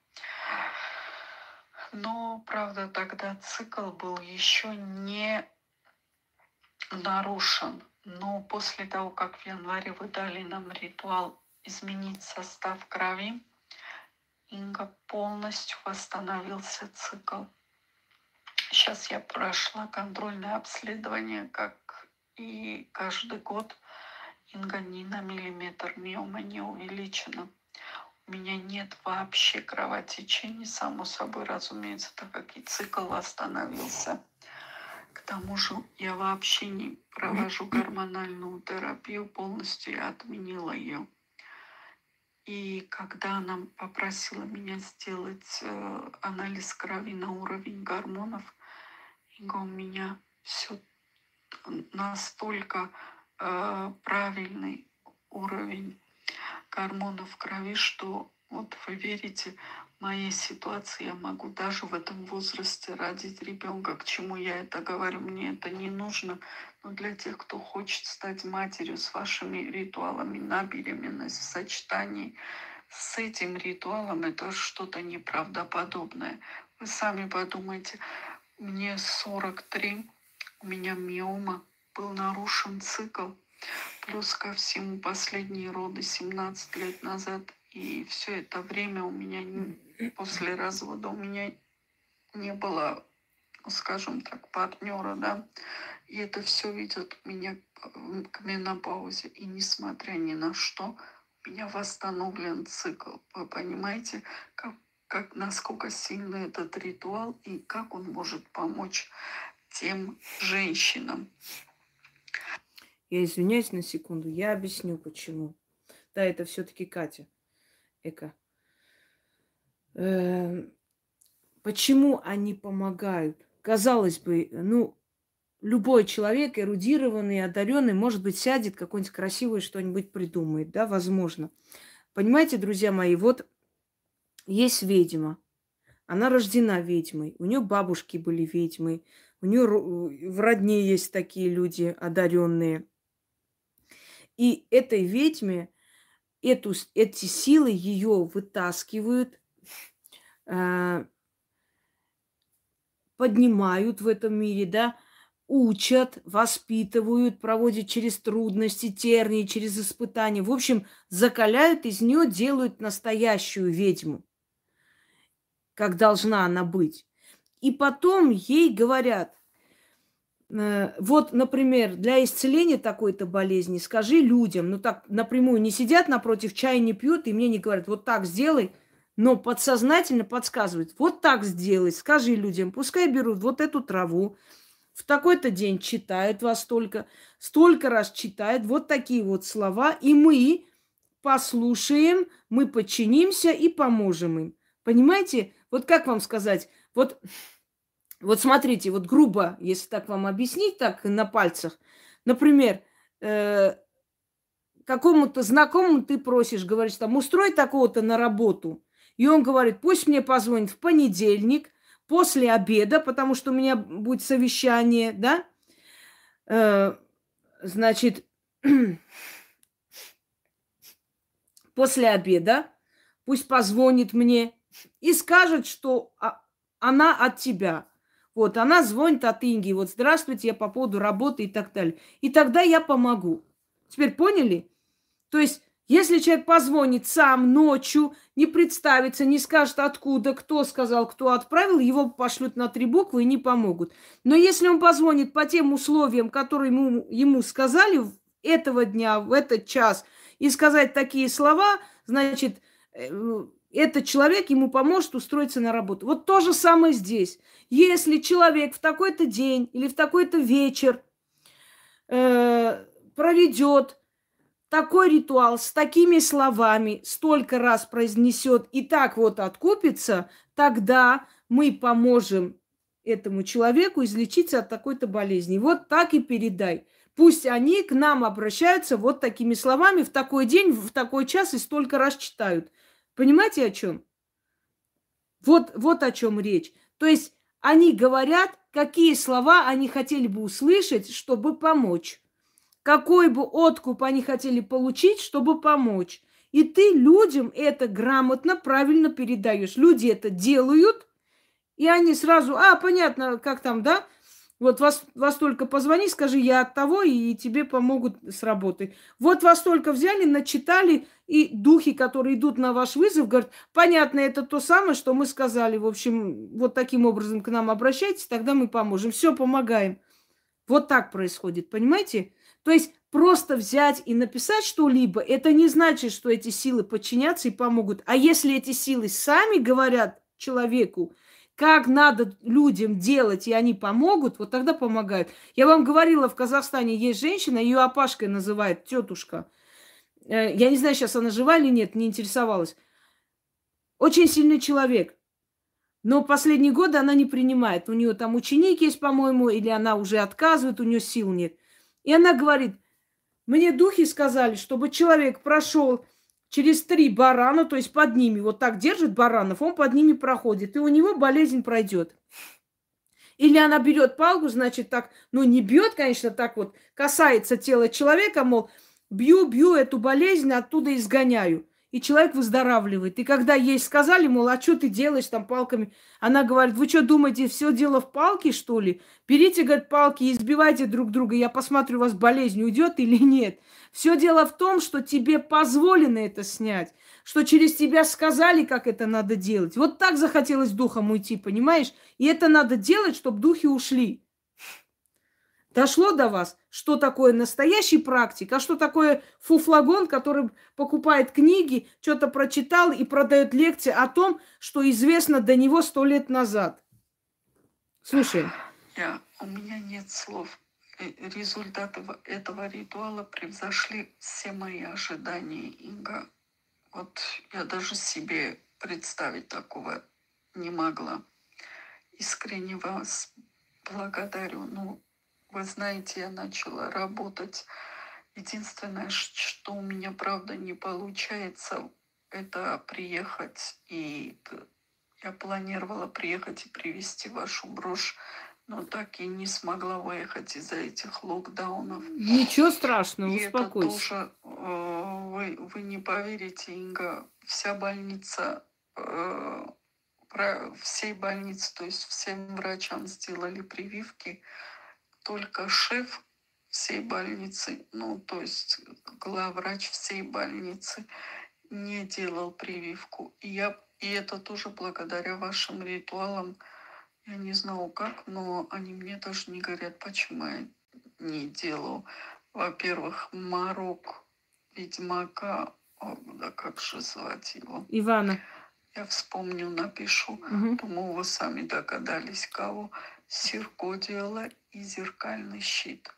Но, правда, тогда цикл был еще не нарушен. Но после того, как в январе вы дали нам ритуал изменить состав крови, Инга, полностью восстановился цикл. Сейчас я прошла контрольное обследование, как и каждый год. Инга, ни на миллиметр миома не увеличена. У меня нет вообще кровотечений, само собой разумеется, так как и цикл восстановился. К тому же я вообще не провожу гормональную терапию, полностью я отменила ее. И когда она попросила меня сделать анализ крови на уровень гормонов, Инга, у меня все настолько правильный уровень гормонов в крови, что вот вы верите, в моей ситуации я могу даже в этом возрасте родить ребенка. К чему я это говорю? Мне это не нужно. Но для тех, кто хочет стать матерью с вашими ритуалами на беременность в сочетании с этим ритуалом, это что-то неправдоподобное. Вы сами подумайте, мне 43, у меня миома, был нарушен цикл. Плюс ко всему последние роды 17 лет назад. И все это время у меня, после развода, у меня не было, скажем так, партнера, да. И это все ведет меня к менопаузе. И несмотря ни на что, у меня восстановлен цикл. Вы понимаете, насколько сильный этот ритуал и как он может помочь тем женщинам. Я извиняюсь на секунду, я объясню, почему. Да, это все-таки Катя Эка. Почему они помогают? Казалось бы, любой человек, эрудированный, одаренный, может быть, сядет, какое-нибудь красивое что-нибудь придумает, да, возможно. Понимаете, друзья мои, вот есть ведьма. Она рождена ведьмой. У нее бабушки были ведьмы. У нее в родне есть такие люди одаренные. И этой ведьме эти силы ее вытаскивают, поднимают в этом мире, да, учат, воспитывают, проводят через трудности, тернии, через испытания. В общем, закаляют из нее, делают настоящую ведьму, как должна она быть. И потом ей говорят, вот, например, для исцеления такой-то болезни скажи людям, так напрямую не сидят напротив, чай не пьют, и мне не говорят, вот так сделай, но подсознательно подсказывают, вот так сделай, скажи людям, пускай берут вот эту траву, в такой-то день читают вас столько раз читают, вот такие вот слова, и мы послушаем, мы подчинимся и поможем им. Понимаете? Вот как вам сказать, вот смотрите, вот грубо, если так вам объяснить, так на пальцах. Например, какому-то знакомому ты просишь, говоришь, там, устрой такого-то на работу. И он говорит, пусть мне позвонит в понедельник, после обеда, потому что у меня будет совещание, да? Значит, после обеда пусть позвонит мне и скажет, что она от тебя. Вот, она звонит от Инги. Вот, здравствуйте, я по поводу работы и так далее. И тогда я помогу. Теперь поняли? То есть, если человек позвонит сам ночью, не представится, не скажет откуда, кто сказал, кто отправил, его пошлют на 3 буквы и не помогут. Но если он позвонит по тем условиям, которые ему сказали этого дня, в этот час, и сказать такие слова, значит, этот человек ему поможет устроиться на работу. Вот то же самое здесь. Если человек в такой-то день или в такой-то вечер проведет такой ритуал с такими словами, столько раз произнесет и так вот откупится, тогда мы поможем этому человеку излечиться от такой-то болезни. Вот так и передай. Пусть они к нам обращаются вот такими словами в такой день, в такой час и столько раз читают. Понимаете, о чем? Вот о чем речь. То есть они говорят, какие слова они хотели бы услышать, чтобы помочь. Какой бы откуп они хотели получить, чтобы помочь. И ты людям это грамотно, правильно передаешь. Люди это делают, и они сразу, понятно, как там, да? Вот вас только позвони, скажи, я от того, и тебе помогут с работой. Вот вас только взяли, начитали, и духи, которые идут на ваш вызов, говорят, понятно, это то самое, что мы сказали. В общем, вот таким образом к нам обращайтесь, тогда мы поможем. Все, помогаем. Вот так происходит, понимаете? То есть просто взять и написать что-либо, это не значит, что эти силы подчинятся и помогут. А если эти силы сами говорят человеку, как надо людям делать, и они помогут, вот тогда помогают. Я вам говорила, в Казахстане есть женщина, ее опашкой называют, тетушка. Я не знаю, сейчас она жива или нет, не интересовалась. Очень сильный человек. Но последние годы она не принимает. У нее там ученик есть, по-моему, или она уже отказывает, у нее сил нет. И она говорит, мне духи сказали, чтобы человек прошел через 3 барана, то есть под ними, вот так держит баранов, он под ними проходит, и у него болезнь пройдет. Или она берет палку, значит, так, ну не бьет, конечно, так вот, касается тела человека, мол, бью эту болезнь, оттуда изгоняю. И человек выздоравливает. И когда ей сказали, мол, а что ты делаешь там палками? Она говорит, вы что думаете, все дело в палке, что ли? Берите, говорит, палки и избивайте друг друга, я посмотрю, у вас болезнь уйдет или нет. Все дело в том, что тебе позволено это снять, что через тебя сказали, как это надо делать. Вот так захотелось духом уйти, понимаешь? И это надо делать, чтобы духи ушли. Дошло до вас, что такое настоящий практик, а что такое фуфлагон, который покупает книги, что-то прочитал и продает лекции о том, что известно до него 100 лет назад. Слушай. У меня нет слов. Результаты этого ритуала превзошли все мои ожидания, Инга. Вот я даже себе представить такого не могла. Искренне вас благодарю. Ну, вы знаете, я начала работать. Единственное, что у меня, правда, не получается, это приехать. И я планировала приехать и привезти вашу брошь, но так и не смогла выехать из-за этих локдаунов. Ничего страшного, и успокойся. Это тоже, вы не поверите, Инга, вся больница, всей больницы, то есть всем врачам сделали прививки, только шеф всей больницы, ну, то есть главврач всей больницы не делал прививку. И это тоже благодаря вашим ритуалам. Я не знаю как, но они мне даже не говорят, почему я не делаю. Во-первых, Марок, ведьмака, да как же звать его? Ивана. Я вспомню, напишу. Думаю, вы сами догадались, кого. Сирко делала и зеркальный щит.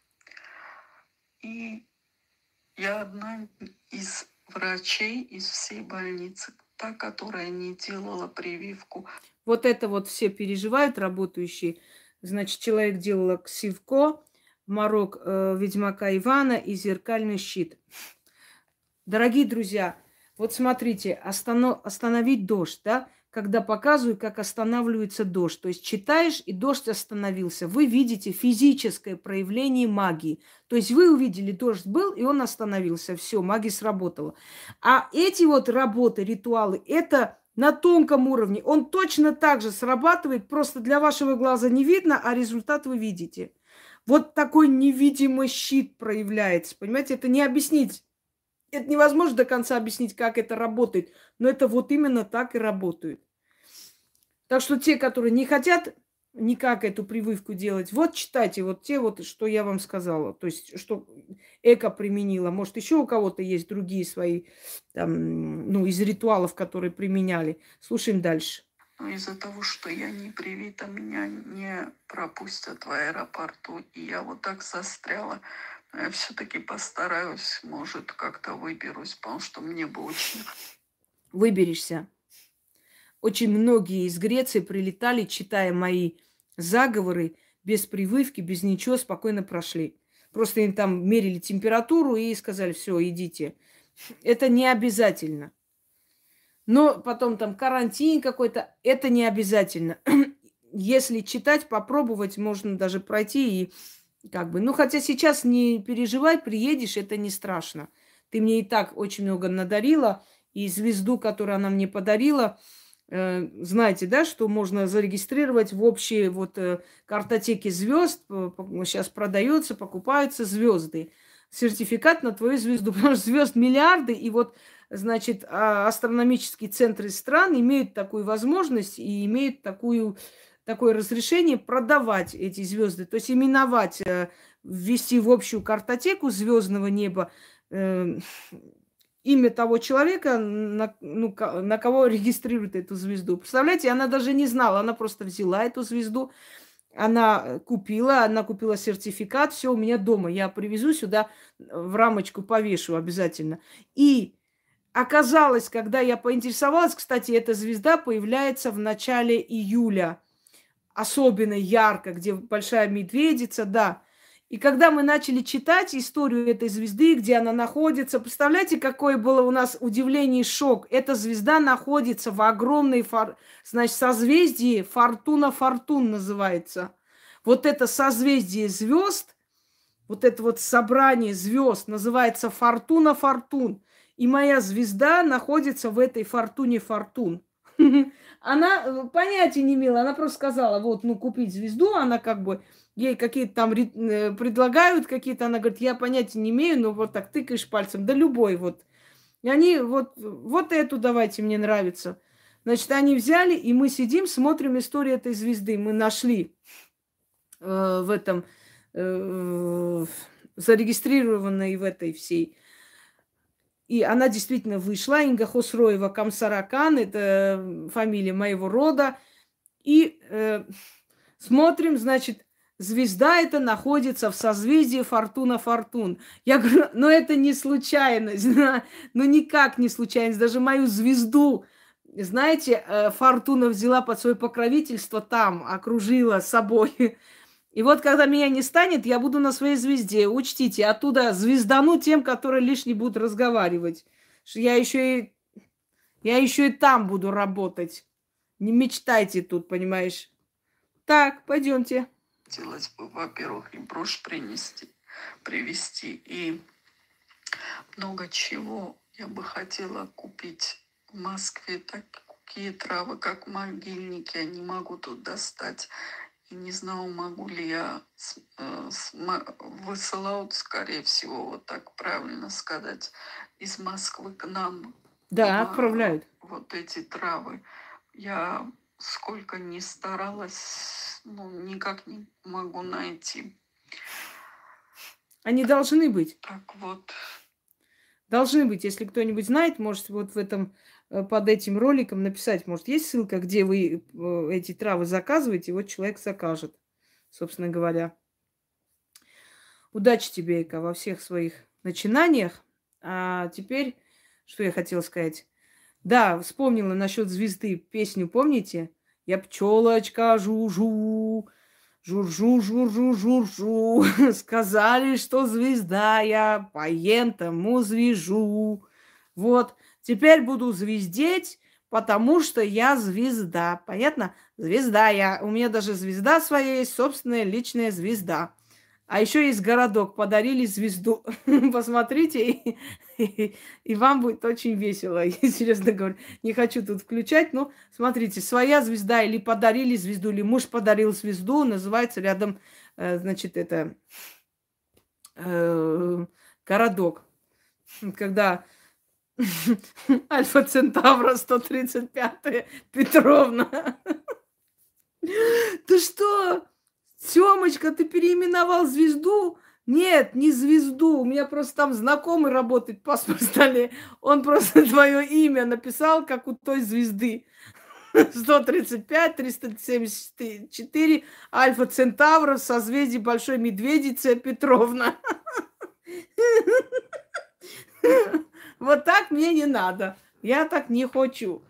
И я одна из врачей из всей больницы, та, которая не делала прививку. Вот это вот все переживают, работающие. Значит, человек делал Сивко, Марок ведьмака Ивана и зеркальный щит. Дорогие друзья, вот смотрите, остановить дождь, да? Когда показываю, как останавливается дождь. То есть читаешь, и дождь остановился. Вы видите физическое проявление магии. То есть вы увидели, дождь был, и он остановился. Все, магия сработала. А эти вот работы, ритуалы, это на тонком уровне. Он точно так же срабатывает, просто для вашего глаза не видно, а результат вы видите. Вот такой невидимый щит проявляется. Понимаете, это не объяснить. Это невозможно до конца объяснить, как это работает, но это вот именно так и работает. Так что те, которые не хотят никак эту прививку делать, вот читайте вот те вот, что я вам сказала. То есть, что Эко применила. Может, еще у кого-то есть другие свои, там, ну, из ритуалов, которые применяли. Слушаем дальше. Из-за того, что я не привита, меня не пропустят в аэропорту. И я вот так застряла. Но я все-таки постараюсь, может, как-то выберусь, потому что мне бы очень... Выберешься. Очень многие из Греции прилетали, читая мои заговоры, без прививки, без ничего, спокойно прошли. Просто им там мерили температуру и сказали, все, идите. Это не обязательно. Но потом там карантин какой-то, это не обязательно. Если читать, попробовать, можно даже пройти и как бы... Ну, хотя сейчас не переживай, приедешь, это не страшно. Ты мне и так очень много надарила, и звезду, которую она мне подарила, знаете, да, что можно зарегистрировать в общей вот картотеке звезд. Сейчас продается, покупаются звезды. Сертификат на твою звезду, потому что звезд миллиарды, и вот, значит, астрономические центры стран имеют такую возможность и имеют такое разрешение продавать эти звезды, то есть именовать, ввести в общую картотеку звездного неба имя того человека, на кого регистрирует эту звезду. Представляете, она даже не знала, она просто взяла эту звезду, она купила сертификат, все у меня дома. Я привезу сюда, в рамочку повешу обязательно. И оказалось, когда я поинтересовалась, кстати, эта звезда появляется в начале июля. Особенно ярко, где большая медведица, да. И когда мы начали читать историю этой звезды, где она находится, представляете, какое было у нас удивление и шок. Эта звезда находится в огромной, созвездии Фортуна-Фортун называется. Вот это созвездие звезд, вот это вот собрание звезд называется Фортуна-Фортун. И моя звезда находится в этой Фортуне-Фортун. Она понятия не имела, она просто сказала, вот, купить звезду, она как бы, ей какие-то там предлагают какие-то, она говорит, я понятия не имею, но вот так тыкаешь пальцем, да любой вот. И они вот эту давайте, мне нравится. Значит, они взяли, и мы сидим, смотрим историю этой звезды. Мы нашли в этом, зарегистрированной в этой всей. И она действительно вышла, Инга Хосроева Камсаракан, это фамилия моего рода. И смотрим, значит, звезда эта находится в созвездии Фортуна-Фортун. Я говорю, это не случайность, никак не случайность. Даже мою звезду, знаете, Фортуна взяла под свое покровительство там, окружила собой. И вот, когда меня не станет, я буду на своей звезде. Учтите, оттуда звездану тем, которые лишний будут разговаривать. Что я еще и там буду работать. Не мечтайте тут, понимаешь. Так, пойдемте. Хотелось бы, во-первых, и брошь привезти, и много чего я бы хотела купить в Москве. Такие травы, как могильники, я не могу тут достать. И не знаю, могу ли я высылают, скорее всего, вот так правильно сказать, из Москвы к нам. Да, отправляют. Вот эти травы. Я сколько ни старалась, никак не могу найти. Они должны быть. Так вот. Должны быть. Если кто-нибудь знает, может, вот в этом, под этим роликом написать. Может, есть ссылка, где вы эти травы заказываете, и вот человек закажет, собственно говоря. Удачи тебе, Эка, во всех своих начинаниях. А теперь, что я хотела сказать. Да, вспомнила насчет звезды песню, помните? Я пчелочка жужу, журжу, журжу, журжу. Сказали, что звезда я, поем тому звежу. Вот, теперь буду звездеть, потому что я звезда. Понятно? Звезда я. У меня даже звезда своя есть, собственная личная звезда. А еще есть городок, подарили звезду. Посмотрите, и вам будет очень весело. Я серьезно говорю, не хочу тут включать, но смотрите, своя звезда или подарили звезду, или муж подарил звезду, называется рядом, значит, это городок. Когда Альфа Центавра 135 Петровна. Ты что? Семочка, ты переименовал звезду? Нет, не звезду. У меня просто там знакомый работает в паспортном столе. Он просто твое имя написал, как у той звезды. 135, 374, Альфа Центавра, созвездие Большой Медведицы Петровна. Вот так мне не надо. Я так не хочу.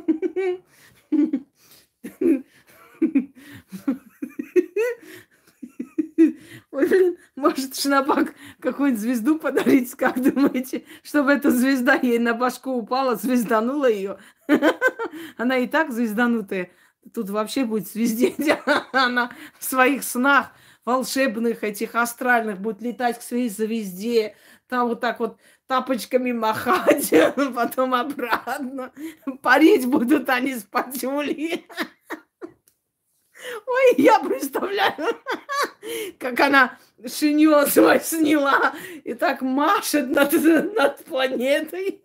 Ой, блин, может, Шнапак какую-нибудь звезду подарить, как думаете, чтобы эта звезда ей на башку упала, звезданула ее. Она и так звезданутая. Тут вообще будет звездеть. Она в своих снах волшебных, этих астральных, будет летать к своей звезде. Там вот так вот тапочками махать, потом обратно. Парить будут они с патюлей. Ой, я представляю, как она шиньон свой сняла и так машет над планетой.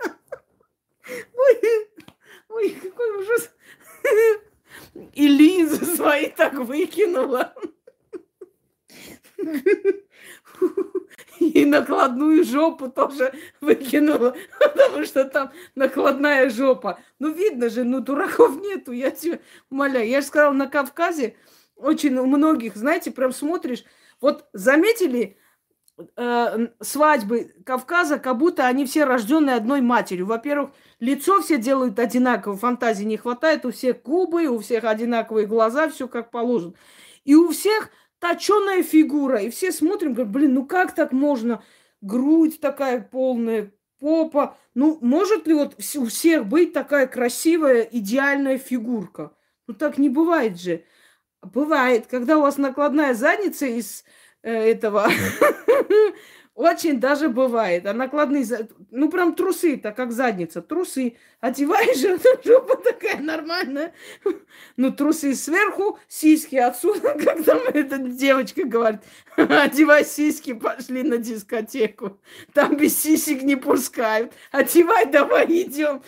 Ой, какой ужас. И линзы свои так выкинула. И накладную жопу тоже выкинула, потому что там накладная жопа. Ну, видно же, ну, дураков нету, я тебя умоляю. Я же сказала, на Кавказе очень у многих, знаете, прям смотришь. Вот заметили свадьбы Кавказа, как будто они все рожденные одной матерью. Во-первых, лицо все делают одинаково, фантазии не хватает, у всех губы, у всех одинаковые глаза, все как положено. И у всех точеная фигура. И все смотрим, говорят, блин, ну как так можно? Грудь такая полная, попа. Ну, может ли вот у всех быть такая красивая, идеальная фигурка? Ну, так не бывает же. Бывает, когда у вас накладная задница из этого, очень даже бывает. А накладные, ну, прям трусы-то, как задница, трусы. Одеваешь, жопа такая нормальная. Ну, трусы сверху, сиськи отсюда, как там эта девочка говорит. Одевай сиськи, пошли на дискотеку. Там без сисек не пускают. Одевай, давай, идем.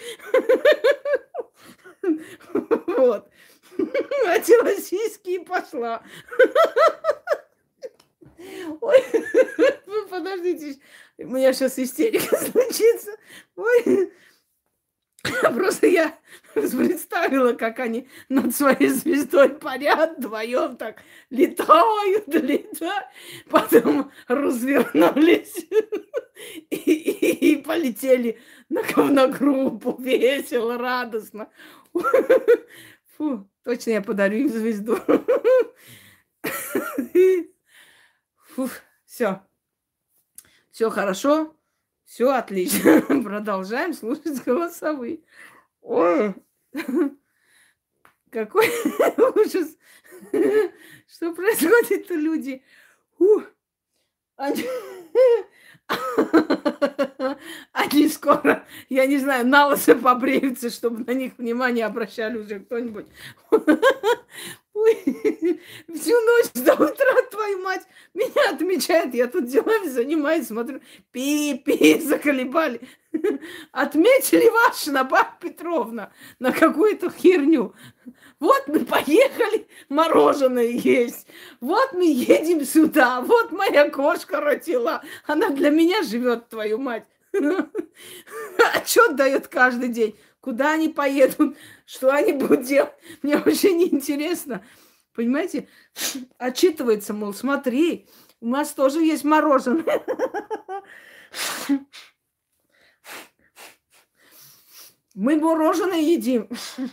Вот. Одела сиськи и пошла. Ой, вы подождите, у меня сейчас истерика случится. Ой, просто я представила, как они над своей звездой парят вдвоем, так летают, потом развернулись и полетели на группу весело, радостно. Фу, точно я подарю им звезду. Фу, все. Все хорошо. Все отлично. Продолжаем слушать голосовые. Ой, какой ужас. Что происходит-то, люди? Они скоро, я не знаю, на лысо побреются, чтобы на них внимание обращали уже кто-нибудь. Ой, всю ночь до утра, твою мать, меня отмечает. Я тут делами занимаюсь, смотрю, пи-пи, заколебали. Отметили вас, Набар Петровна, на какую-то херню. Вот мы поехали мороженое есть. Вот мы едем сюда. Вот моя кошка родила. Она для меня живет, твою мать. Отчет дает каждый день. Куда они поедут, что они будут делать. Мне вообще не интересно. Понимаете? Отчитывается, мол, смотри, у нас тоже есть мороженое. Мы мороженое едим.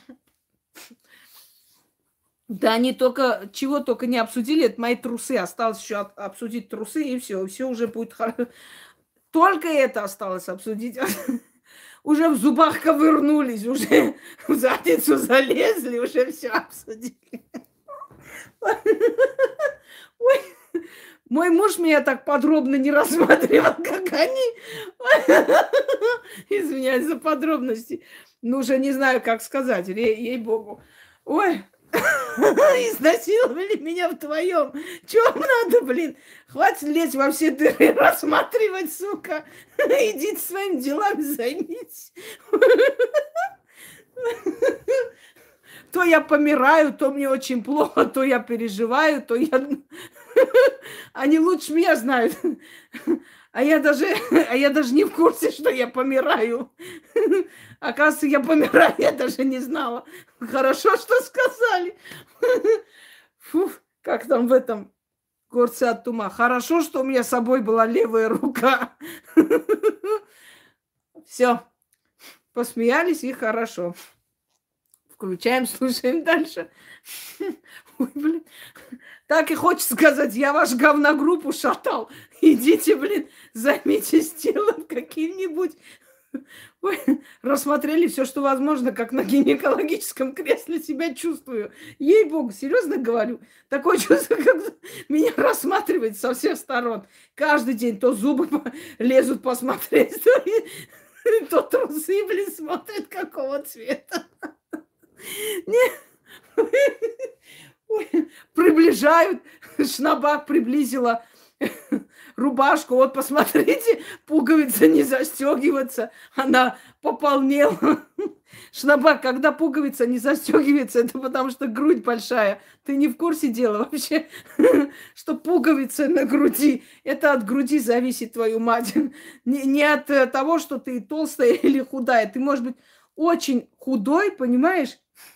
Да, они только, чего только не обсудили, это мои трусы. Осталось еще обсудить трусы, и все уже будет хорошо. Только это осталось обсудить. Уже в зубах ковырнулись, уже в задницу залезли, уже все обсудили. Ой, мой муж меня так подробно не рассматривал, как они. Извиняюсь за подробности. Ну, уже не знаю, как сказать, ей-богу. Ой, изнасиловали меня вдвоем. Чего надо, блин? Хватит лезть во все дыры, рассматривать, сука. Идите своими делами займитесь. То я помираю, то мне очень плохо, то я переживаю, то я... Они лучше меня знают. А я даже не в курсе, что я помираю. Оказывается, я помираю, я даже не знала. Хорошо, что сказали. Фу, как там в этом горце от ума. Хорошо, что у меня с собой была левая рука. Все, посмеялись и хорошо. Включаем, слушаем дальше. Ой, блин. Так и хочется сказать, я вашу говногруппу шатал. Идите, блин, займитесь делом каким-нибудь. Ой, рассмотрели все, что возможно, как на гинекологическом кресле себя чувствую. Ей-богу, серьезно говорю. Такое чувство, как меня рассматривает со всех сторон. Каждый день то зубы лезут посмотреть, то трусы, блин, смотрят, какого цвета. Ой, приближают. Шнабак приблизила рубашку. Вот посмотрите, пуговица не застегивается, она пополнела. Шнабак, когда пуговица не застегивается, это потому что грудь большая. Ты не в курсе дела вообще, что пуговица на груди. Это от груди зависит, твою мать. Не от того, что ты толстая или худая. Ты, может быть, очень худой, понимаешь?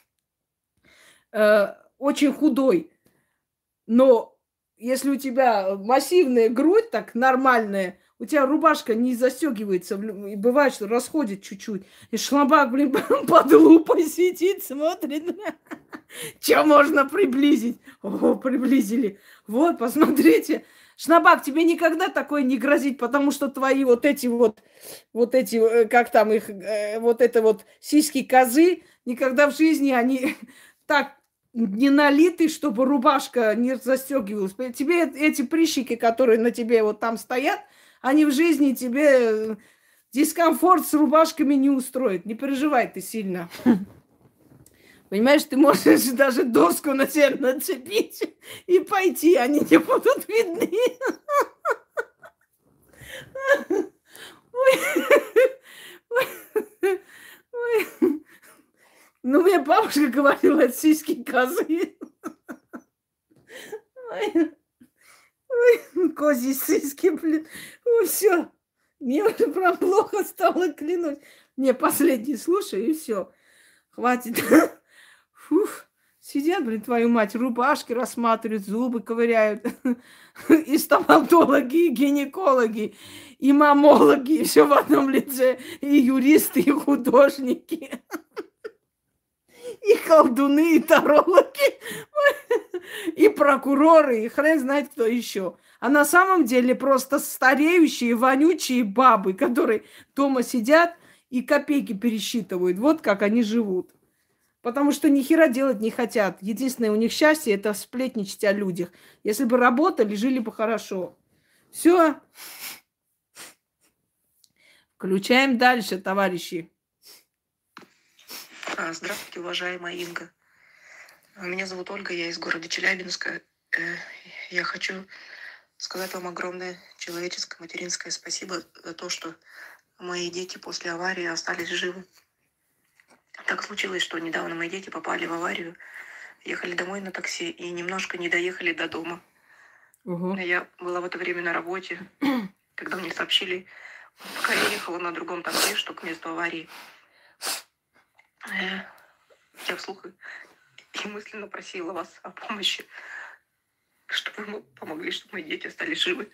Очень худой. Но если у тебя массивная грудь, так нормальная, у тебя рубашка не застегивается, и бывает, что расходит чуть-чуть. И Шнабак, блин, под лупой сидит, смотрит. Что можно приблизить? О, приблизили. Вот, посмотрите. Шнабак, тебе никогда такое не грозит, потому что твои вот эти, как там их, вот это вот сиськи козы, никогда в жизни они так не налиты, чтобы рубашка не застегивалась. Тебе эти прыщики, которые на тебе вот там стоят, они в жизни тебе дискомфорт с рубашками не устроят. Не переживай ты сильно. Понимаешь, ты можешь даже доску на себя нацепить и пойти, они не будут видны. Ой. Ну, мне бабушка говорила, сиськи козы. Ой, козьи сиськи, блин. Ой, все. Мне уже прям плохо стало, клянусь. Не, последний слушай, и все. Хватит. Фух. Сидят, блин, твою мать, рубашки рассматривают, зубы ковыряют. И стоматологи, и гинекологи, и мамологи, и все в одном лице. И юристы, и художники. И колдуны, и тарологи, и прокуроры, и хрен знает кто еще. А на самом деле просто стареющие, вонючие бабы, которые дома сидят и копейки пересчитывают. Вот как они живут. Потому что ни хера делать не хотят. Единственное у них счастье – это сплетничать о людях. Если бы работали, жили бы хорошо. Все. Включаем дальше, товарищи. Здравствуйте, уважаемая Инга. Меня зовут Ольга, я из города Челябинска. Я хочу сказать вам огромное человеческое, материнское спасибо за то, что мои дети после аварии остались живы. Так случилось, что недавно мои дети попали в аварию, ехали домой на такси и немножко не доехали до дома. Я была в это время на работе, когда мне сообщили, пока я ехала на другом такси, что к месту аварии. Я вслух и мысленно просила вас о помощи, чтобы вы помогли, чтобы мои дети стали живы.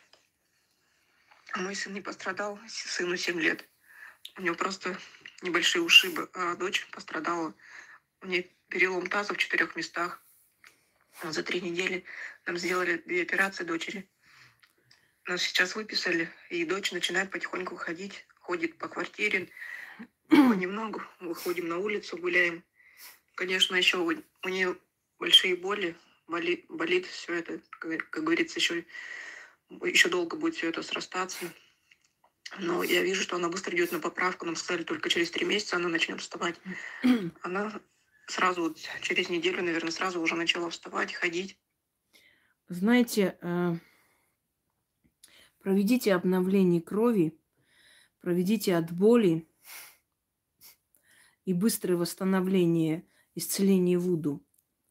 Мой сын не пострадал, сыну 7 лет. У него просто небольшие ушибы, а дочь пострадала. У нее перелом таза в 4 местах. За 3 недели нам сделали 2 операции дочери. Нас сейчас выписали, и дочь начинает потихоньку ходить, ходит по квартире. Понемногу выходим на улицу, гуляем. Конечно, еще у нее большие боли, болит все это, как говорится, еще долго будет все это срастаться. Но я вижу, что она быстро идет на поправку. Нам сказали, только через 3 месяца она начнет вставать. Она сразу, вот, через неделю, наверное, сразу уже начала вставать, ходить. Знаете, проведите обновление крови, проведите от боли и быстрое восстановление, исцеление вуду.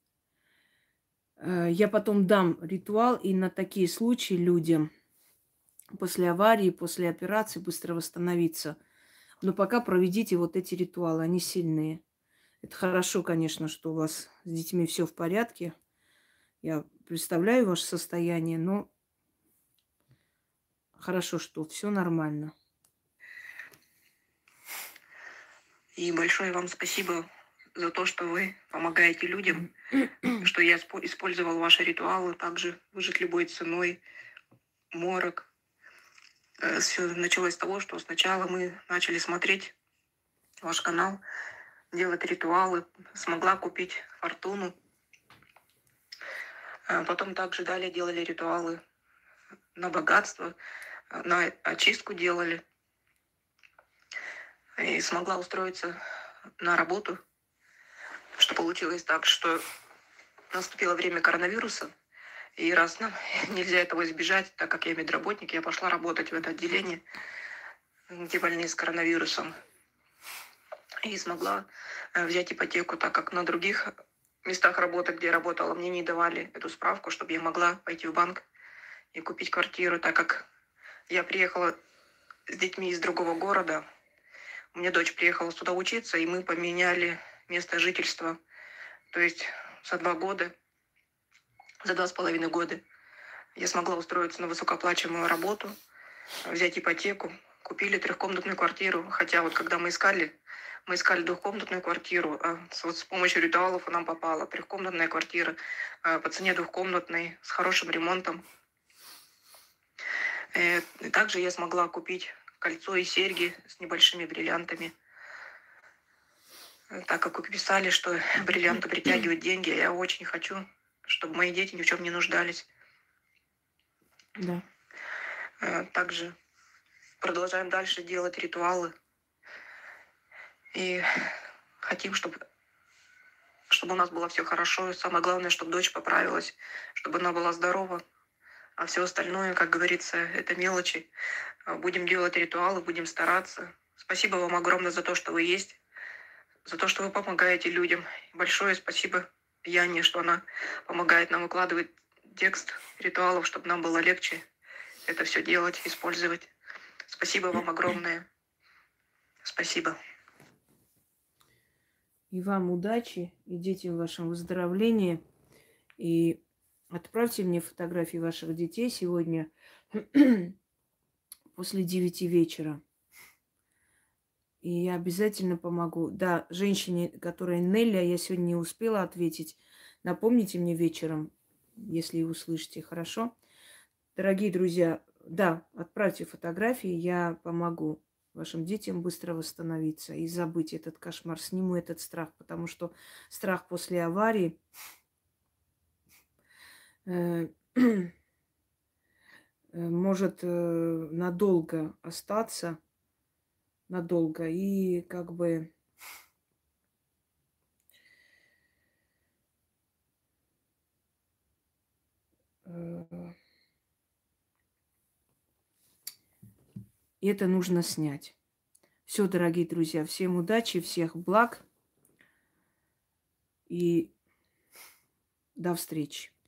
Я потом дам ритуал, и на такие случаи людям после аварии, после операции быстро восстановиться. Но пока проведите вот эти ритуалы, они сильные. Это хорошо, конечно, что у вас с детьми все в порядке. Я представляю ваше состояние, но хорошо, что все нормально. И большое вам спасибо за то, что вы помогаете людям, что я использовал ваши ритуалы, также выжить любой ценой, морок. Все началось с того, что сначала мы начали смотреть ваш канал, делать ритуалы, смогла купить фортуну. Потом также далее делали ритуалы на богатство, на очистку делали. И смогла устроиться на работу, что получилось так, что наступило время коронавируса, И раз нам нельзя этого избежать, так как я медработник, я пошла работать в это отделение, где больные с коронавирусом. И смогла взять ипотеку, так как на других местах работы, где я работала, мне не давали эту справку, чтобы я могла пойти в банк и купить квартиру, так как я приехала с детьми из другого города. У меня дочь приехала сюда учиться, и мы поменяли место жительства. То есть за 2,5 года я смогла устроиться на высокооплачиваемую работу, взять ипотеку, купили 3-комнатную квартиру. Хотя вот когда мы искали 2-комнатную квартиру, вот с помощью ритуалов нам попала 3-комнатная квартира по цене 2-комнатной с хорошим ремонтом. И также я смогла купить кольцо и серьги с небольшими бриллиантами. Так как вы писали, что бриллианты притягивают деньги, я очень хочу, чтобы мои дети ни в чем не нуждались. Да. Также продолжаем дальше делать ритуалы. И хотим, чтобы у нас было все хорошо. И самое главное, чтобы дочь поправилась, чтобы она была здорова. А все остальное, как говорится, это мелочи. Будем делать ритуалы, будем стараться. Спасибо вам огромное за то, что вы есть, за то, что вы помогаете людям. Большое спасибо Яне, что она помогает нам выкладывать текст ритуалов, чтобы нам было легче это все делать, использовать. Спасибо вам огромное. Спасибо. И вам удачи, и детям вашем выздоровлении. И отправьте мне фотографии ваших детей сегодня после 9 вечера. И я обязательно помогу. Да, женщине, которая Нелли, я сегодня не успела ответить. Напомните мне вечером, если услышите, хорошо? Дорогие друзья, да, отправьте фотографии, я помогу вашим детям быстро восстановиться и забыть этот кошмар, сниму этот страх, потому что страх после аварии может надолго остаться, надолго, и как бы и это нужно снять. Все, дорогие друзья, всем удачи, всех благ и до встречи.